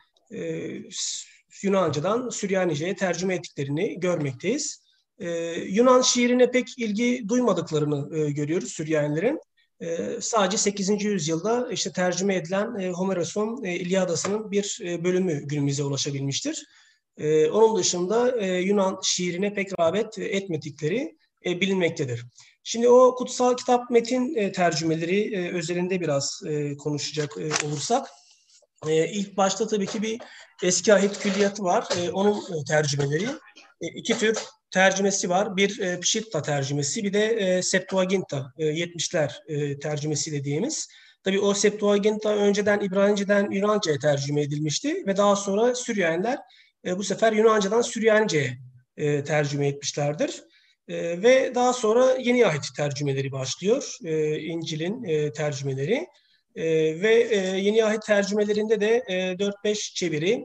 Yunancadan Süryanice'ye tercüme ettiklerini görmekteyiz. Yunan şiirine pek ilgi duymadıklarını görüyoruz Süryanilerin. Sadece 8. yüzyılda işte tercüme edilen Homeros'un İlyadası'nın bir bölümü günümüze ulaşabilmiştir. Onun dışında Yunan şiirine pek rağbet etmedikleri bilinmektedir. Şimdi o kutsal kitap metin tercümeleri özelinde biraz konuşacak olursak, ilk başta tabii ki bir Eski Ahit Külliyatı var. Onun tercümeleri. İki tür tercümesi var. Bir Pşitta tercümesi, bir de Septuaginta, 70'ler tercümesi dediğimiz. Tabii o Septuaginta önceden İbranice'den Yunanca'ya tercüme edilmişti ve daha sonra Süryaniler bu sefer Yunanca'dan Süryanice'ye tercüme etmişlerdir. Ve daha sonra Yeni Ahit tercümeleri başlıyor. İncil'in tercümeleri. Ve Yeni Ahit tercümelerinde de 4-5 çeviri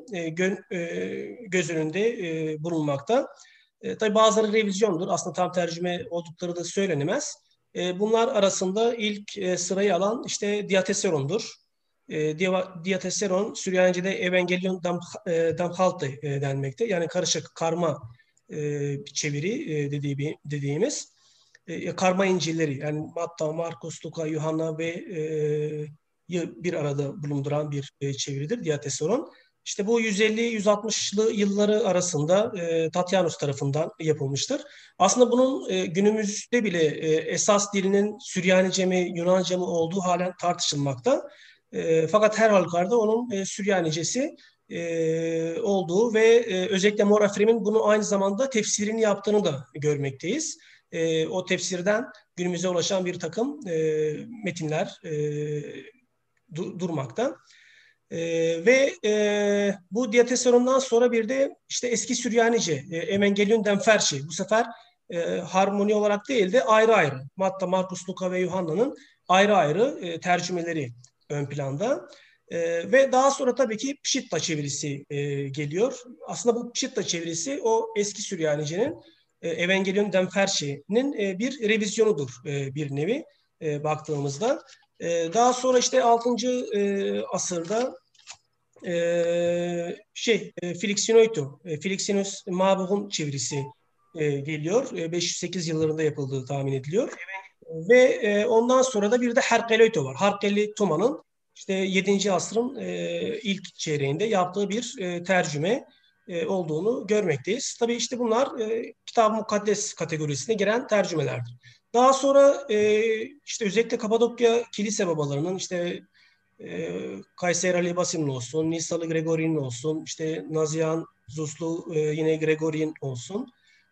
göz önünde bulunmakta. Tabii bazıları revizyondur. Aslında tam tercüme oldukları da söylenemez. Bunlar arasında ilk sırayı alan işte Diateseron'dur. Diateseron, Süryanice'de Evangelion Damhalte denmekte. Yani karışık, karma çeviri dediğimiz. Karma İncil'leri, yani Matta, Markus, Luka, Yuhanna ve bir arada bulunduran bir çeviridir Diateseron. İşte bu 150-160'lı yılları arasında Tatianus tarafından yapılmıştır. Aslında bunun günümüzde bile esas dilinin Süryanice mi, Yunanca mı olduğu halen tartışılmakta. Fakat her halükarda onun Süryanicesi olduğu ve özellikle Mor Efrem'in bunu aynı zamanda tefsirini yaptığını da görmekteyiz. O tefsirden günümüze ulaşan bir takım metinler durmakta. Ve bu Diateseron'dan sonra bir de işte eski Süryanice, Evangelion Demferşi, bu sefer harmoni olarak değil de ayrı ayrı, Matta, Markus, Luka ve Yuhanna'nın ayrı ayrı tercümeleri ön planda. Ve daha sonra tabii ki Pşitta çevirisi geliyor. Aslında bu Pşitta çevirisi o eski Süryanice'nin Evangelion Demferşi'nin bir revizyonudur bir nevi baktığımızda. Daha sonra işte 6. asırda Filiksinoitu, Mabuh'un çevirisi geliyor. 508 yıllarında yapıldığı tahmin ediliyor. Ve ondan sonra da bir de Herkeleito var. Herkeli Toma'nın işte 7. asrın ilk çeyreğinde yaptığı bir tercüme olduğunu görmekteyiz. Tabii işte bunlar Kitab-ı Mukaddes kategorisine giren tercümelerdir. Daha sonra işte özellikle Kapadokya kilise babalarının işte Kayseri Ali Basin'in olsun, Nisalı Gregori'nin olsun, işte Nazian Zuslu yine Gregori'nin olsun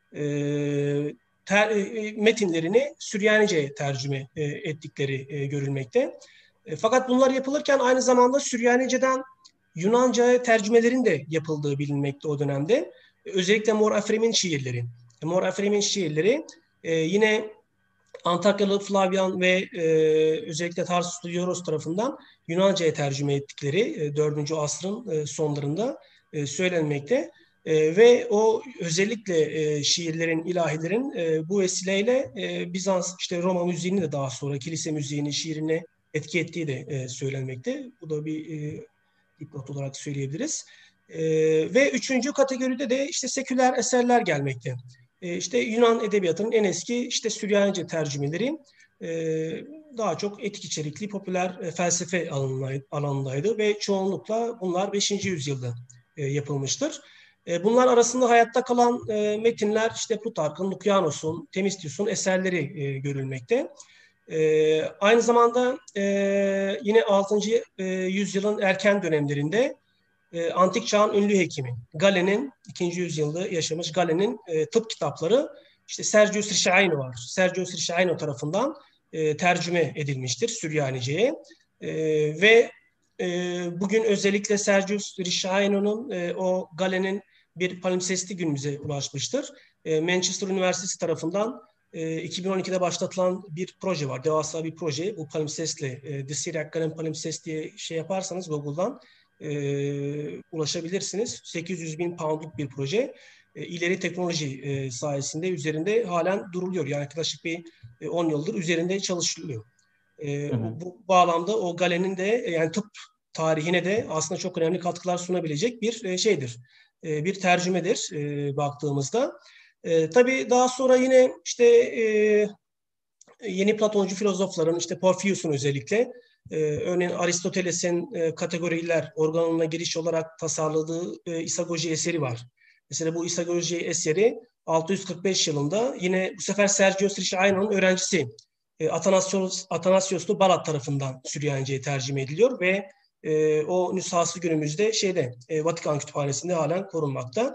metinlerini Süryanice'ye tercüme ettikleri görülmekte. Fakat bunlar yapılırken aynı zamanda Süryanice'den Yunanca'ya tercümelerin de yapıldığı bilinmekte o dönemde. Özellikle Mor Efrem'in şiirleri. Mor Efrem'in şiirleri yine Antakyalı Flavian ve özellikle Tarsuslu Ioros tarafından Yunanca'ya tercüme ettikleri 4. asrın sonlarında söylenmekte. Ve o özellikle şiirlerin, ilahilerin bu vesileyle Bizans, işte Roma müziğini de daha sonra kilise müziğini, şiirine etki ettiği de söylenmekte. Bu da bir dipnot olarak söyleyebiliriz. Ve 3. kategoride de işte seküler eserler gelmekte. İşte Yunan edebiyatının en eski işte Süryanice tercümeleri daha çok etik içerikli popüler felsefe alanındaydı ve çoğunlukla bunlar 5. yüzyılda yapılmıştır. Bunlar arasında hayatta kalan metinler işte Plutark'ın, Lukianos'un, Themistius'un eserleri görülmekte. Aynı zamanda yine 6. yüzyılın erken dönemlerinde Antik Çağın ünlü hekimi Galen'in 2. yüzyılda yaşamış Galen'in tıp kitapları işte Sergius Rishaino var. Sergius Rishaino tarafından tercüme edilmiştir Süryanice'ye. Ve bugün özellikle Sergius Rishaino'nun o Galen'in bir palimpsesti günümüze ulaşmıştır. Manchester Üniversitesi tarafından 2012'de başlatılan bir proje var. Devasa bir proje. Bu palimpsestle The Syriac Galen Palimpsest diye şey yaparsanız Google'dan ulaşabilirsiniz. 800 bin poundluk bir proje. ileri teknoloji sayesinde üzerinde halen duruluyor. Yani yaklaşık bir 10 yıldır üzerinde çalışılıyor. Bu bağlamda o Galen'in de yani tıp tarihine de aslında çok önemli katkılar sunabilecek bir şeydir. Bir tercümedir baktığımızda. Tabii daha sonra yine işte yeni Platoncu filozofların işte Porfius'un özellikle örneğin Aristoteles'in kategoriler organına giriş olarak tasarladığı İsagoji eseri var. Mesela bu İsagoji eseri 645 yılında yine bu sefer Sergio Siriaino'nun öğrencisi Atanasioslu Balat tarafından Süryanice'ye tercüme ediliyor ve o nüshası günümüzde Vatikan Kütüphanesi'nde halen korunmakta.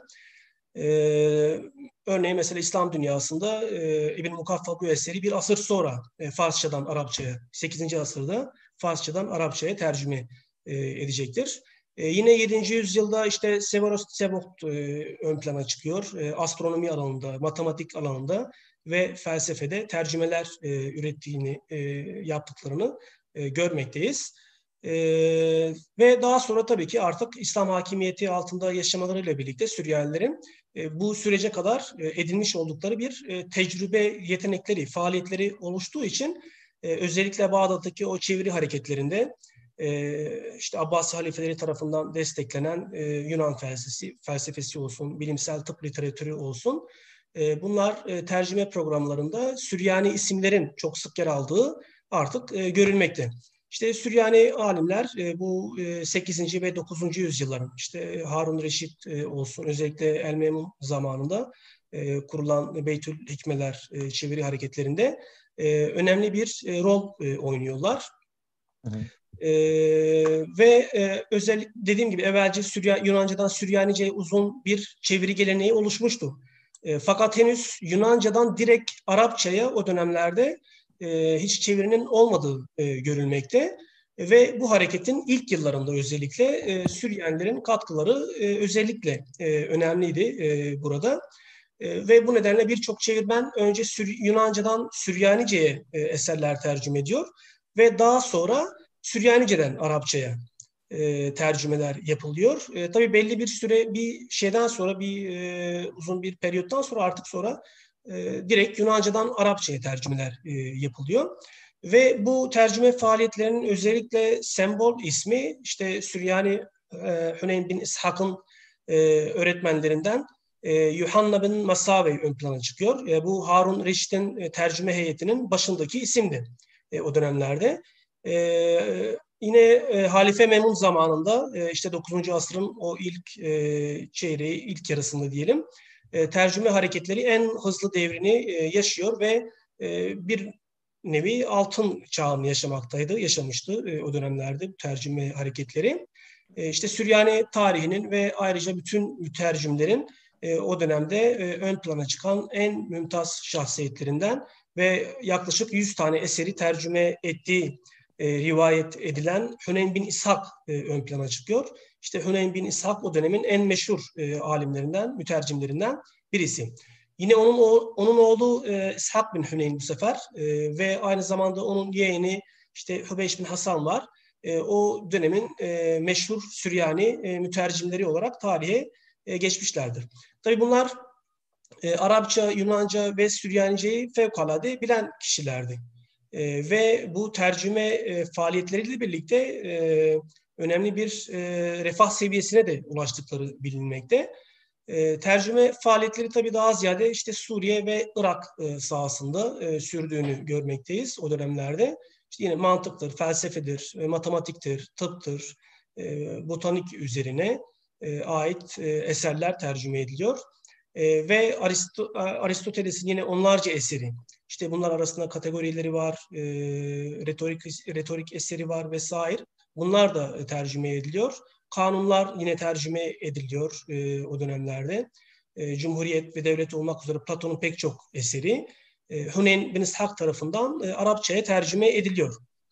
Örneğin mesela İslam dünyasında İbn Mukaffa bu eseri bir asır sonra Farsçadan Arapçaya, 8. asırda Farsçadan Arapçaya tercüme edecektir. Yine 7. yüzyılda işte Severus Sebok ön plana çıkıyor. Astronomi alanında, matematik alanında ve felsefede tercümeler ürettiğini, yaptıklarını görmekteyiz. Ve daha sonra tabii ki artık İslam hakimiyeti altında yaşamalarıyla birlikte Süryanilerin bu sürece kadar edinmiş oldukları bir tecrübe, yetenekleri, faaliyetleri oluştuğu için özellikle Bağdat'taki o çeviri hareketlerinde işte Abbasi halifeleri tarafından desteklenen Yunan felsefesi olsun, bilimsel tıp literatürü olsun, bunlar tercüme programlarında Süryani isimlerin çok sık yer aldığı artık görülmekte. İşte Süryani alimler bu 8. ve 9. yüzyılların işte Harun Reşit olsun özellikle El-Memun zamanında kurulan Beytül Hikmeler çeviri hareketlerinde önemli bir rol oynuyorlar. Hı hı. Ve özellikle dediğim gibi evvelce Yunanca'dan Süryanice'ye uzun bir çeviri geleneği oluşmuştu. Fakat henüz Yunanca'dan direkt Arapça'ya o dönemlerde hiç çevirinin olmadığı görülmekte. Ve bu hareketin ilk yıllarında özellikle Süryanilerin katkıları özellikle önemliydi burada. Ve bu nedenle birçok çevirmen önce Yunanca'dan Süryanice'ye eserler tercüme ediyor ve daha sonra Süryanice'den Arapça'ya tercümeler yapılıyor. Tabii belli bir süre bir şeyden sonra uzun bir periyottan sonra artık sonra direkt Yunanca'dan Arapça'ya tercümeler yapılıyor. Ve bu tercüme faaliyetlerinin özellikle sembol ismi işte Süryani Hüneyn bin İshak'ın öğretmenlerinden Yuhanna bin Masavi ön plana çıkıyor. Bu Harun Reşit'in tercüme heyetinin başındaki isimdi o dönemlerde. Yine Halife Memun zamanında işte 9. asrın o ilk çeyreği, ilk yarısında diyelim tercüme hareketleri en hızlı devrini yaşıyor ve bir nevi altın çağını yaşamıştı o dönemlerde tercüme hareketleri. İşte Süryani tarihinin ve ayrıca bütün mütercimlerin o dönemde ön plana çıkan en mümtaz şahsiyetlerinden ve yaklaşık 100 tane eseri tercüme ettiği rivayet edilen Hüneyn bin İshak ön plana çıkıyor. İşte Hüneyn bin İshak o dönemin en meşhur alimlerinden, mütercimlerinden birisi. Yine onun oğlu İshak bin Hüneyn bu sefer ve aynı zamanda onun yeğeni işte Hübeyş bin Hasan var. O dönemin meşhur Süryani mütercimleri olarak tarihe geçmişlerdir. Tabii bunlar Arapça, Yunanca ve Süryanice'yi fevkalade bilen kişilerdi. Ve bu tercüme faaliyetleriyle birlikte önemli bir refah seviyesine de ulaştıkları bilinmekte. Tercüme faaliyetleri tabii daha ziyade işte Suriye ve Irak sahasında sürdüğünü görmekteyiz o dönemlerde. İşte yine mantıktır, felsefedir, matematiktir, tıptır, botanik üzerine ait eserler tercüme ediliyor. Ve Aristoteles'in yine onlarca eseri, işte bunlar arasında kategorileri var, retorik eseri var vesaire. Bunlar da tercüme ediliyor. Kanunlar yine tercüme ediliyor o dönemlerde. Cumhuriyet ve Devlet olmak üzere Platon'un pek çok eseri Hüneyn bin İshak tarafından Arapçaya tercüme ediliyor.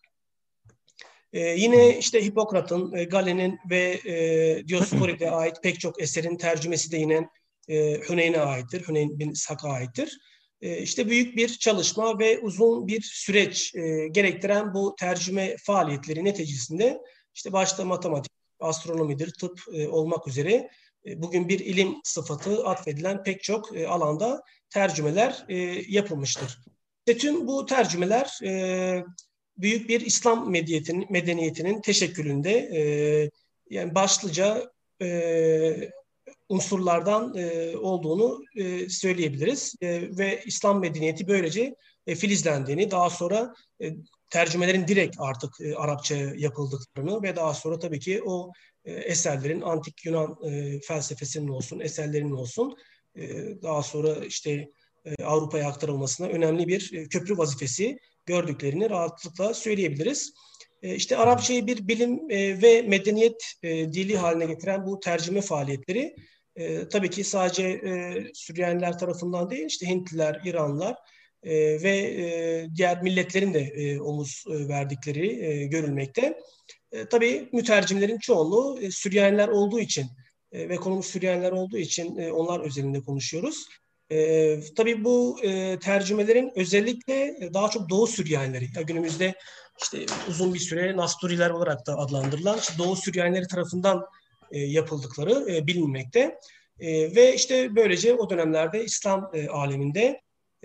Yine işte Hipokrat'ın, Galen'in ve Dioscoride'ye ait pek çok eserin tercümesi de yine Hüneyn'e aittir. Hüneyn bin İshak'a aittir. İşte büyük bir çalışma ve uzun bir süreç gerektiren bu tercüme faaliyetleri neticesinde işte başta matematik, astronomidir, tıp olmak üzere bugün bir ilim sıfatı atfedilen pek çok alanda tercümeler yapılmıştır. Ve tüm bu tercümeler büyük bir İslam medeniyetinin teşekkülünde yani başlıca unsurlardan olduğunu söyleyebiliriz. Ve İslam medeniyeti böylece filizlendiğini, daha sonra tercümelerin direkt artık Arapçaya yapıldıklarını ve daha sonra tabii ki o eserlerin antik Yunan felsefesinin olsun, eserlerinin olsun daha sonra işte Avrupa'ya aktarılmasına önemli bir köprü vazifesi gördüklerini rahatlıkla söyleyebiliriz. İşte Arapçayı bir bilim ve medeniyet dili haline getiren bu tercüme faaliyetleri tabii ki sadece Süryaniler tarafından değil, işte Hintliler, İranlılar ve diğer milletlerin de omuz verdikleri görülmekte. Tabii mütercimlerin çoğunluğu Süryaniler olduğu için ve konumuz Süryaniler olduğu için onlar özelinde konuşuyoruz. Tabii bu tercümelerin özellikle daha çok Doğu Süryanileri, ya günümüzde işte uzun bir süre Nasturiler olarak da adlandırılan işte Doğu Süryanileri tarafından yapıldıkları bilinmekte. Ve işte böylece o dönemlerde İslam aleminde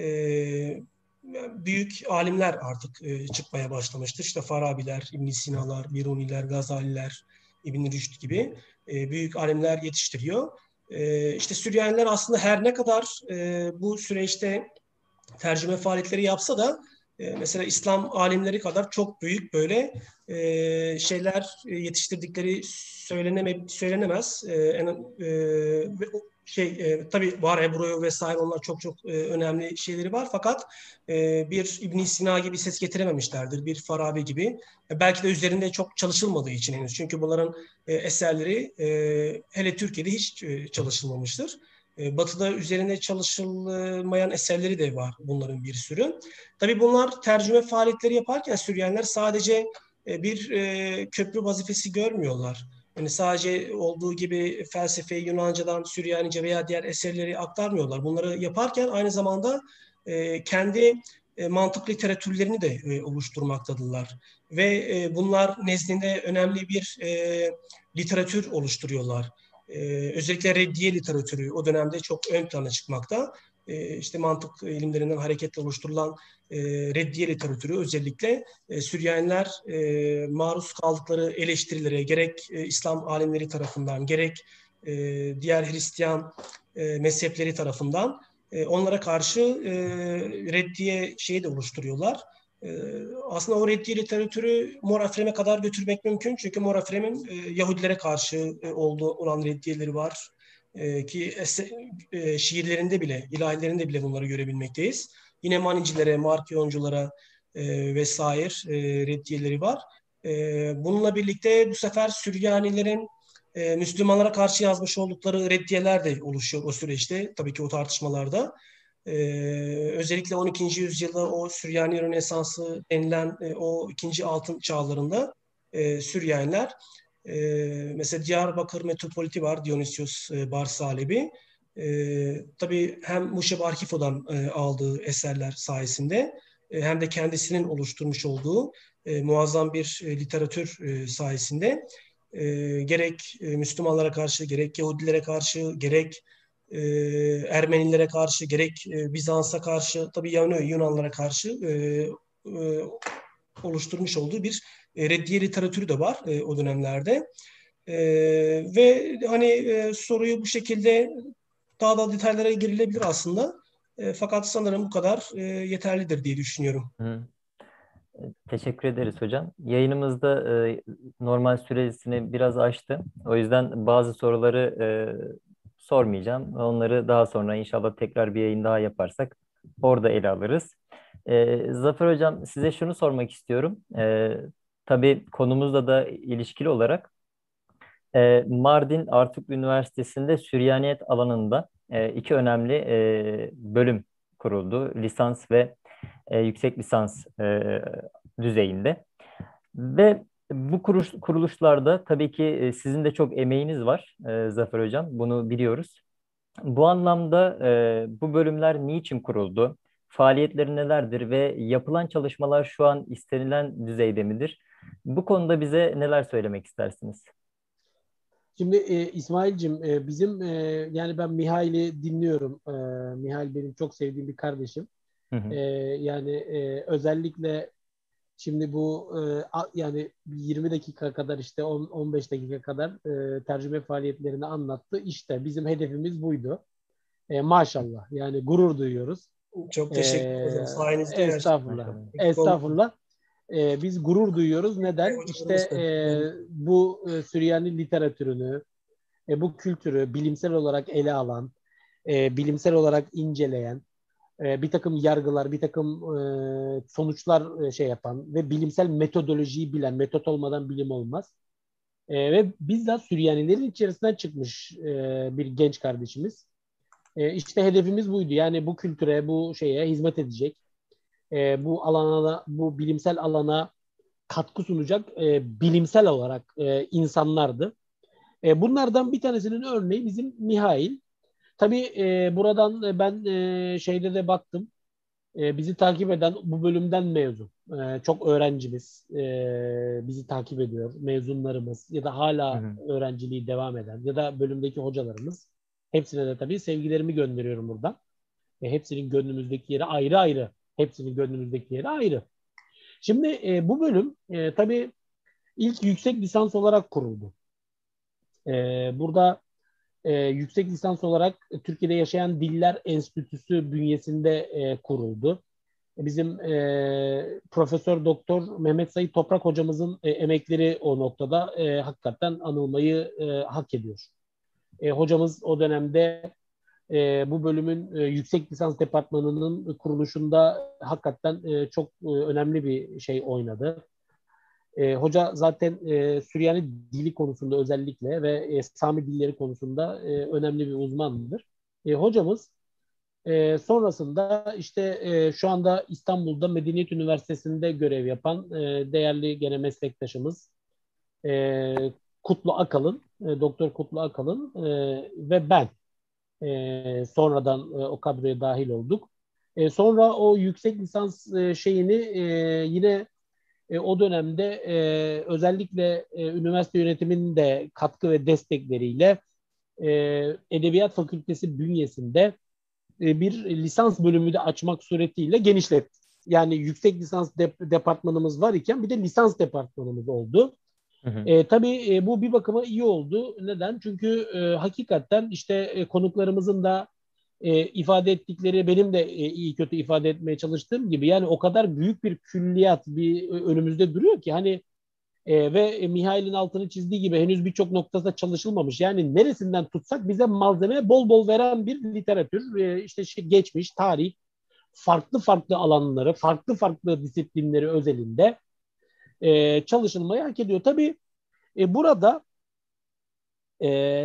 büyük alimler artık çıkmaya başlamıştır. İşte Farabiler, İbn Sina'lar, Biruniler, Gazaliler, İbn Rüşd gibi büyük alimler yetiştiriyor. İşte Süryaniler aslında her ne kadar bu süreçte tercüme faaliyetleri yapsa da mesela İslam alimleri kadar çok büyük böyle şeyler yetiştirdikleri söylenemez. Tabii var Ebru'yu vesaire, onlar çok çok önemli şeyleri var, fakat bir İbn Sina gibi ses getirememişlerdir, bir Farabi gibi. Belki de üzerinde çok çalışılmadığı için henüz. Çünkü bunların eserleri hele Türkiye'de hiç çalışılmamıştır. Batı'da üzerinde çalışılmayan eserleri de var bunların bir sürü. Tabii bunlar tercüme faaliyetleri yaparken Süryaniler sadece bir köprü vazifesi görmüyorlar. Yani sadece olduğu gibi felsefeyi Yunanca'dan Süryanice veya diğer eserleri aktarmıyorlar. Bunları yaparken aynı zamanda kendi mantık literatürlerini de oluşturmaktadırlar. Ve bunlar nezdinde önemli bir literatür oluşturuyorlar. Özellikle reddiye literatürü o dönemde çok ön plana çıkmakta. İşte mantık ilimlerinden hareketle oluşturulan reddiye literatürü özellikle Süryaniler maruz kaldıkları eleştirilere gerek İslam alimleri tarafından gerek diğer Hristiyan mezhepleri tarafından onlara karşı reddiye şeyi de oluşturuyorlar. Aslında o reddiye literatürü Mor Efrem'e kadar götürmek mümkün. Çünkü Mor Efrem'in Yahudilere karşı olan reddiyeleri var. Ki şiirlerinde bile, ilahilerinde bile bunları görebilmekteyiz. Yine Manicilere, Markiyonculara vesaire reddiyeleri var. Bununla birlikte bu sefer Süryanilerin Müslümanlara karşı yazmış oldukları reddiyeler de oluşuyor o süreçte. Tabii ki o tartışmalarda. Özellikle 12. yüzyılda o Süryani Rönesansı denilen o ikinci altın çağlarında Süryaniler mesela Diyarbakır Metropoliti var, Dionysios Barsalebi. Tabii hem Muşeb Arkifo'dan aldığı eserler sayesinde hem de kendisinin oluşturmuş olduğu muazzam bir literatür sayesinde gerek Müslümanlara karşı, gerek Yahudilere karşı, gerek Ermenilere karşı, gerek Bizans'a karşı, tabii Yunanlara karşı oluşturmuş olduğu bir reddiye literatürü de var o dönemlerde. Ve hani soruyu bu şekilde daha da detaylara girilebilir aslında. Fakat sanırım bu kadar yeterlidir diye düşünüyorum. Hı. Teşekkür ederiz hocam. Yayınımızda normal süresini biraz aştı. O yüzden bazı soruları sormayacağım. Onları daha sonra inşallah tekrar bir yayın daha yaparsak orada ele alırız. Zafer hocam, size şunu sormak istiyorum. Tabii konumuzla da ilişkili olarak Mardin Artuk Üniversitesi'nde Süryaniyet alanında iki önemli bölüm kuruldu. Lisans ve yüksek lisans düzeyinde. Ve bu kuruluşlarda tabii ki sizin de çok emeğiniz var Zafer Hocam. Bunu biliyoruz. Bu anlamda bu bölümler niçin kuruldu? Faaliyetleri nelerdir ve yapılan çalışmalar şu an istenilen düzeyde midir? Bu konuda bize neler söylemek istersiniz? Şimdi İsmail'cim bizim yani ben Mihail'i dinliyorum. Mihail benim çok sevdiğim bir kardeşim. Hı hı. Yani özellikle şimdi bu yani 20 dakika kadar işte 10-15 dakika kadar tercüme faaliyetlerini anlattı. İşte bizim hedefimiz buydu. Maşallah yani gurur duyuyoruz. Çok E, teşekkür ederim. Sayenizde her şey estağfurullah. Maşallah. eksik olmadı. Estağfurullah. Biz gurur duyuyoruz. Ve Neden? İşte hocalarımız da. Evet. bu Süryani literatürünü, bu kültürü bilimsel olarak ele alan, bilimsel olarak inceleyen, bir takım yargılar, bir takım sonuçlar şey yapan ve bilimsel metodolojiyi bilen, metot olmadan bilim olmaz. Ve bizzat Süryanilerin içerisinden çıkmış bir genç kardeşimiz. İşte hedefimiz buydu. Yani bu kültüre, bu şeye hizmet edecek, bu alana, bu bilimsel alana katkı sunacak bilimsel olarak insanlardı. Bunlardan bir tanesinin örneği bizim Mihail. Tabii buradan ben şeyde de baktım. Bizi takip eden bu bölümden mezun. Çok öğrencimiz bizi takip ediyor. Mezunlarımız ya da Hı hala hı. öğrenciliği devam eden ya da bölümdeki hocalarımız. Hepsine de tabii sevgilerimi gönderiyorum buradan. Hepsinin gönlümüzdeki yeri ayrı ayrı. Hepsinin gönlümüzdeki yeri ayrı. Şimdi bu bölüm tabii ilk yüksek lisans olarak kuruldu. Burada yüksek lisans olarak Türkiye'de Yaşayan Diller Enstitüsü bünyesinde kuruldu. Bizim Profesör Doktor Mehmet Said Toprak hocamızın emekleri o noktada hakikaten anılmayı hak ediyor. Hocamız o dönemde bu bölümün yüksek lisans departmanının kuruluşunda hakikaten çok önemli bir şey oynadı. Hoca zaten Süryani dili konusunda özellikle ve Sami dilleri konusunda önemli bir uzmandır. Hocamız sonrasında işte şu anda İstanbul'da Medeniyet Üniversitesi'nde görev yapan değerli gene meslektaşımız Kutlu Akalın, Doktor Kutlu Akalın ve ben sonradan o kadroya dahil olduk. Sonra o yüksek lisans şeyini yine o dönemde özellikle üniversite yönetiminin de katkı ve destekleriyle Edebiyat Fakültesi bünyesinde bir lisans bölümü de açmak suretiyle genişletti. Yani yüksek lisans departmanımız var iken bir de lisans departmanımız oldu. Hı hı. Tabii bu bir bakıma iyi oldu. Neden? Çünkü hakikaten işte konuklarımızın da ifade ettikleri, benim de iyi kötü ifade etmeye çalıştığım gibi yani o kadar büyük bir külliyat bir önümüzde duruyor ki hani ve Mihail'in altını çizdiği gibi henüz birçok noktada çalışılmamış. Yani neresinden tutsak bize malzeme bol bol veren bir literatür, işte geçmiş, tarih, farklı farklı alanları, farklı farklı disiplinleri özelinde çalışılmayı hak ediyor. Tabii burada e,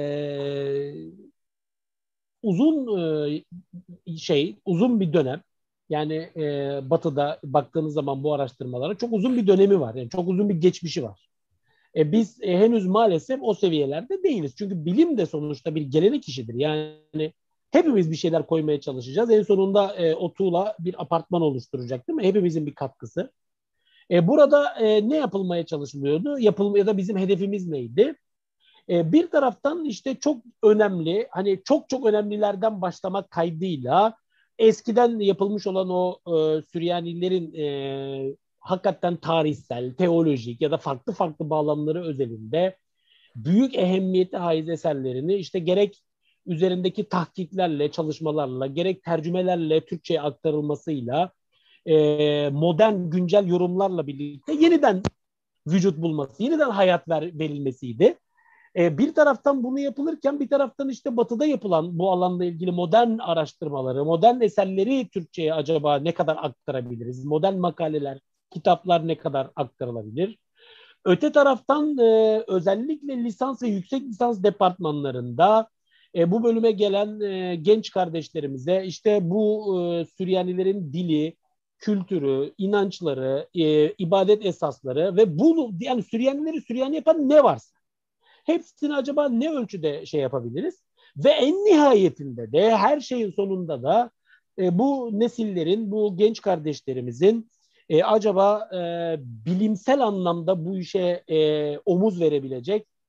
uzun uzun bir dönem yani Batı'da baktığınız zaman bu araştırmalara çok uzun bir dönemi var. Yani çok uzun bir geçmişi var. Biz henüz maalesef o seviyelerde değiliz. Çünkü bilim de sonuçta bir gelenek işidir. Yani hepimiz bir şeyler koymaya çalışacağız. En sonunda o tuğla bir apartman oluşturacak değil mi? Hepimizin bir katkısı. Burada ne yapılmaya çalışılıyordu? Ya da bizim hedefimiz neydi? Bir taraftan işte çok önemli, hani çok çok önemlilerden başlamak kaydıyla eskiden yapılmış olan o Süryanilerin hakikaten tarihsel, teolojik ya da farklı farklı bağlamları özelinde büyük ehemmiyeti haiz eserlerini işte gerek üzerindeki tahkiklerle, çalışmalarla, gerek tercümelerle Türkçe'ye aktarılmasıyla modern, güncel yorumlarla birlikte yeniden vücut bulması, yeniden hayat verilmesiydi. Bir taraftan bunu yapılırken bir taraftan işte Batı'da yapılan bu alanla ilgili modern araştırmaları, modern eserleri Türkçe'ye acaba ne kadar aktarabiliriz? Modern makaleler, kitaplar ne kadar aktarılabilir? Öte taraftan özellikle lisans ve yüksek lisans departmanlarında bu bölüme gelen genç kardeşlerimize işte bu Süryanilerin dili, kültürü, inançları, ibadet esasları ve bu yani Süryanileri Süryani yapan ne varsa hepsini acaba ne ölçüde şey yapabiliriz? Ve en nihayetinde de her şeyin sonunda da bu nesillerin, bu genç kardeşlerimizin acaba bilimsel anlamda bu işe omuz verebilecek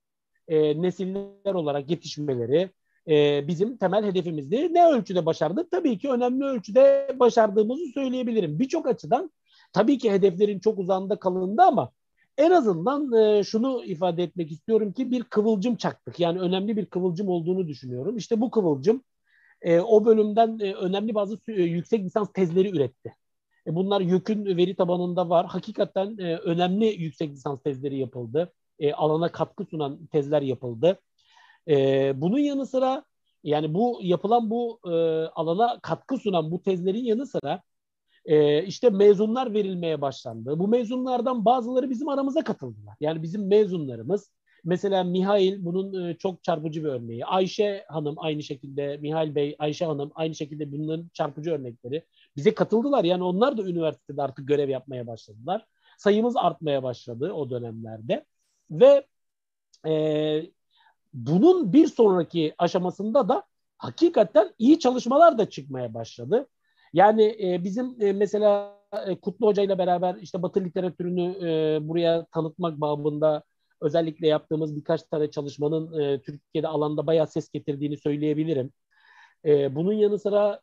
nesiller olarak yetişmeleri bizim temel hedefimizdi. Ne ölçüde başardık? Tabii ki önemli ölçüde başardığımızı söyleyebilirim. Birçok açıdan tabii ki hedeflerin çok uzağında kalındı ama en azından şunu ifade etmek istiyorum ki bir kıvılcım çaktık. Yani önemli bir kıvılcım olduğunu düşünüyorum. İşte bu kıvılcım o bölümden önemli bazı yüksek lisans tezleri üretti. Bunlar YÖK'ün veri tabanında var. Hakikaten önemli yüksek lisans tezleri yapıldı. Alana katkı sunan tezler yapıldı. Bunun yanı sıra yani bu yapılan bu alana katkı sunan bu tezlerin yanı sıra işte mezunlar verilmeye başlandı. Bu mezunlardan bazıları bizim aramıza katıldılar. Yani bizim mezunlarımız mesela Mihail bunun çok çarpıcı bir örneği. Ayşe Hanım aynı şekilde, Mihail Bey, Ayşe Hanım aynı şekilde bunların çarpıcı örnekleri. Bize katıldılar. Yani onlar da üniversitede artık görev yapmaya başladılar. Sayımız artmaya başladı o dönemlerde. Ve bunun bir sonraki aşamasında da hakikaten iyi çalışmalar da çıkmaya başladı. Yani bizim mesela Kutlu Hoca ile beraber işte Batı literatürünü buraya tanıtmak babında özellikle yaptığımız birkaç tane çalışmanın Türkiye'de alanda bayağı ses getirdiğini söyleyebilirim. Bunun yanı sıra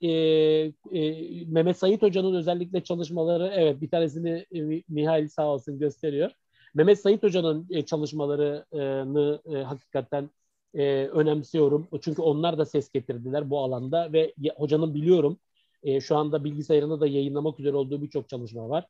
Mehmet Sait Hoca'nın özellikle çalışmaları, evet bir tanesini Mihail sağ olsun gösteriyor. Mehmet Sait Hoca'nın çalışmalarını hakikaten önemsiyorum. Çünkü onlar da ses getirdiler bu alanda ve hocanın biliyorum şu anda bilgisayarında da yayınlamak üzere olduğu birçok çalışma var.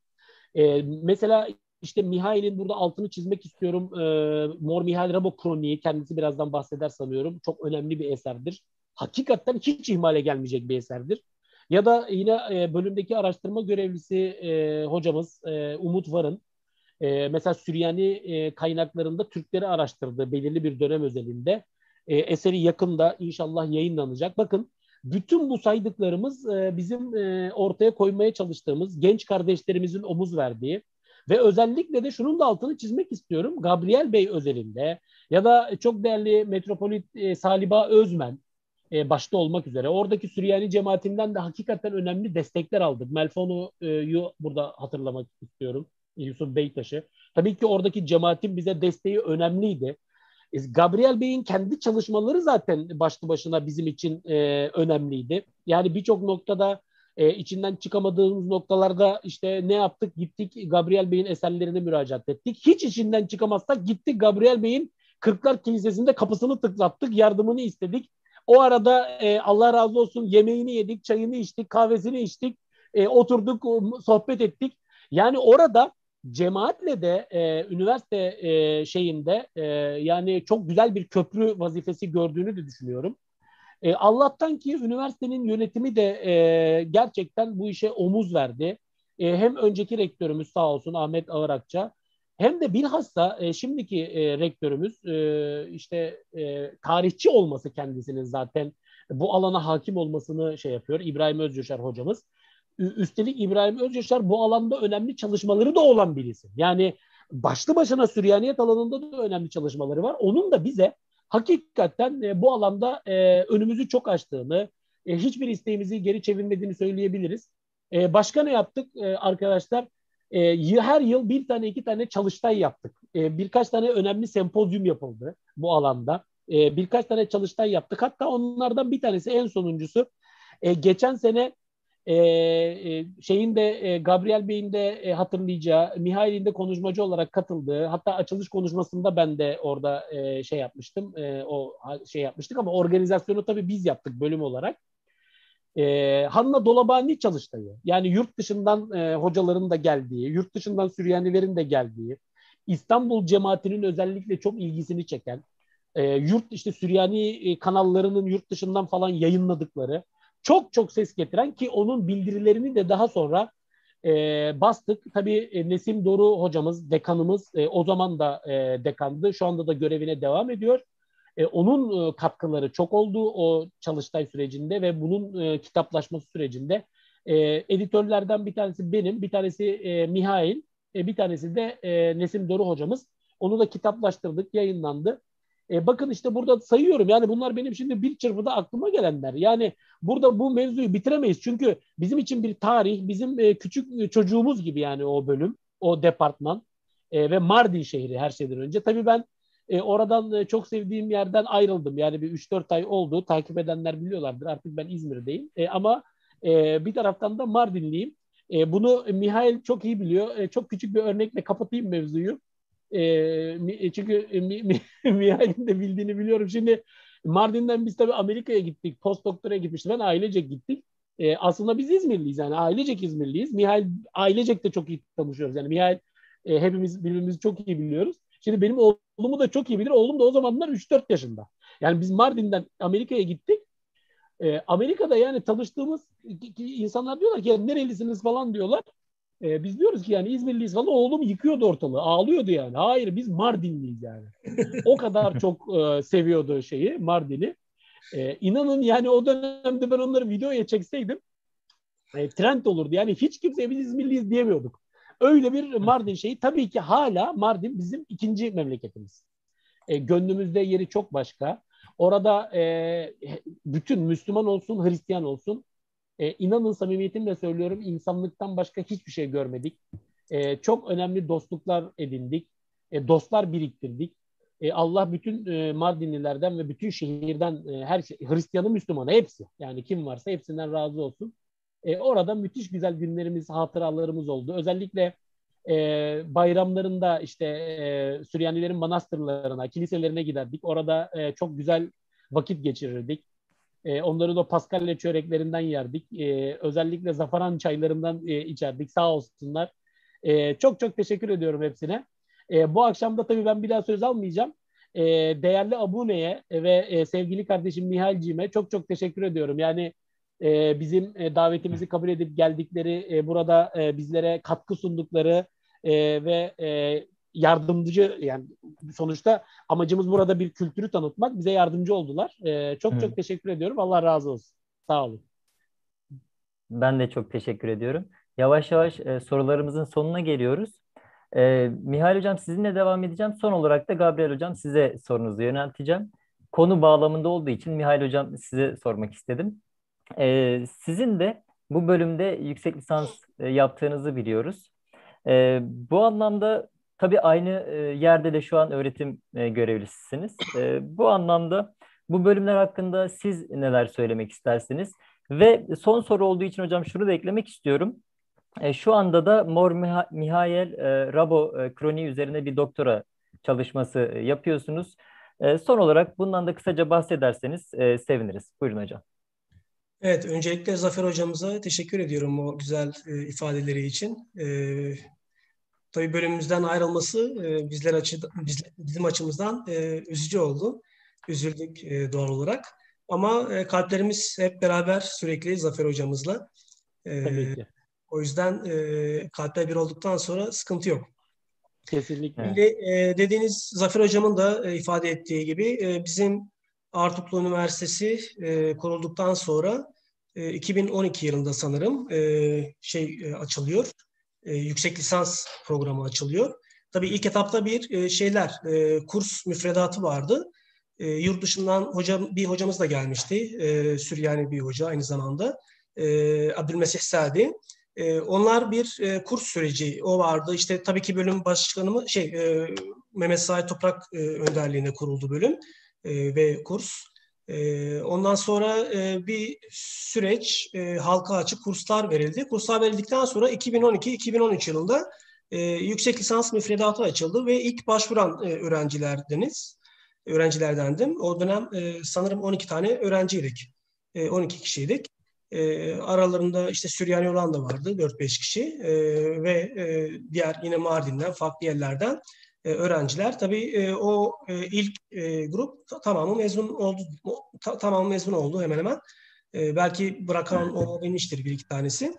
Mesela işte Mihail'in burada altını çizmek istiyorum. Mor Mihail Rabo Kroniği kendisi birazdan bahseder sanıyorum. Çok önemli bir eserdir. Hakikaten hiç ihmale gelmeyecek bir eserdir. Ya da yine bölümdeki araştırma görevlisi hocamız Umut Varın mesela Süryani kaynaklarında Türkleri araştırdığı belirli bir dönem özelinde eseri yakında inşallah yayınlanacak. Bakın bütün bu saydıklarımız bizim ortaya koymaya çalıştığımız genç kardeşlerimizin omuz verdiği ve özellikle de şunun da altını çizmek istiyorum. Gabriel Bey özelinde ya da çok değerli metropolit Saliba Özmen başta olmak üzere oradaki Süryani cemaatinden de hakikaten önemli destekler aldık. Melfonu'yu burada hatırlamak istiyorum. Yusuf Beytaş'ı. Tabii ki oradaki cemaatin bize desteği önemliydi. Gabriel Bey'in kendi çalışmaları zaten başlı başına bizim için önemliydi. Yani birçok noktada içinden çıkamadığımız noktalarda işte ne yaptık? Gittik Gabriel Bey'in eserlerine müracaat ettik. Hiç içinden çıkamazsak gittik Gabriel Bey'in Kırklar Kilisesi'nde kapısını tıklattık, yardımını istedik. O arada Allah razı olsun yemeğini yedik, çayını içtik, kahvesini içtik, oturduk, sohbet ettik. Yani orada cemaatle de üniversite şeyinde yani çok güzel bir köprü vazifesi gördüğünü de düşünüyorum. Allah'tan ki üniversitenin yönetimi de gerçekten bu işe omuz verdi. Hem önceki rektörümüz sağ olsun Ahmet Ağırakça hem de bilhassa şimdiki rektörümüz işte tarihçi olması kendisinin zaten bu alana hakim olmasını şey yapıyor. İbrahim Özyaşar hocamız. Üstelik İbrahim Özyaşar bu alanda önemli çalışmaları da olan birisi. Yani başlı başına Süryaniyet alanında da önemli çalışmaları var. Onun da bize hakikaten bu alanda önümüzü çok açtığını, hiçbir isteğimizi geri çevirmediğini söyleyebiliriz. Başka ne yaptık arkadaşlar? Her yıl bir tane iki tane çalıştay yaptık. Birkaç tane önemli sempozyum yapıldı bu alanda. Birkaç tane çalıştay yaptık. Hatta onlardan bir tanesi en sonuncusu. Geçen sene şeyin de Gabriel Bey'in de hatırlayacağı Mihail'in de konuşmacı olarak katıldığı hatta açılış konuşmasında ben de orada şey yapmıştım o şey yapmıştık ama organizasyonu tabii biz yaptık bölüm olarak. Hanna Dolabani çalıştayı yani yurt dışından hocaların da geldiği yurt dışından Süryanilerin de geldiği İstanbul cemaatinin özellikle çok ilgisini çeken yurt işte Süryani kanallarının yurt dışından falan yayınladıkları çok çok ses getiren ki onun bildirilerini de daha sonra bastık. Tabii Nesim Doru hocamız, dekanımız o zaman da dekandı. Şu anda da görevine devam ediyor. Onun katkıları çok oldu o çalıştay sürecinde ve bunun kitaplaşması sürecinde. Editörlerden bir tanesi benim, bir tanesi Mihail, bir tanesi de Nesim Doru hocamız. Onu da kitaplaştırdık, yayınlandı. Bakın işte burada sayıyorum. Yani bunlar benim şimdi bir çırpıda aklıma gelenler. Yani burada bu mevzuyu bitiremeyiz. Çünkü bizim için bir tarih, bizim küçük çocuğumuz gibi yani o bölüm, o departman ve Mardin şehri her şeyden önce. Tabii ben Oradan çok sevdiğim yerden ayrıldım. Yani bir 3-4 ay oldu. Takip edenler biliyorlardır. Artık ben İzmir'deyim. Ama bir taraftan da Mardinliyim. Bunu Mihail çok iyi biliyor. Çok küçük bir örnekle kapatayım mevzuyu. Çünkü Mihail'in de bildiğini biliyorum. Şimdi Mardin'den biz tabii Amerika'ya gittik. Post doktora gitmiştim. Ben ailecek gittik. Aslında biz İzmirliyiz, yani ailecek İzmirliyiz. Mihail ailecek de çok iyi tanışıyoruz. Yani Mihail hepimiz birbirimizi çok iyi biliyoruz. Şimdi benim oğlumu da çok iyi bilir. Oğlum da o zamanlar 3-4 yaşında. Yani biz Mardin'den Amerika'ya gittik. Amerika'da yani tanıştığımız insanlar diyorlar ki ya nerelisiniz falan diyorlar. Biz diyoruz ki yani İzmirliyiz falan. Oğlum yıkıyordu ortalığı. Ağlıyordu yani. Hayır, biz Mardinliyiz yani. O kadar çok seviyordu şeyi, Mardin'i. İnanın yani o dönemde ben onları videoya çekseydim trend olurdu. Yani hiç kimseye biz İzmirliyiz diyemiyorduk. Öyle bir Mardin şeyi. Tabii ki hala Mardin bizim ikinci memleketimiz. Gönlümüzde yeri çok başka. Orada bütün Müslüman olsun, Hristiyan olsun, inanın samimiyetimle söylüyorum, insanlıktan başka hiçbir şey görmedik. Çok önemli dostluklar edindik. Dostlar biriktirdik. Allah bütün Mardinlilerden ve bütün şehirden her şey, Hristiyanı, Müslümanı hepsi. Yani kim varsa hepsinden razı olsun. Orada müthiş güzel günlerimiz, hatıralarımız oldu. Özellikle bayramlarında işte Süryanilerin manastırlarına, kiliselerine giderdik. Orada çok güzel vakit geçirirdik. Onların o paskalya çöreklerinden yerdik. Özellikle zafaran çaylarından içerdik. Sağ olsunlar. Çok çok teşekkür ediyorum hepsine. Bu akşam da tabii ben bir daha söz almayacağım. Değerli Abune'ye ve sevgili kardeşim Nihal'cime çok çok teşekkür ediyorum. Yani bizim davetimizi kabul edip geldikleri, burada bizlere katkı sundukları ve yardımcı, yani sonuçta amacımız burada bir kültürü tanıtmak. Bize yardımcı oldular. Çok çok teşekkür ediyorum. Allah razı olsun. Sağ olun. Ben de çok teşekkür ediyorum. Yavaş yavaş sorularımızın sonuna geliyoruz. Mihail Hocam, sizinle devam edeceğim. Son olarak da Gabriel Hocam, size sorunuzu yönelteceğim. Konu bağlamında olduğu için Mihail Hocam size sormak istedim. Sizin de bu bölümde yüksek lisans yaptığınızı biliyoruz. Bu anlamda tabii aynı yerde de şu an öğretim görevlisisiniz. Bu anlamda bu bölümler hakkında siz neler söylemek istersiniz? Ve son soru olduğu için hocam şunu da eklemek istiyorum. Şu anda da Mihail Rabo kroniği üzerine bir doktora çalışması yapıyorsunuz. Son olarak bundan da kısaca bahsederseniz seviniriz. Buyurun hocam. Evet, öncelikle Zafer hocamıza teşekkür ediyorum o güzel ifadeleri için. Tabii bölümümüzden ayrılması bizim açımızdan üzücü oldu. Üzüldük doğal olarak. Ama kalplerimiz hep beraber sürekli Zafer hocamızla. Tabii ki. O yüzden kalpler bir olduktan sonra sıkıntı yok. Kesinlikle. Şimdi dediğiniz Zafer hocamın da ifade ettiği gibi bizim Artuklu Üniversitesi kurulduktan sonra 2012 yılında sanırım açılıyor. Yüksek lisans programı açılıyor. Tabii ilk etapta kurs müfredatı vardı. Yurt dışından bir hocamız da gelmişti. Süryani bir hoca aynı zamanda. Abdülmesih Sadi. Onlar bir kurs süreci o vardı. İşte tabii ki bölüm başkanı Mehmet Said Toprak önderliğinde kuruldu bölüm ve kurs. Ondan sonra bir süreç halka açık kurslar verildi. Kurslar verildikten sonra 2012-2013 yılında yüksek lisans müfredatı açıldı ve ilk başvuran öğrencilerdendim. O dönem sanırım 12 tane öğrenciydik. 12 kişiydik. Aralarında işte Süryani olan da vardı 4-5 kişi ve diğer yine Mardin'den farklı yerlerden öğrenciler. Tabii ilk grup tamamı mezun oldu hemen hemen. Belki bırakan olabilmiştir bir iki tanesi.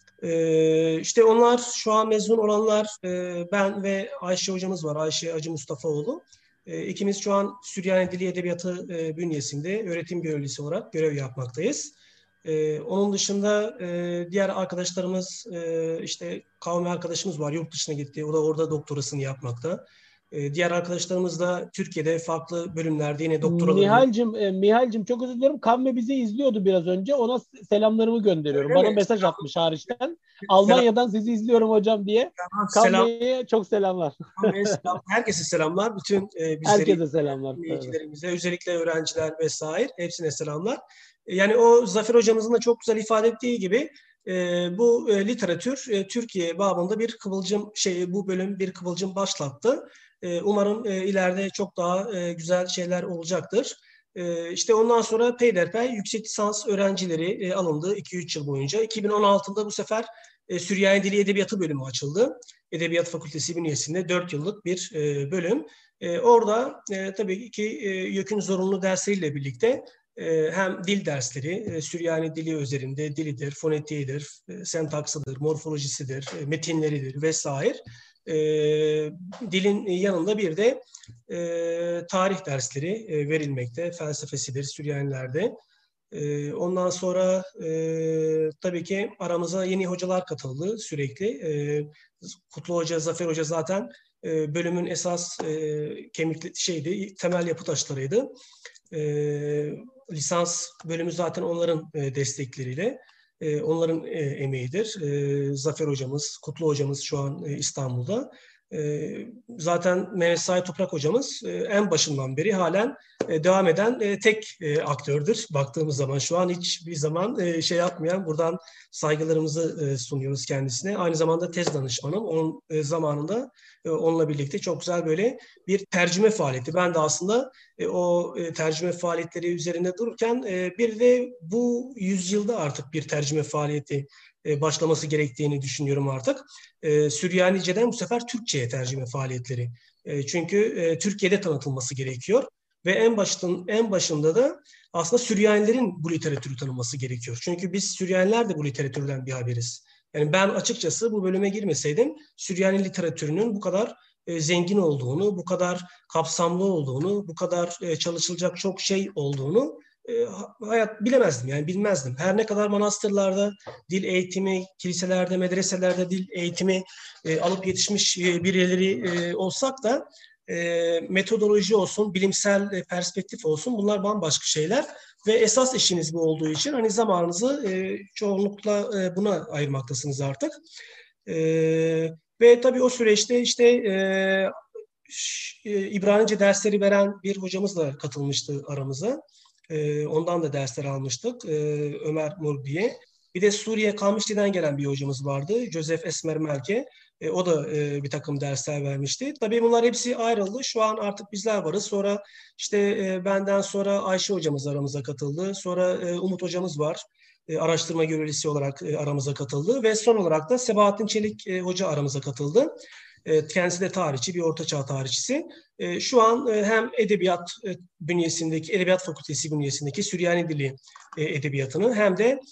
İşte onlar şu an mezun olanlar ben ve Ayşe hocamız var. Ayşe Acı Mustafaoğlu. İkimiz şu an Süryani Dili Edebiyatı bünyesinde öğretim görevlisi olarak görev yapmaktayız. Onun dışında diğer arkadaşlarımız işte kavmi arkadaşımız var. Yurt dışına gitti. O da orada doktorasını yapmakta. Diğer arkadaşlarımız da Türkiye'de farklı bölümlerde yine doktoralarını... Mihal'cim çok özür dilerim. Kavme bizi izliyordu biraz önce. Ona selamlarımı gönderiyorum. Öyle Bana mi? mesaj atmış hariçten. Selam, Almanya'dan sizi izliyorum hocam diye. selam, Kavme'ye çok selamlar. selam. Herkese selamlar. Bütün bizleri Herkese selamlar. dinleyicilerimize, özellikle öğrenciler vesaire hepsine selamlar. Yani o Zafer hocamızın da çok güzel ifade ettiği gibi bu literatür Türkiye babında bir kıvılcım bu bölüm bir kıvılcım başlattı. Umarım ileride çok daha güzel şeyler olacaktır. İşte ondan sonra peyderpey yüksek lisans öğrencileri alındı 2-3 yıl boyunca. 2016'da bu sefer Süryani Dili Edebiyatı bölümü açıldı. Edebiyat Fakültesi bünyesinde 4 yıllık bir bölüm. Orada tabii ki YÖK'ün zorunlu dersleriyle birlikte hem dil dersleri, Süryani dili üzerinde dilidir, fonetiğidir, sentaksıdır, morfolojisidir, metinleridir vesaire. Dilin yanında bir de tarih dersleri verilmekte, felsefesidir Süryanilerde. Ondan sonra tabii ki aramıza yeni hocalar katıldı sürekli. Kutlu Hoca, Zafer Hoca zaten bölümün esas temel yapı taşlarıydı. Lisans bölümü zaten onların destekleriyle, onların emeğidir. Zafer hocamız, Kutlu hocamız şu an İstanbul'da. Zaten Mehmet Said Toprak hocamız en başından beri halen devam eden tek aktördür. Baktığımız zaman şu an hiçbir zaman şey yapmayan, buradan saygılarımızı sunuyoruz kendisine. Aynı zamanda tez danışmanım. Onun zamanında onunla birlikte çok güzel böyle bir tercüme faaliyeti. Ben de aslında o tercüme faaliyetleri üzerinde dururken bir de bu yüzyılda artık bir tercüme faaliyeti başlaması gerektiğini düşünüyorum artık. Süryanice'den bu sefer Türkçe'ye tercüme faaliyetleri. Çünkü Türkiye'de tanıtılması gerekiyor ve en başında da aslında Süryanilerin bu literatürü tanınması gerekiyor. Çünkü biz Süryaniler de bu literatürden bir haberiz. Yani ben açıkçası bu bölüme girmeseydim Süryani literatürünün bu kadar zengin olduğunu, bu kadar kapsamlı olduğunu, bu kadar çalışılacak çok şey olduğunu bilemezdim, yani bilmezdim. Her ne kadar manastırlarda dil eğitimi, kiliselerde, medreselerde dil eğitimi alıp yetişmiş birileri olsak da metodoloji olsun, bilimsel perspektif olsun, bunlar bambaşka şeyler ve esas işiniz bu olduğu için hani zamanınızı çoğunlukla buna ayırmaktasınız artık. Ve tabii o süreçte işte İbranice dersleri veren bir hocamız da katılmıştı aramıza. Ondan da dersler almıştık. Ömer Nur diye. Bir de Suriye Kamışli'den gelen bir hocamız vardı. Joseph Esmer Melke. O da bir takım dersler vermişti. Tabii bunlar hepsi ayrıldı. Şu an artık bizler varız. Sonra işte benden sonra Ayşe hocamız aramıza katıldı. Sonra Umut hocamız var. Araştırma görevlisi olarak aramıza katıldı. Ve son olarak da Sebahattin Çelik hoca aramıza katıldı. Kendisi de tarihçi, bir ortaçağ tarihçisi. Şu an hem Edebiyat bünyesindeki, Edebiyat Fakültesi bünyesindeki Süryani Dili Edebiyatı'nı hem de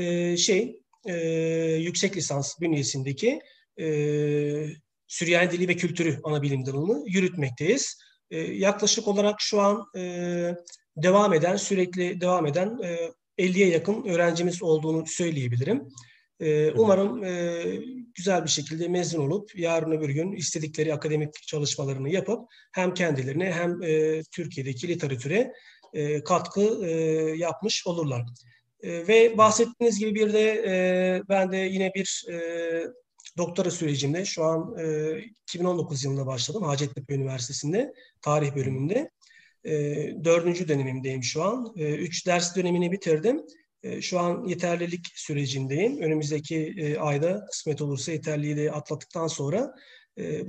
yüksek lisans bünyesindeki Süryani Dili ve Kültürü Anabilim Dalı'nı yürütmekteyiz. Yaklaşık olarak şu an sürekli devam eden 50'ye yakın öğrencimiz olduğunu söyleyebilirim. Umarım güzel bir şekilde mezun olup yarın öbür gün istedikleri akademik çalışmalarını yapıp hem kendilerine hem Türkiye'deki literatüre katkı yapmış olurlar. Ve bahsettiğiniz gibi bir de ben de yine bir doktora sürecimde şu an 2019 yılında başladım Hacettepe Üniversitesi'nde tarih bölümünde. 4. dönemimdeyim şu an. 3 ders dönemini bitirdim. Şu an yeterlilik sürecindeyim. Önümüzdeki ayda kısmet olursa yeterliliği de atlattıktan sonra bu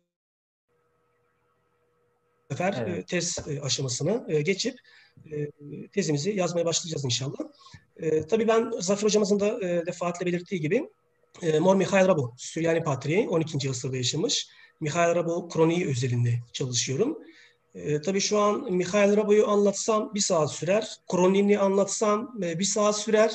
sefer tez aşamasına geçip tezimizi yazmaya başlayacağız inşallah. Tabii ben Zafer hocamızın da defaatle belirttiği gibi Mor Mihail Rabo, Süryani Patriği 12. asırda yaşamış. Mihail Rabo kroniği özelinde çalışıyorum. Tabii şu an Mihail Rabo'yu anlatsam 1 saat sürer. Kroniğini anlatsam 1 saat sürer.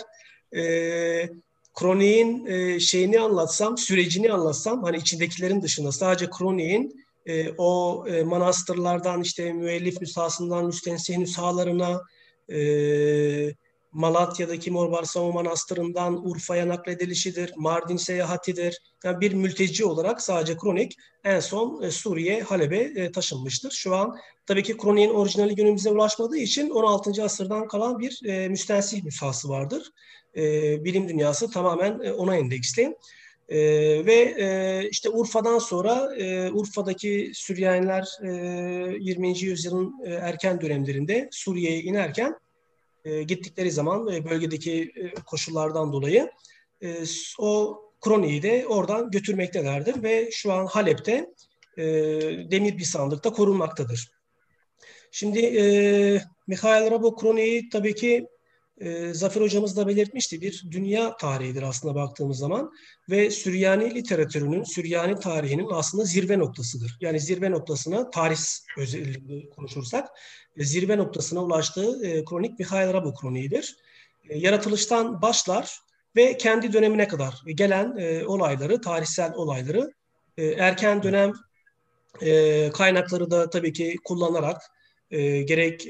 Kroniğin şeyini anlatsam, sürecini anlatsam, hani içindekilerin dışında sadece kroniğin o manastırlardan işte müellif nüshasından müstensih nüshalarına Malatya'daki Mor Barsama Manastırı'ndan Urfa'ya nakledilişidir, Mardin seyahatidir. Yani bir mülteci olarak sadece kronik en son Suriye, Halep'e taşınmıştır. Şu an tabii ki kroniğin orijinali günümüze ulaşmadığı için 16. asırdan kalan bir müstensih nüshası vardır. Bilim dünyası tamamen ona endeksli. İşte Urfa'dan sonra Urfa'daki Süryaniler 20. yüzyılın erken dönemlerinde Suriye'ye inerken gittikleri zaman bölgedeki koşullardan dolayı o kroniği de oradan götürmektelerdir ve şu an Halep'te demir bir sandıkta korunmaktadır. Şimdi Mikhail Rabo kroniği tabii ki Zafer hocamız da belirtmişti, bir dünya tarihidir aslında baktığımız zaman ve Süryani literatürünün, Süryani tarihinin aslında zirve noktasıdır. Yani zirve noktasına tarih özelliğinde konuşursak zirve noktasına ulaştığı kronik Mikhail Rabo kroniğidir. Yaratılıştan başlar ve kendi dönemine kadar gelen olayları, tarihsel olayları erken dönem kaynakları da tabii ki kullanarak gerek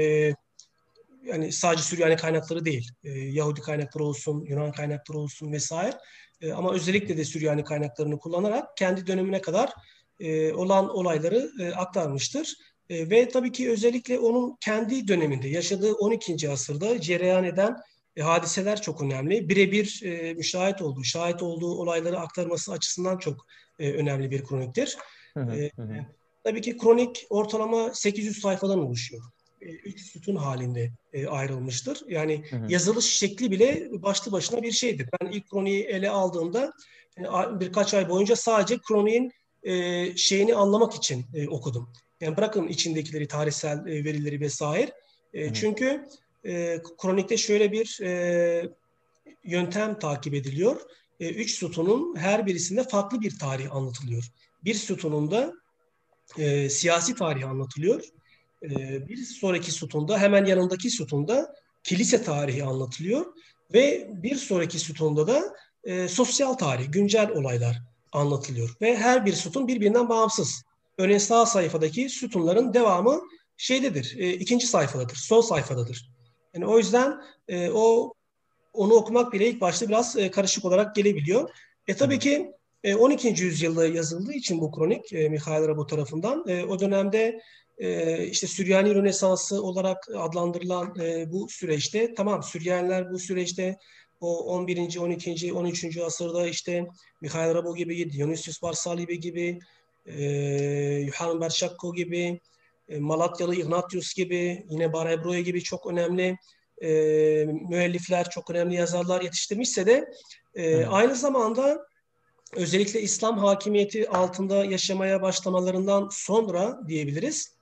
yani sadece Süryani kaynakları değil, Yahudi kaynakları olsun, Yunan kaynakları olsun vesaire. Ama özellikle de Süryani kaynaklarını kullanarak kendi dönemine kadar olan olayları aktarmıştır. Ve tabii ki özellikle onun kendi döneminde yaşadığı 12. asırda cereyan eden hadiseler çok önemli. Birebir müşahit olduğu, şahit olduğu olayları aktarması açısından çok önemli bir kroniktir. Tabii ki kronik ortalama 800 sayfadan oluşuyor. 3 sütun halinde ayrılmıştır. Yani yazılış şekli bile başlı başına bir şeydir. Ben ilk kroniği ele aldığımda birkaç ay boyunca sadece kroniğin şeyini anlamak için okudum. Yani bırakın içindekileri, tarihsel verileri vesaire. Çünkü kronikte şöyle bir yöntem takip ediliyor. 3 sütunun her birisinde farklı bir tarih anlatılıyor. Bir sütununda siyasi tarih anlatılıyor. Bir sonraki sütunda, hemen yanındaki sütunda kilise tarihi anlatılıyor ve bir sonraki sütunda da sosyal tarih, güncel olaylar anlatılıyor ve her bir sütun birbirinden bağımsız. Örneğin sağ sayfadaki sütunların devamı şeydedir, ikinci sayfadadır, son sayfadadır. Yani o yüzden onu okumak bile ilk başta biraz karışık olarak gelebiliyor. Tabii ki 12. yüzyılda yazıldığı için bu kronik Mikhail Rabo tarafından o dönemde işte Süryani Rönesansı olarak adlandırılan bu süreçte tamam Süryaniler bu süreçte o 11. 12. 13. asırda işte Mikhail Rabo gibi, Dionysius Barsalibi gibi, Yuhan Berşakko gibi, Malatyalı Ignatius gibi, yine Barebroe gibi çok önemli müellifler, çok önemli yazarlar yetiştirmişse de aynı zamanda özellikle İslam hakimiyeti altında yaşamaya başlamalarından sonra diyebiliriz.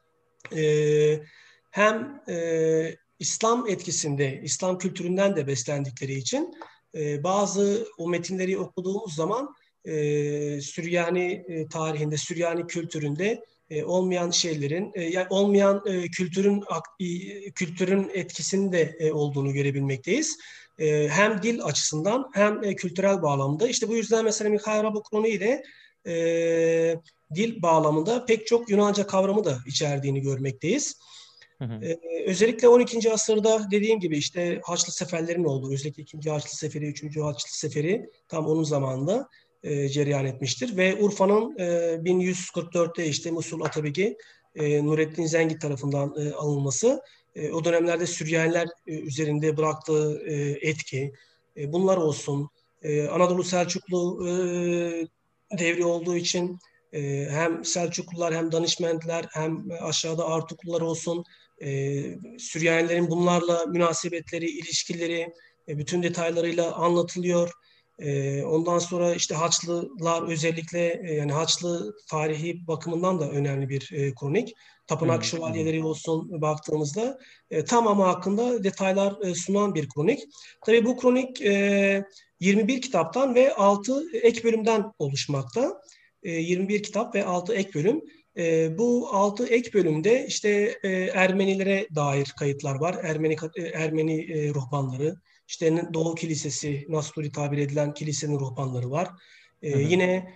Hem İslam etkisinde, İslam kültüründen de beslendikleri için bazı o metinleri okuduğumuz zaman Süryani tarihinde, Süryani kültüründe olmayan şeylerin, yani olmayan kültürün etkisinin de olduğunu görebilmekteyiz. Hem dil açısından hem kültürel bağlamda. İşte bu yüzden mesela Mikhail Rabo kroniği de dil bağlamında pek çok Yunanca kavramı da içerdiğini görmekteyiz. Özellikle 12. asırda dediğim gibi işte Haçlı seferlerin olduğu, özellikle 2. Haçlı Seferi, 3. Haçlı Seferi tam onun zamanında cereyan etmiştir. Ve Urfa'nın 1144'te işte Musul Atabegi Nurettin Zengi tarafından alınması o dönemlerde Süryaniler üzerinde bıraktığı etki, bunlar olsun. Anadolu Selçuklu devri olduğu için hem Selçuklular hem Danişmentler hem aşağıda Artuklular olsun, Süryanilerin bunlarla münasebetleri, ilişkileri bütün detaylarıyla anlatılıyor. Ondan sonra işte Haçlılar özellikle yani Haçlı tarihi bakımından da önemli bir kronik. Tapınak şövalyeleri olsun baktığımızda tamamı hakkında detaylar sunan bir kronik. Tabii bu kronik 21 kitaptan ve 6 ek bölümden oluşmakta. 21 kitap ve 6 ek bölüm. Bu 6 ek bölümde işte Ermenilere dair kayıtlar var. Ermeni ruhbanları, işte Doğu Kilisesi, Nasturi tabir edilen kilisenin ruhbanları var. Yine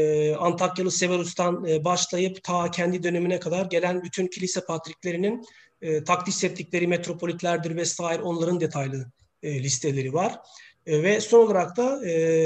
Antakyalı Severus'tan başlayıp ta kendi dönemine kadar gelen bütün kilise patriklerinin takdis ettikleri metropolitlerdir vesaire, onların detaylı listeleri var. Ve son olarak da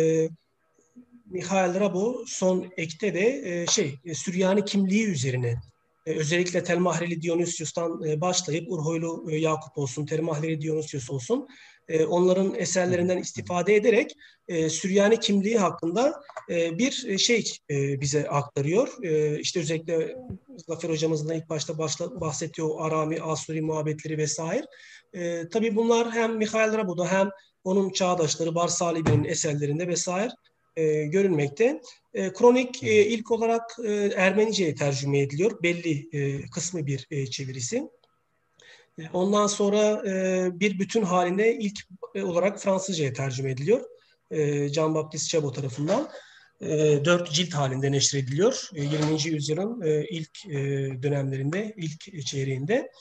Mihail Rabo son ekte de Süryani kimliği üzerine özellikle Telmahreli Dionysius'tan başlayıp Urhoylu Yakup olsun, Telmahreli Dionysius olsun, onların eserlerinden istifade ederek Süryani kimliği hakkında bir bize aktarıyor. İşte özellikle Zafer hocamızın da ilk başta bahsettiği o Arami, Asuri muhabbetleri vesaire. Tabii bunlar hem Mihail Rabo'da hem onun çağdaşları Barsalibi'nin eserlerinde vesaire görülmekte. Kronik ilk olarak Ermenice'ye tercüme ediliyor. Belli kısmı bir çevirisi. Ondan sonra bir bütün halinde ilk olarak Fransızca'ya tercüme ediliyor. Jean-Baptiste Chabot tarafından. 4 cilt halinde neşrediliyor. 20. yüzyılın ilk dönemlerinde, ilk çeyreğinde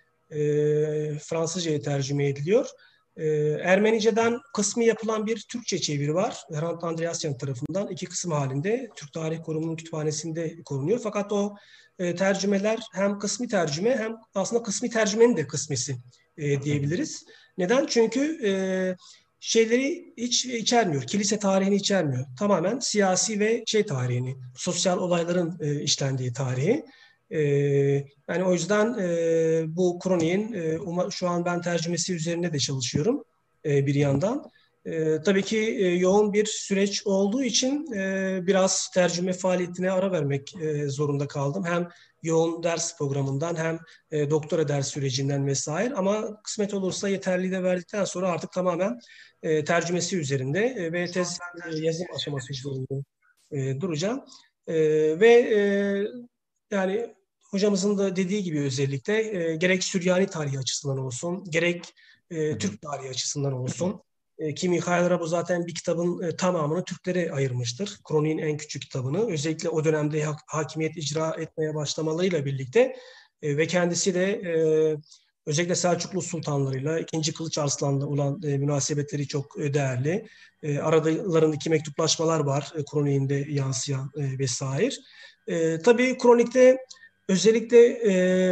Fransızca'ya tercüme ediliyor. Ermenice'den kısmı yapılan bir Türkçe çeviri var. Hrant Andreasyan tarafından 2 kısım halinde Türk Tarih Kurumu'nun kütüphanesinde korunuyor. Fakat o tercümeler hem kısmi tercüme hem aslında kısmi tercümenin de kısmesi diyebiliriz. Neden? Çünkü şeyleri hiç içermiyor. Kilise tarihini içermiyor. Tamamen siyasi ve tarihini, sosyal olayların işlendiği tarihi. Yani o yüzden bu kroniğin şu an ben tercümesi üzerine de çalışıyorum bir yandan. Tabii ki yoğun bir süreç olduğu için biraz tercüme faaliyetine ara vermek zorunda kaldım. Hem yoğun ders programından hem doktora ders sürecinden vesaire. Ama kısmet olursa yeterli de verdikten sonra artık tamamen tercümesi üzerinde ve tez yazım aşaması üzerinde duracağım. Ve yani hocamızın da dediği gibi özellikle gerek Süryani tarihi açısından olsun, gerek Türk tarihi açısından olsun. Ki Mihail Rabo zaten bir kitabın tamamını Türklere ayırmıştır. Kroniğin en küçük kitabını. Özellikle o dönemde hakimiyet icra etmeye başlamalarıyla birlikte ve kendisi de özellikle Selçuklu sultanlarıyla, II. Kılıç Arslan'la olan münasebetleri çok değerli. Aralarındaki mektuplaşmalar var, kroniğinde yansıyan vesaire. Tabii kronikte özellikle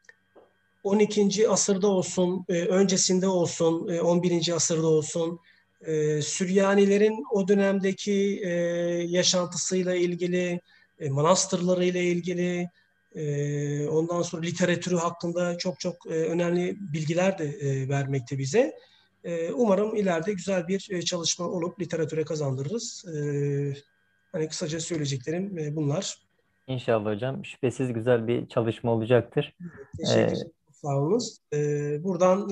12. asırda olsun, öncesinde olsun, 11. asırda olsun, Süryanilerin o dönemdeki yaşantısıyla ilgili, manastırlarıyla ilgili, ondan sonra literatürü hakkında çok çok önemli bilgiler de vermekte bize. Umarım ileride güzel bir çalışma olup literatüre kazandırırız. Hani kısaca söyleyeceklerim bunlar. İnşallah hocam. Şüphesiz güzel bir çalışma olacaktır. Teşekkür ederim. Sağ olunuz. Buradan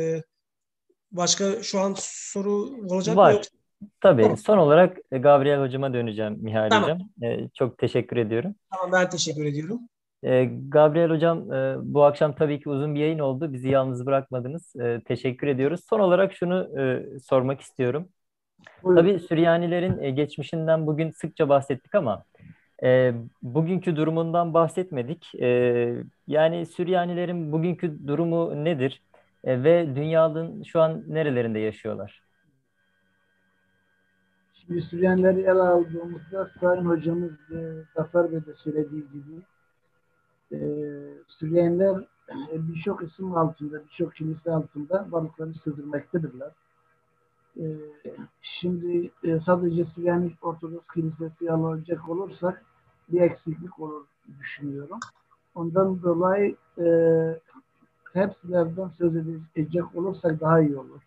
başka şu an soru olacak mı Var. yoksa? Tabii. Tamam. Son olarak Gabriel hocama döneceğim Mihail Tamam. hocam. Çok teşekkür ediyorum. Tamam, ben teşekkür ediyorum. Gabriel hocam, bu akşam tabii ki uzun bir yayın oldu. Bizi yalnız bırakmadınız. Teşekkür ediyoruz. Son olarak şunu sormak istiyorum. Buyurun. Tabii Süryanilerin geçmişinden bugün sıkça bahsettik ama bugünkü durumundan bahsetmedik. Yani Süryanilerin bugünkü durumu nedir? Ve dünyanın şu an nerelerinde yaşıyorlar? Şimdi Süryanileri ele aldığımızda Sayın Hocamız Zafer Bey de söylediği gibi Süryaniler birçok isim altında, birçok kilise altında varlıklarını sürdürmektedirler. Şimdi sadece Süryani Ortodoks Kilisesi alacak olursak bir eksiklik olur düşünüyorum. Ondan dolayı hepsilerden söz edecek olursak daha iyi olur.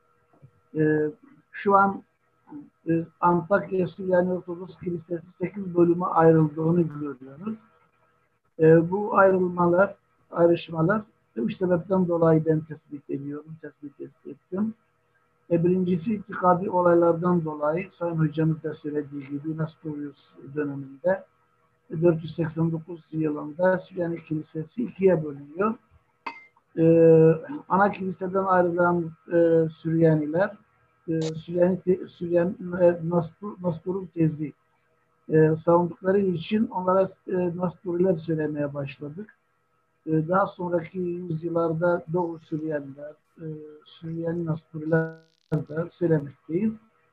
Şu an Antakya Süryani Ortodoks Kilisesi 8 bölüme ayrıldığını görüyoruz. Bu ayrışmalar 3 sebepten dolayı ben tespit ettim. Birincisi itikadi olaylardan dolayı Sayın Hocamız da söylediği gibi Nestorius döneminde 489 yılında Süryani Kilisesi ikiye bölünüyor. Ana kiliseden ayrılan Süryaniler Nastur'un tezi savundukları için onlara Nasturiler söylemeye başladık. Daha sonraki yüzyıllarda Doğu Süryaniler, Süryani Nasturiler de söylemekteyiz.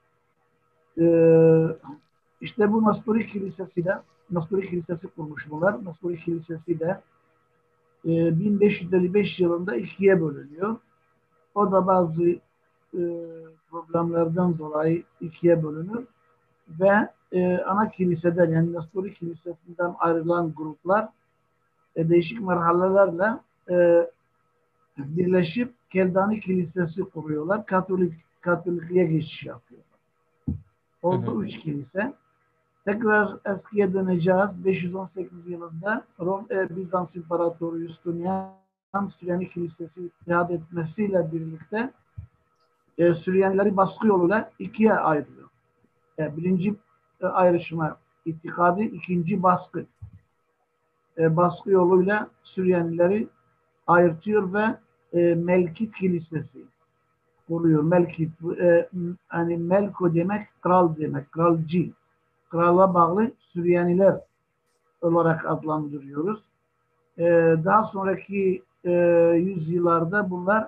İşte bu Nasturi Kilisesi kurmuş bunlar. Nasturi Kilisesi de 1555 yılında ikiye bölünüyor. O da bazı problemlerden dolayı ikiye bölünür ve ana kiliseden yani Nestori Kilisesi'nden ayrılan gruplar değişik merhalelerle birleşip Keldani Kilisesi kuruyorlar. Katolikliğe geçiş yapıyorlar. Oldu üç kilise. Tekrar eskiye döneceğiz. 518 yılında Bizans İmparatoru Justinian Süryani Kilisesi ittihad etmesiyle birlikte Süryanileri baskı yoluyla ikiye ayrılıyor. Birinci ayrışma itikadı, ikinci baskı. Baskı yoluyla Süryanileri ayırtıyor ve Melkit Kilisesi kuruyor. Melkit, hani Melko demek kral demek, kralcı. Krala bağlı Süryaniler olarak adlandırıyoruz. Daha sonraki yüzyıllarda bunlar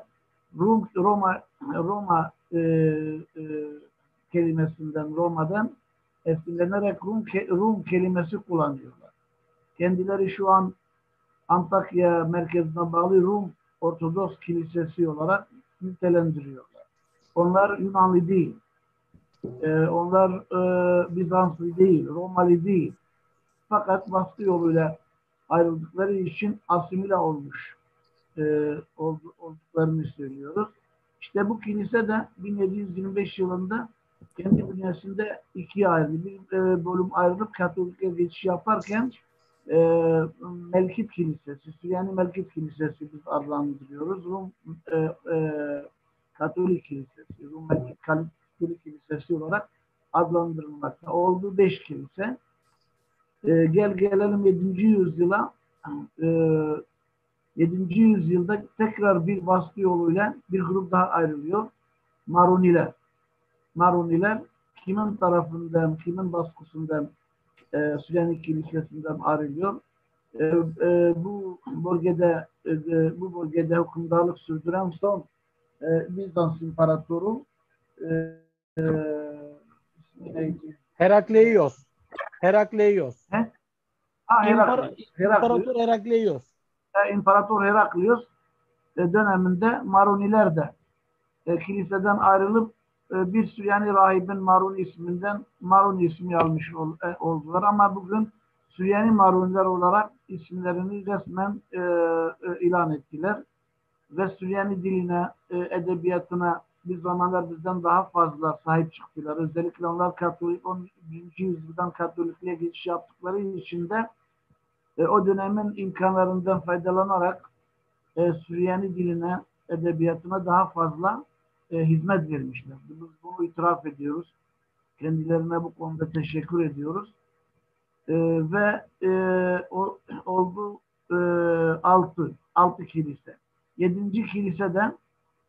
Roma kelimesinden, Roma'dan esinlenerek Rum kelimesi kullanıyorlar. Kendileri şu an Antakya merkezine bağlı Rum Ortodoks Kilisesi olarak nitelendiriyorlar. Onlar Yunanlı değil. Onlar Bizanslı değil, Romalı değil. Fakat baskı yoluyla ayrıldıkları için asimile olmuş olduklarını söylüyoruz. İşte bu kilise de 1725 yılında kendi bünyesinde ikiye ayrıldı. Bir bölüm ayrılıp Katolik'e geçiş yaparken Melkit Kilisesi, Süryani Melkit Kilisesi biz adlandırıyoruz. Rum Katolik Kilisesi, Rum Melkit Katolik Kilisesi olarak adlandırılmakta. Oldu 5 kilise. Gelelim 7. yüzyıla. 7. yüzyılda tekrar bir baskı yoluyla bir grup daha ayrılıyor. Maruniler. Maruniler kimin tarafından, kimin baskısından Süryani Kilisesi'nden ayrılıyor. Bu bölgede hükümdarlık sürdüren son Bizans İmparatoru Herakleios. İmparator Herakleios. İmparator Heraklios döneminde Maruniler de kiliseden ayrılıp bir Süryani rahibin Maruni isminden Maruni ismi almış oldular ama bugün Süryani Maruniler olarak isimlerini resmen ilan ettiler ve Süryani diline, edebiyatına bir zamanlar bizden daha fazla sahip çıktılar. Özellikle onlar Katolik 11. yüzyıldan Katolikliğe geçiş yaptıkları için de o dönemin imkanlarından faydalanarak Süryani diline, edebiyatına daha fazla hizmet vermişler. Biz bunu itiraf ediyoruz. Kendilerine bu konuda teşekkür ediyoruz. Ve oldu 6 kilise. 7. kiliseden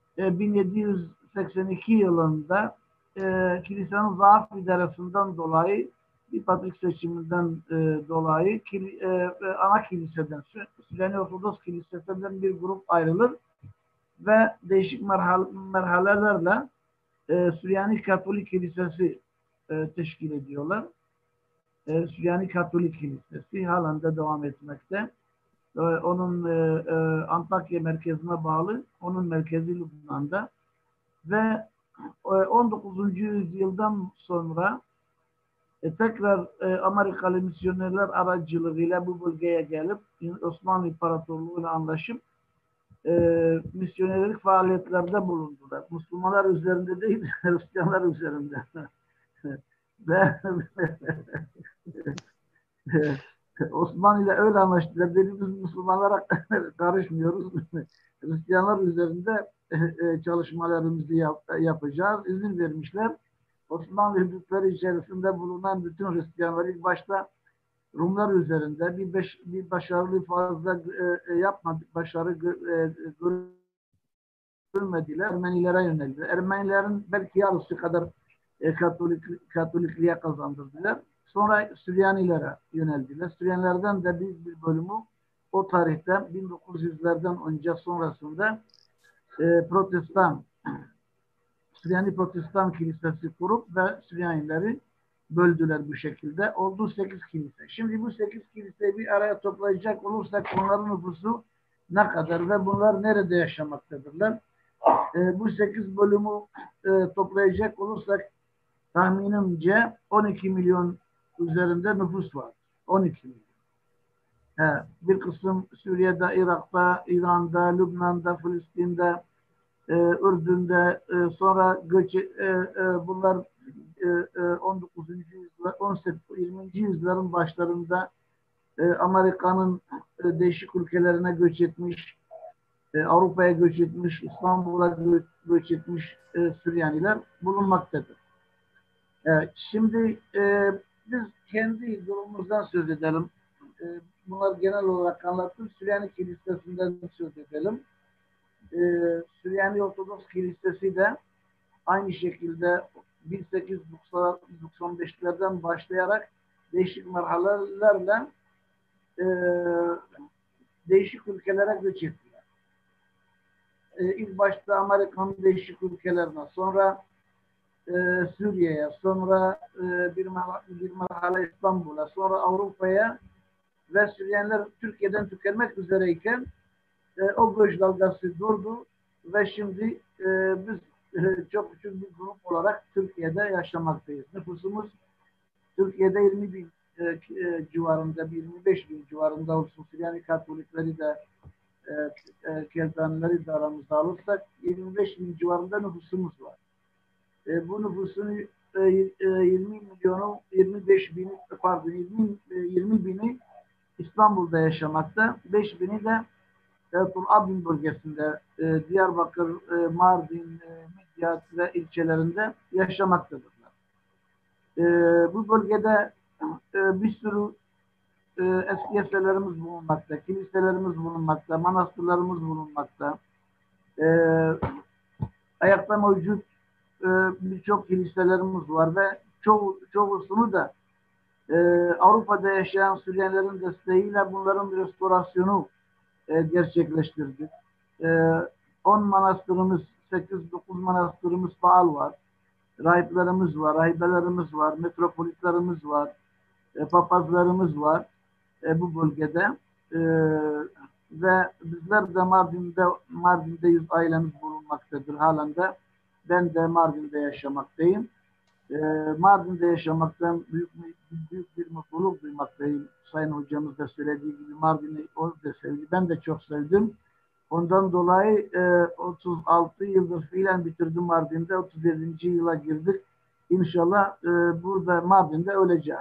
1782 yılında kilisenin zaaf idaresinden dolayı bir patrik seçiminden dolayı ana kiliseden, Süryani Ortodoks Kilisesi'nden bir grup ayrılır ve değişik merhalelerle Süryani Katolik Kilisesi teşkil ediyorlar. Süryani Katolik Kilisesi halen de devam etmekte. Onun Antakya merkezine bağlı, onun merkezi Lübnan'da ve 19. yüzyıldan sonra tekrar Amerikalı misyonerler aracılığıyla bu bölgeye gelip Osmanlı İmparatorluğu'yla anlaşıp misyonerlik faaliyetlerde bulundular. Müslümanlar üzerinde değil, Hristiyanlar üzerinde. Ve Osmanlı ile öyle anlaştılar. Biz Müslümanlara karışmıyoruz. Hristiyanlar üzerinde çalışmalarımızı yapacağız. İzin vermişler. Osmanlı hudutları içerisinde bulunan bütün Hristiyanlar ilk başta Rumlar üzerinde bir başarılı fazla yapmadık, başarı görmediler. Ermenilere yöneldiler. Ermenilerin belki yarısı kadar Katolikliğe kazandırdılar. Sonra Süryanilere yöneldiler. Süryanilerden de bir bölümü o tarihte 1900'lerden önce sonrasında Süryani Protestan Kilisesi kurup ve Süryanileri böldüler bu şekilde. Oldu 8 kilise. Şimdi bu 8 kiliseyi bir araya toplayacak olursak onların nüfusu ne kadar ve bunlar nerede yaşamaktadırlar? Bu 8 bölümü toplayacak olursak tahminimce 12 milyon üzerinde nüfus var. 12 milyon. Bir kısım Suriye'de, Irak'ta, İran'da, Lübnan'da, Filistin'de, Ürdün'de, sonra bunlar 19. yüzyıllar, 20. yüzyılların başlarında Amerika'nın değişik ülkelerine göç etmiş, Avrupa'ya göç etmiş, İstanbul'a göç etmiş Süryaniler bulunmaktadır. Şimdi biz kendi durumumuzdan söz edelim. Bunlar genel olarak anlattım. Süryani Kilisesi'nden söz edelim. Süryani Ortodoks Kilisesi de aynı şekilde 1895'lerden başlayarak değişik merhalelerle değişik ülkelere göç ettiler. İlk başta Amerika'nın değişik ülkelerine, sonra Suriye'ye, sonra bir merhale İstanbul'a, sonra Avrupa'ya ve Süryaniler Türkiye'den tükenmek üzereyken o göç dalgası durdu ve şimdi biz çok küçük bir grup olarak Türkiye'de yaşamaktayız. Nüfusumuz Türkiye'de 20 bin civarında, 25 bin civarında olsun. Süryani Katolikleri de Keldanileri de aramızda alırsak 25 bin civarında nüfusumuz var. Bu nüfusun 20 milyonu 25 bini pardon 20 bini İstanbul'da yaşamakta. 5 bini de Abin bölgesinde Diyarbakır, Mardin, Midyat ve ilçelerinde yaşamaktadırlar. Bu bölgede bir sürü eski eserlerimiz bulunmakta, kiliselerimiz bulunmakta, manastırlarımız bulunmakta. Ayakta mevcut birçok kiliselerimiz var ve çoğusunu da Avrupa'da yaşayan Süryanilerin desteğiyle bunların restorasyonu gerçekleştirdik. 10 manastırımız, 8-9 manastırımız faal var. Rahiplerimiz var, rahibelerimiz var, metropolitlerimiz var, papazlarımız var bu bölgede. Ve bizler de Mardin'de 100 ailemiz bulunmaktadır halen de. Ben de Mardin'de yaşamaktayım. Mardin'de yaşamaktan büyük bir mutluluk duymaktayım. Sayın hocamız da söylediği gibi Mardin'i o da sevdi. Ben de çok sevdim. Ondan dolayı 36 yıldır fiilen bitirdim Mardin'de. 37. yıla girdik. İnşallah burada Mardin'de öleceğiz.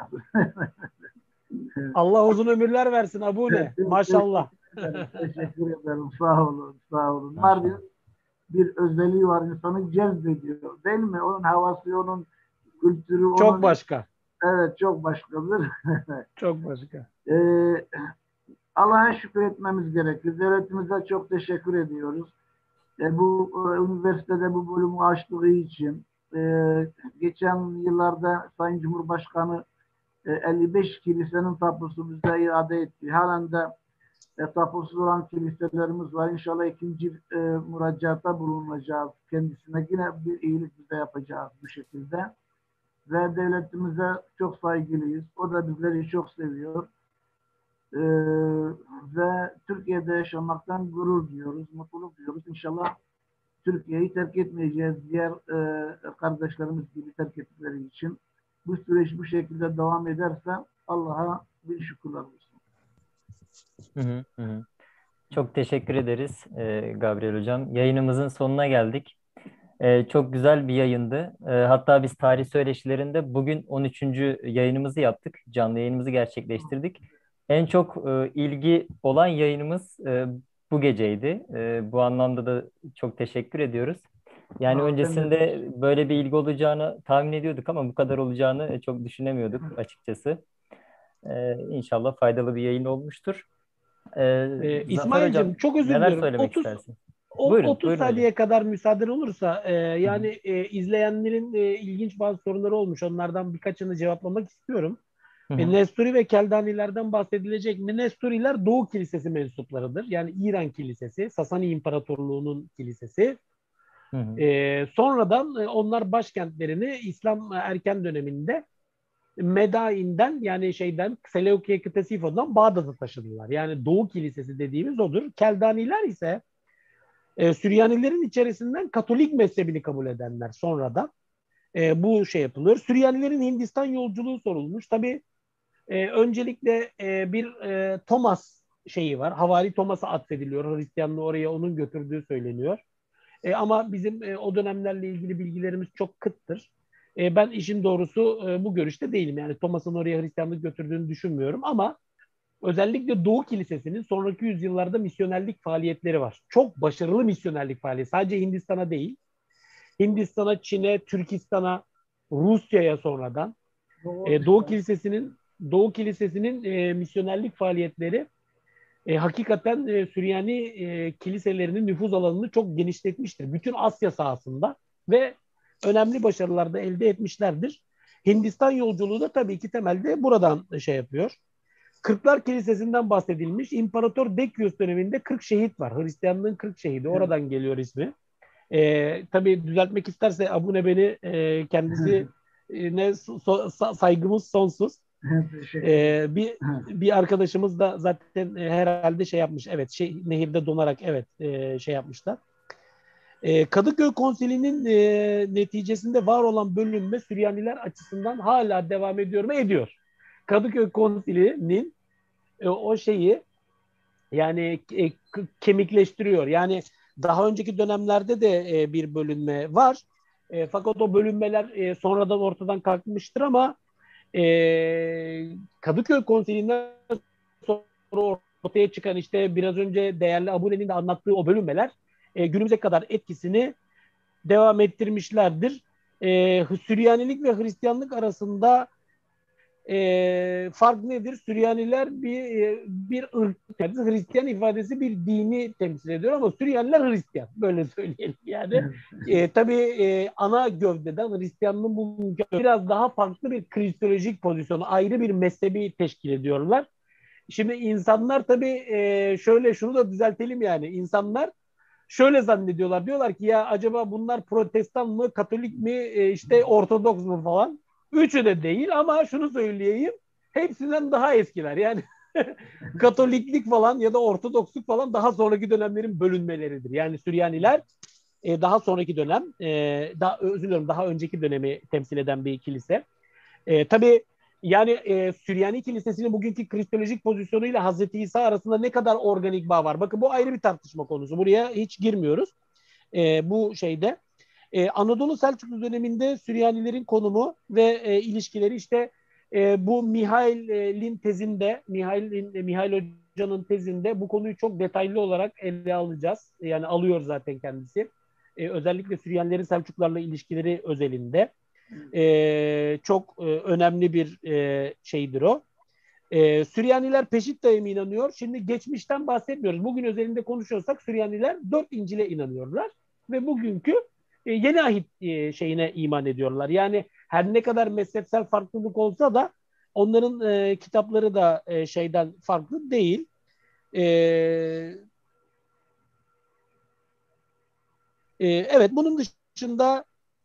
Allah uzun ömürler versin Abune. Maşallah. Teşekkür ederim. Sağ olun. Sağ olun. Mardin bir özelliği var. İnsanı cezbediyor. Değil mi? Onun havası, onun kültürü. Çok başka. Evet, çok başkadır. Çok başka. Allah'a şükür etmemiz gerekir. Devletimize çok teşekkür ediyoruz. Bu üniversitede bu bölümü açtığı için geçen yıllarda Sayın Cumhurbaşkanı 55 kilisenin tapusu bize iade etti. Halen de tapusuz olan kiliselerimiz var. İnşallah ikinci müracaatta bulunacağız kendisine. Yine bir iyilik bize yapacağız bu şekilde. Ve devletimize çok saygılıyız. O da bizleri çok seviyor. Ve Türkiye'de yaşamaktan gurur duyuyoruz, mutluluk duyuyoruz. İnşallah Türkiye'yi terk etmeyeceğiz. Diğer kardeşlerimiz gibi terk ettikleri için. Bu süreç bu şekilde devam ederse Allah'a bir şükürler olsun. Çok teşekkür ederiz Gabriel Hocam. Yayınımızın sonuna geldik. Çok güzel bir yayındı. Hatta biz tarih söyleşilerinde bugün 13. yayınımızı yaptık. Canlı yayınımızı gerçekleştirdik. En çok ilgi olan yayınımız bu geceydi. Bu anlamda da çok teşekkür ediyoruz. Yani öncesinde böyle bir ilgi olacağını tahmin ediyorduk ama bu kadar olacağını çok düşünemiyorduk açıkçası. İnşallah faydalı bir yayın olmuştur. İsmail'cim çok özür neler diliyorum. söylemek istersin? 30 saniyeye kadar müsaaden olursa izleyenlerin ilginç bazı soruları olmuş. Onlardan birkaçını cevaplamak istiyorum. Nesturi ve Keldanilerden bahsedilecek mi? Nesturiler Doğu Kilisesi mensuplarıdır. Yani İran Kilisesi, Sasani İmparatorluğu'nun kilisesi. Sonradan onlar başkentlerini İslam erken döneminde Medain'den yani Seleukiye Ktesifo'dan Bağdat'a taşıdılar. Yani Doğu Kilisesi dediğimiz odur. Keldaniler ise Süryanilerin içerisinden Katolik mezhebini kabul edenler sonradan. Bu yapılıyor. Süryanilerin Hindistan yolculuğu sorulmuş. Tabii öncelikle bir Thomas var. Havari Thomas'a atfediliyor. Hristiyanlığı oraya onun götürdüğü söyleniyor. Ama bizim o dönemlerle ilgili bilgilerimiz çok kıttır. Ben işin doğrusu bu görüşte değilim. Yani Thomas'ın oraya Hristiyanlık götürdüğünü düşünmüyorum ama özellikle Doğu Kilisesi'nin sonraki yüzyıllarda misyonerlik faaliyetleri var. Çok başarılı misyonerlik faaliyeti. Sadece Hindistan'a değil. Hindistan'a, Çin'e, Türkistan'a, Rusya'ya sonradan Doğu Kilisesi'nin misyonerlik faaliyetleri hakikaten Süryani kiliselerinin nüfuz alanını çok genişletmiştir. Bütün Asya sahasında ve önemli başarılar da elde etmişlerdir. Hindistan yolculuğu da tabii ki temelde buradan yapıyor. Kırklar Kilisesi'nden bahsedilmiş. İmparator Decius döneminde 40 şehit var. Hristiyanlığın 40 şehidi. Oradan geliyor ismi. Tabii düzeltmek isterse Abune beni kendisi saygımız sonsuz. Bir arkadaşımız da zaten herhalde yapmış. Evet, nehirde donarak yapmışlar. Kadıköy Konsili'nin neticesinde var olan bölünme Süryaniler açısından hala devam ediyor mu? Ediyor. Kadıköy Konsili'nin o yani kemikleştiriyor. Yani daha önceki dönemlerde de bir bölünme var. Fakat o bölünmeler sonradan ortadan kalkmıştır ama Kadıköy Konsili'nden sonra ortaya çıkan biraz önce değerli Abune'nin de anlattığı o bölünmeler günümüze kadar etkisini devam ettirmişlerdir. Süryanilik ve Hristiyanlık arasında fark nedir? Süryaniler bir ırk, Hristiyan ifadesi bir dini temsil ediyor ama Süryaniler Hristiyan. Böyle söyleyelim yani. Tabii ana gövdeden Hristiyanlığın bu biraz daha farklı bir kristolojik pozisyonu, ayrı bir mezhebi teşkil ediyorlar. Şimdi insanlar tabii şunu da düzeltelim yani. İnsanlar şöyle zannediyorlar. Diyorlar ki ya acaba bunlar Protestan mı, Katolik mi, Ortodoks mu falan. Üçü de değil ama şunu söyleyeyim. Hepsinden daha eskiler. Yani Katoliklik falan ya da Ortodoksluk falan daha sonraki dönemlerin bölünmeleridir. Yani Süryaniler daha sonraki dönem, daha önceki dönemi temsil eden bir kilise. Tabii yani Süryani Kilisesi'nin bugünkü kristolojik pozisyonuyla Hazreti İsa arasında ne kadar organik bağ var? Bakın bu ayrı bir tartışma konusu. Buraya hiç girmiyoruz. Bu Anadolu Selçuklu döneminde Süryanilerin konumu ve ilişkileri bu Mihail'in tezinde, Mihail Hoca'nın tezinde bu konuyu çok detaylı olarak ele alacağız. Yani alıyor zaten kendisi. Özellikle Süryanilerin Selçuklularla ilişkileri özelinde. Çok önemli bir şeydir o. Süryaniler peşit dayıma inanıyor. Şimdi geçmişten bahsetmiyoruz. Bugün özelinde konuşuyorsak Süryaniler 4 İncil'e inanıyorlar ve bugünkü yeni ahit şeyine iman ediyorlar. Yani her ne kadar mezhepsel farklılık olsa da onların kitapları da şeyden farklı değil. Evet, bunun dışında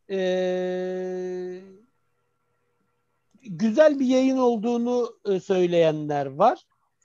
güzel bir yayın olduğunu söyleyenler var.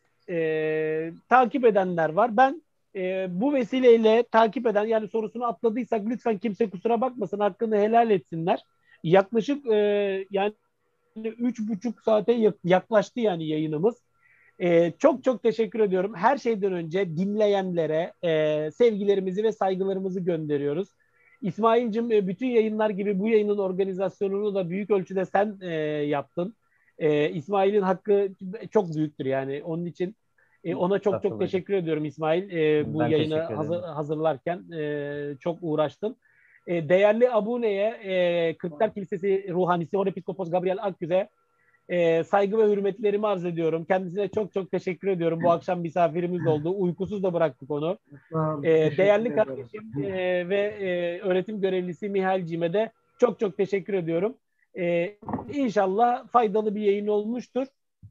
Takip edenler var. Ben bu vesileyle takip eden, yani sorusunu atladıysak lütfen kimse kusura bakmasın, hakkını helal etsinler. Yaklaşık yani 3,5 saate yaklaştı yani yayınımız. Çok çok teşekkür ediyorum. Her şeyden önce dinleyenlere sevgilerimizi ve saygılarımızı gönderiyoruz. İsmail'cim, bütün yayınlar gibi bu yayının organizasyonunu da büyük ölçüde sen yaptın. İsmail'in hakkı çok büyüktür yani. Onun için ona çok çok teşekkür ediyorum İsmail. Bu yayını hazırlarken çok uğraştın. Değerli Abune'ye, Kırklar Kilisesi Ruhanisi Horepiskopos Gabriel Akgüz'e saygı ve hürmetlerimi arz ediyorum. Kendisine çok çok teşekkür ediyorum. Bu akşam misafirimiz oldu. Uykusuz da bıraktık onu. Değerli kardeşim ve öğretim görevlisi Mihal'cime de çok çok teşekkür ediyorum. İnşallah faydalı bir yayın olmuştur.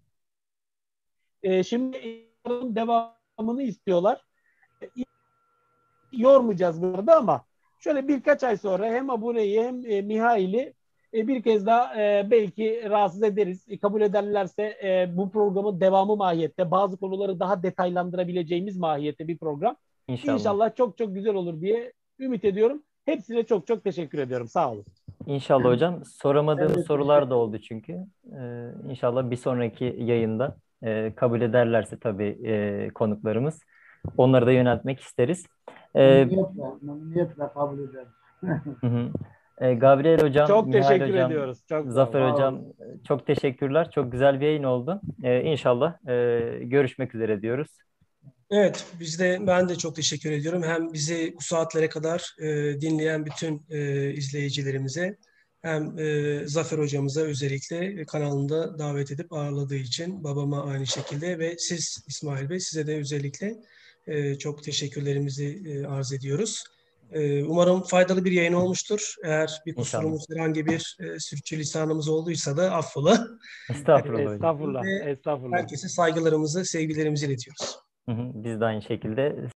Şimdi devamını istiyorlar. Yormayacağız burada ama şöyle birkaç ay sonra hem Abune'yi hem Mihail'i Bir kez daha belki rahatsız ederiz. Kabul ederlerse bu programın devamı mahiyette, bazı konuları daha detaylandırabileceğimiz mahiyette bir program. İnşallah. İnşallah çok çok güzel olur diye ümit ediyorum. Hepsine çok çok teşekkür ediyorum. Sağ olun. İnşallah hocam. Ben de Soramadığımız sorular teşekkür da oldu çünkü. İnşallah bir sonraki yayında kabul ederlerse tabii konuklarımız onları da yöneltmek isteriz. Memnuniyetle kabul ederiz. Hı hı. Gabriel hocam, Çok Mihail teşekkür hocam, ediyoruz. Çok sağ olun. Zafer hocam çok teşekkürler. Çok güzel bir yayın oldu. İnşallah görüşmek üzere diyoruz. Evet, ben de çok teşekkür ediyorum. Hem bizi bu saatlere kadar dinleyen bütün izleyicilerimize, hem Zafer hocamıza özellikle kanalında davet edip ağırladığı için, babama aynı şekilde ve siz İsmail Bey, size de özellikle çok teşekkürlerimizi arz ediyoruz. Umarım faydalı bir yayın olmuştur. Eğer bir İnşallah. kusurumuz, herhangi bir sürçülisanımız olduysa da affola. Estağfurullah hocam. Estağfurullah. Ve Estağfurullah. herkese saygılarımızı, sevgilerimizi iletiyoruz. Hı hı. Biz de aynı şekilde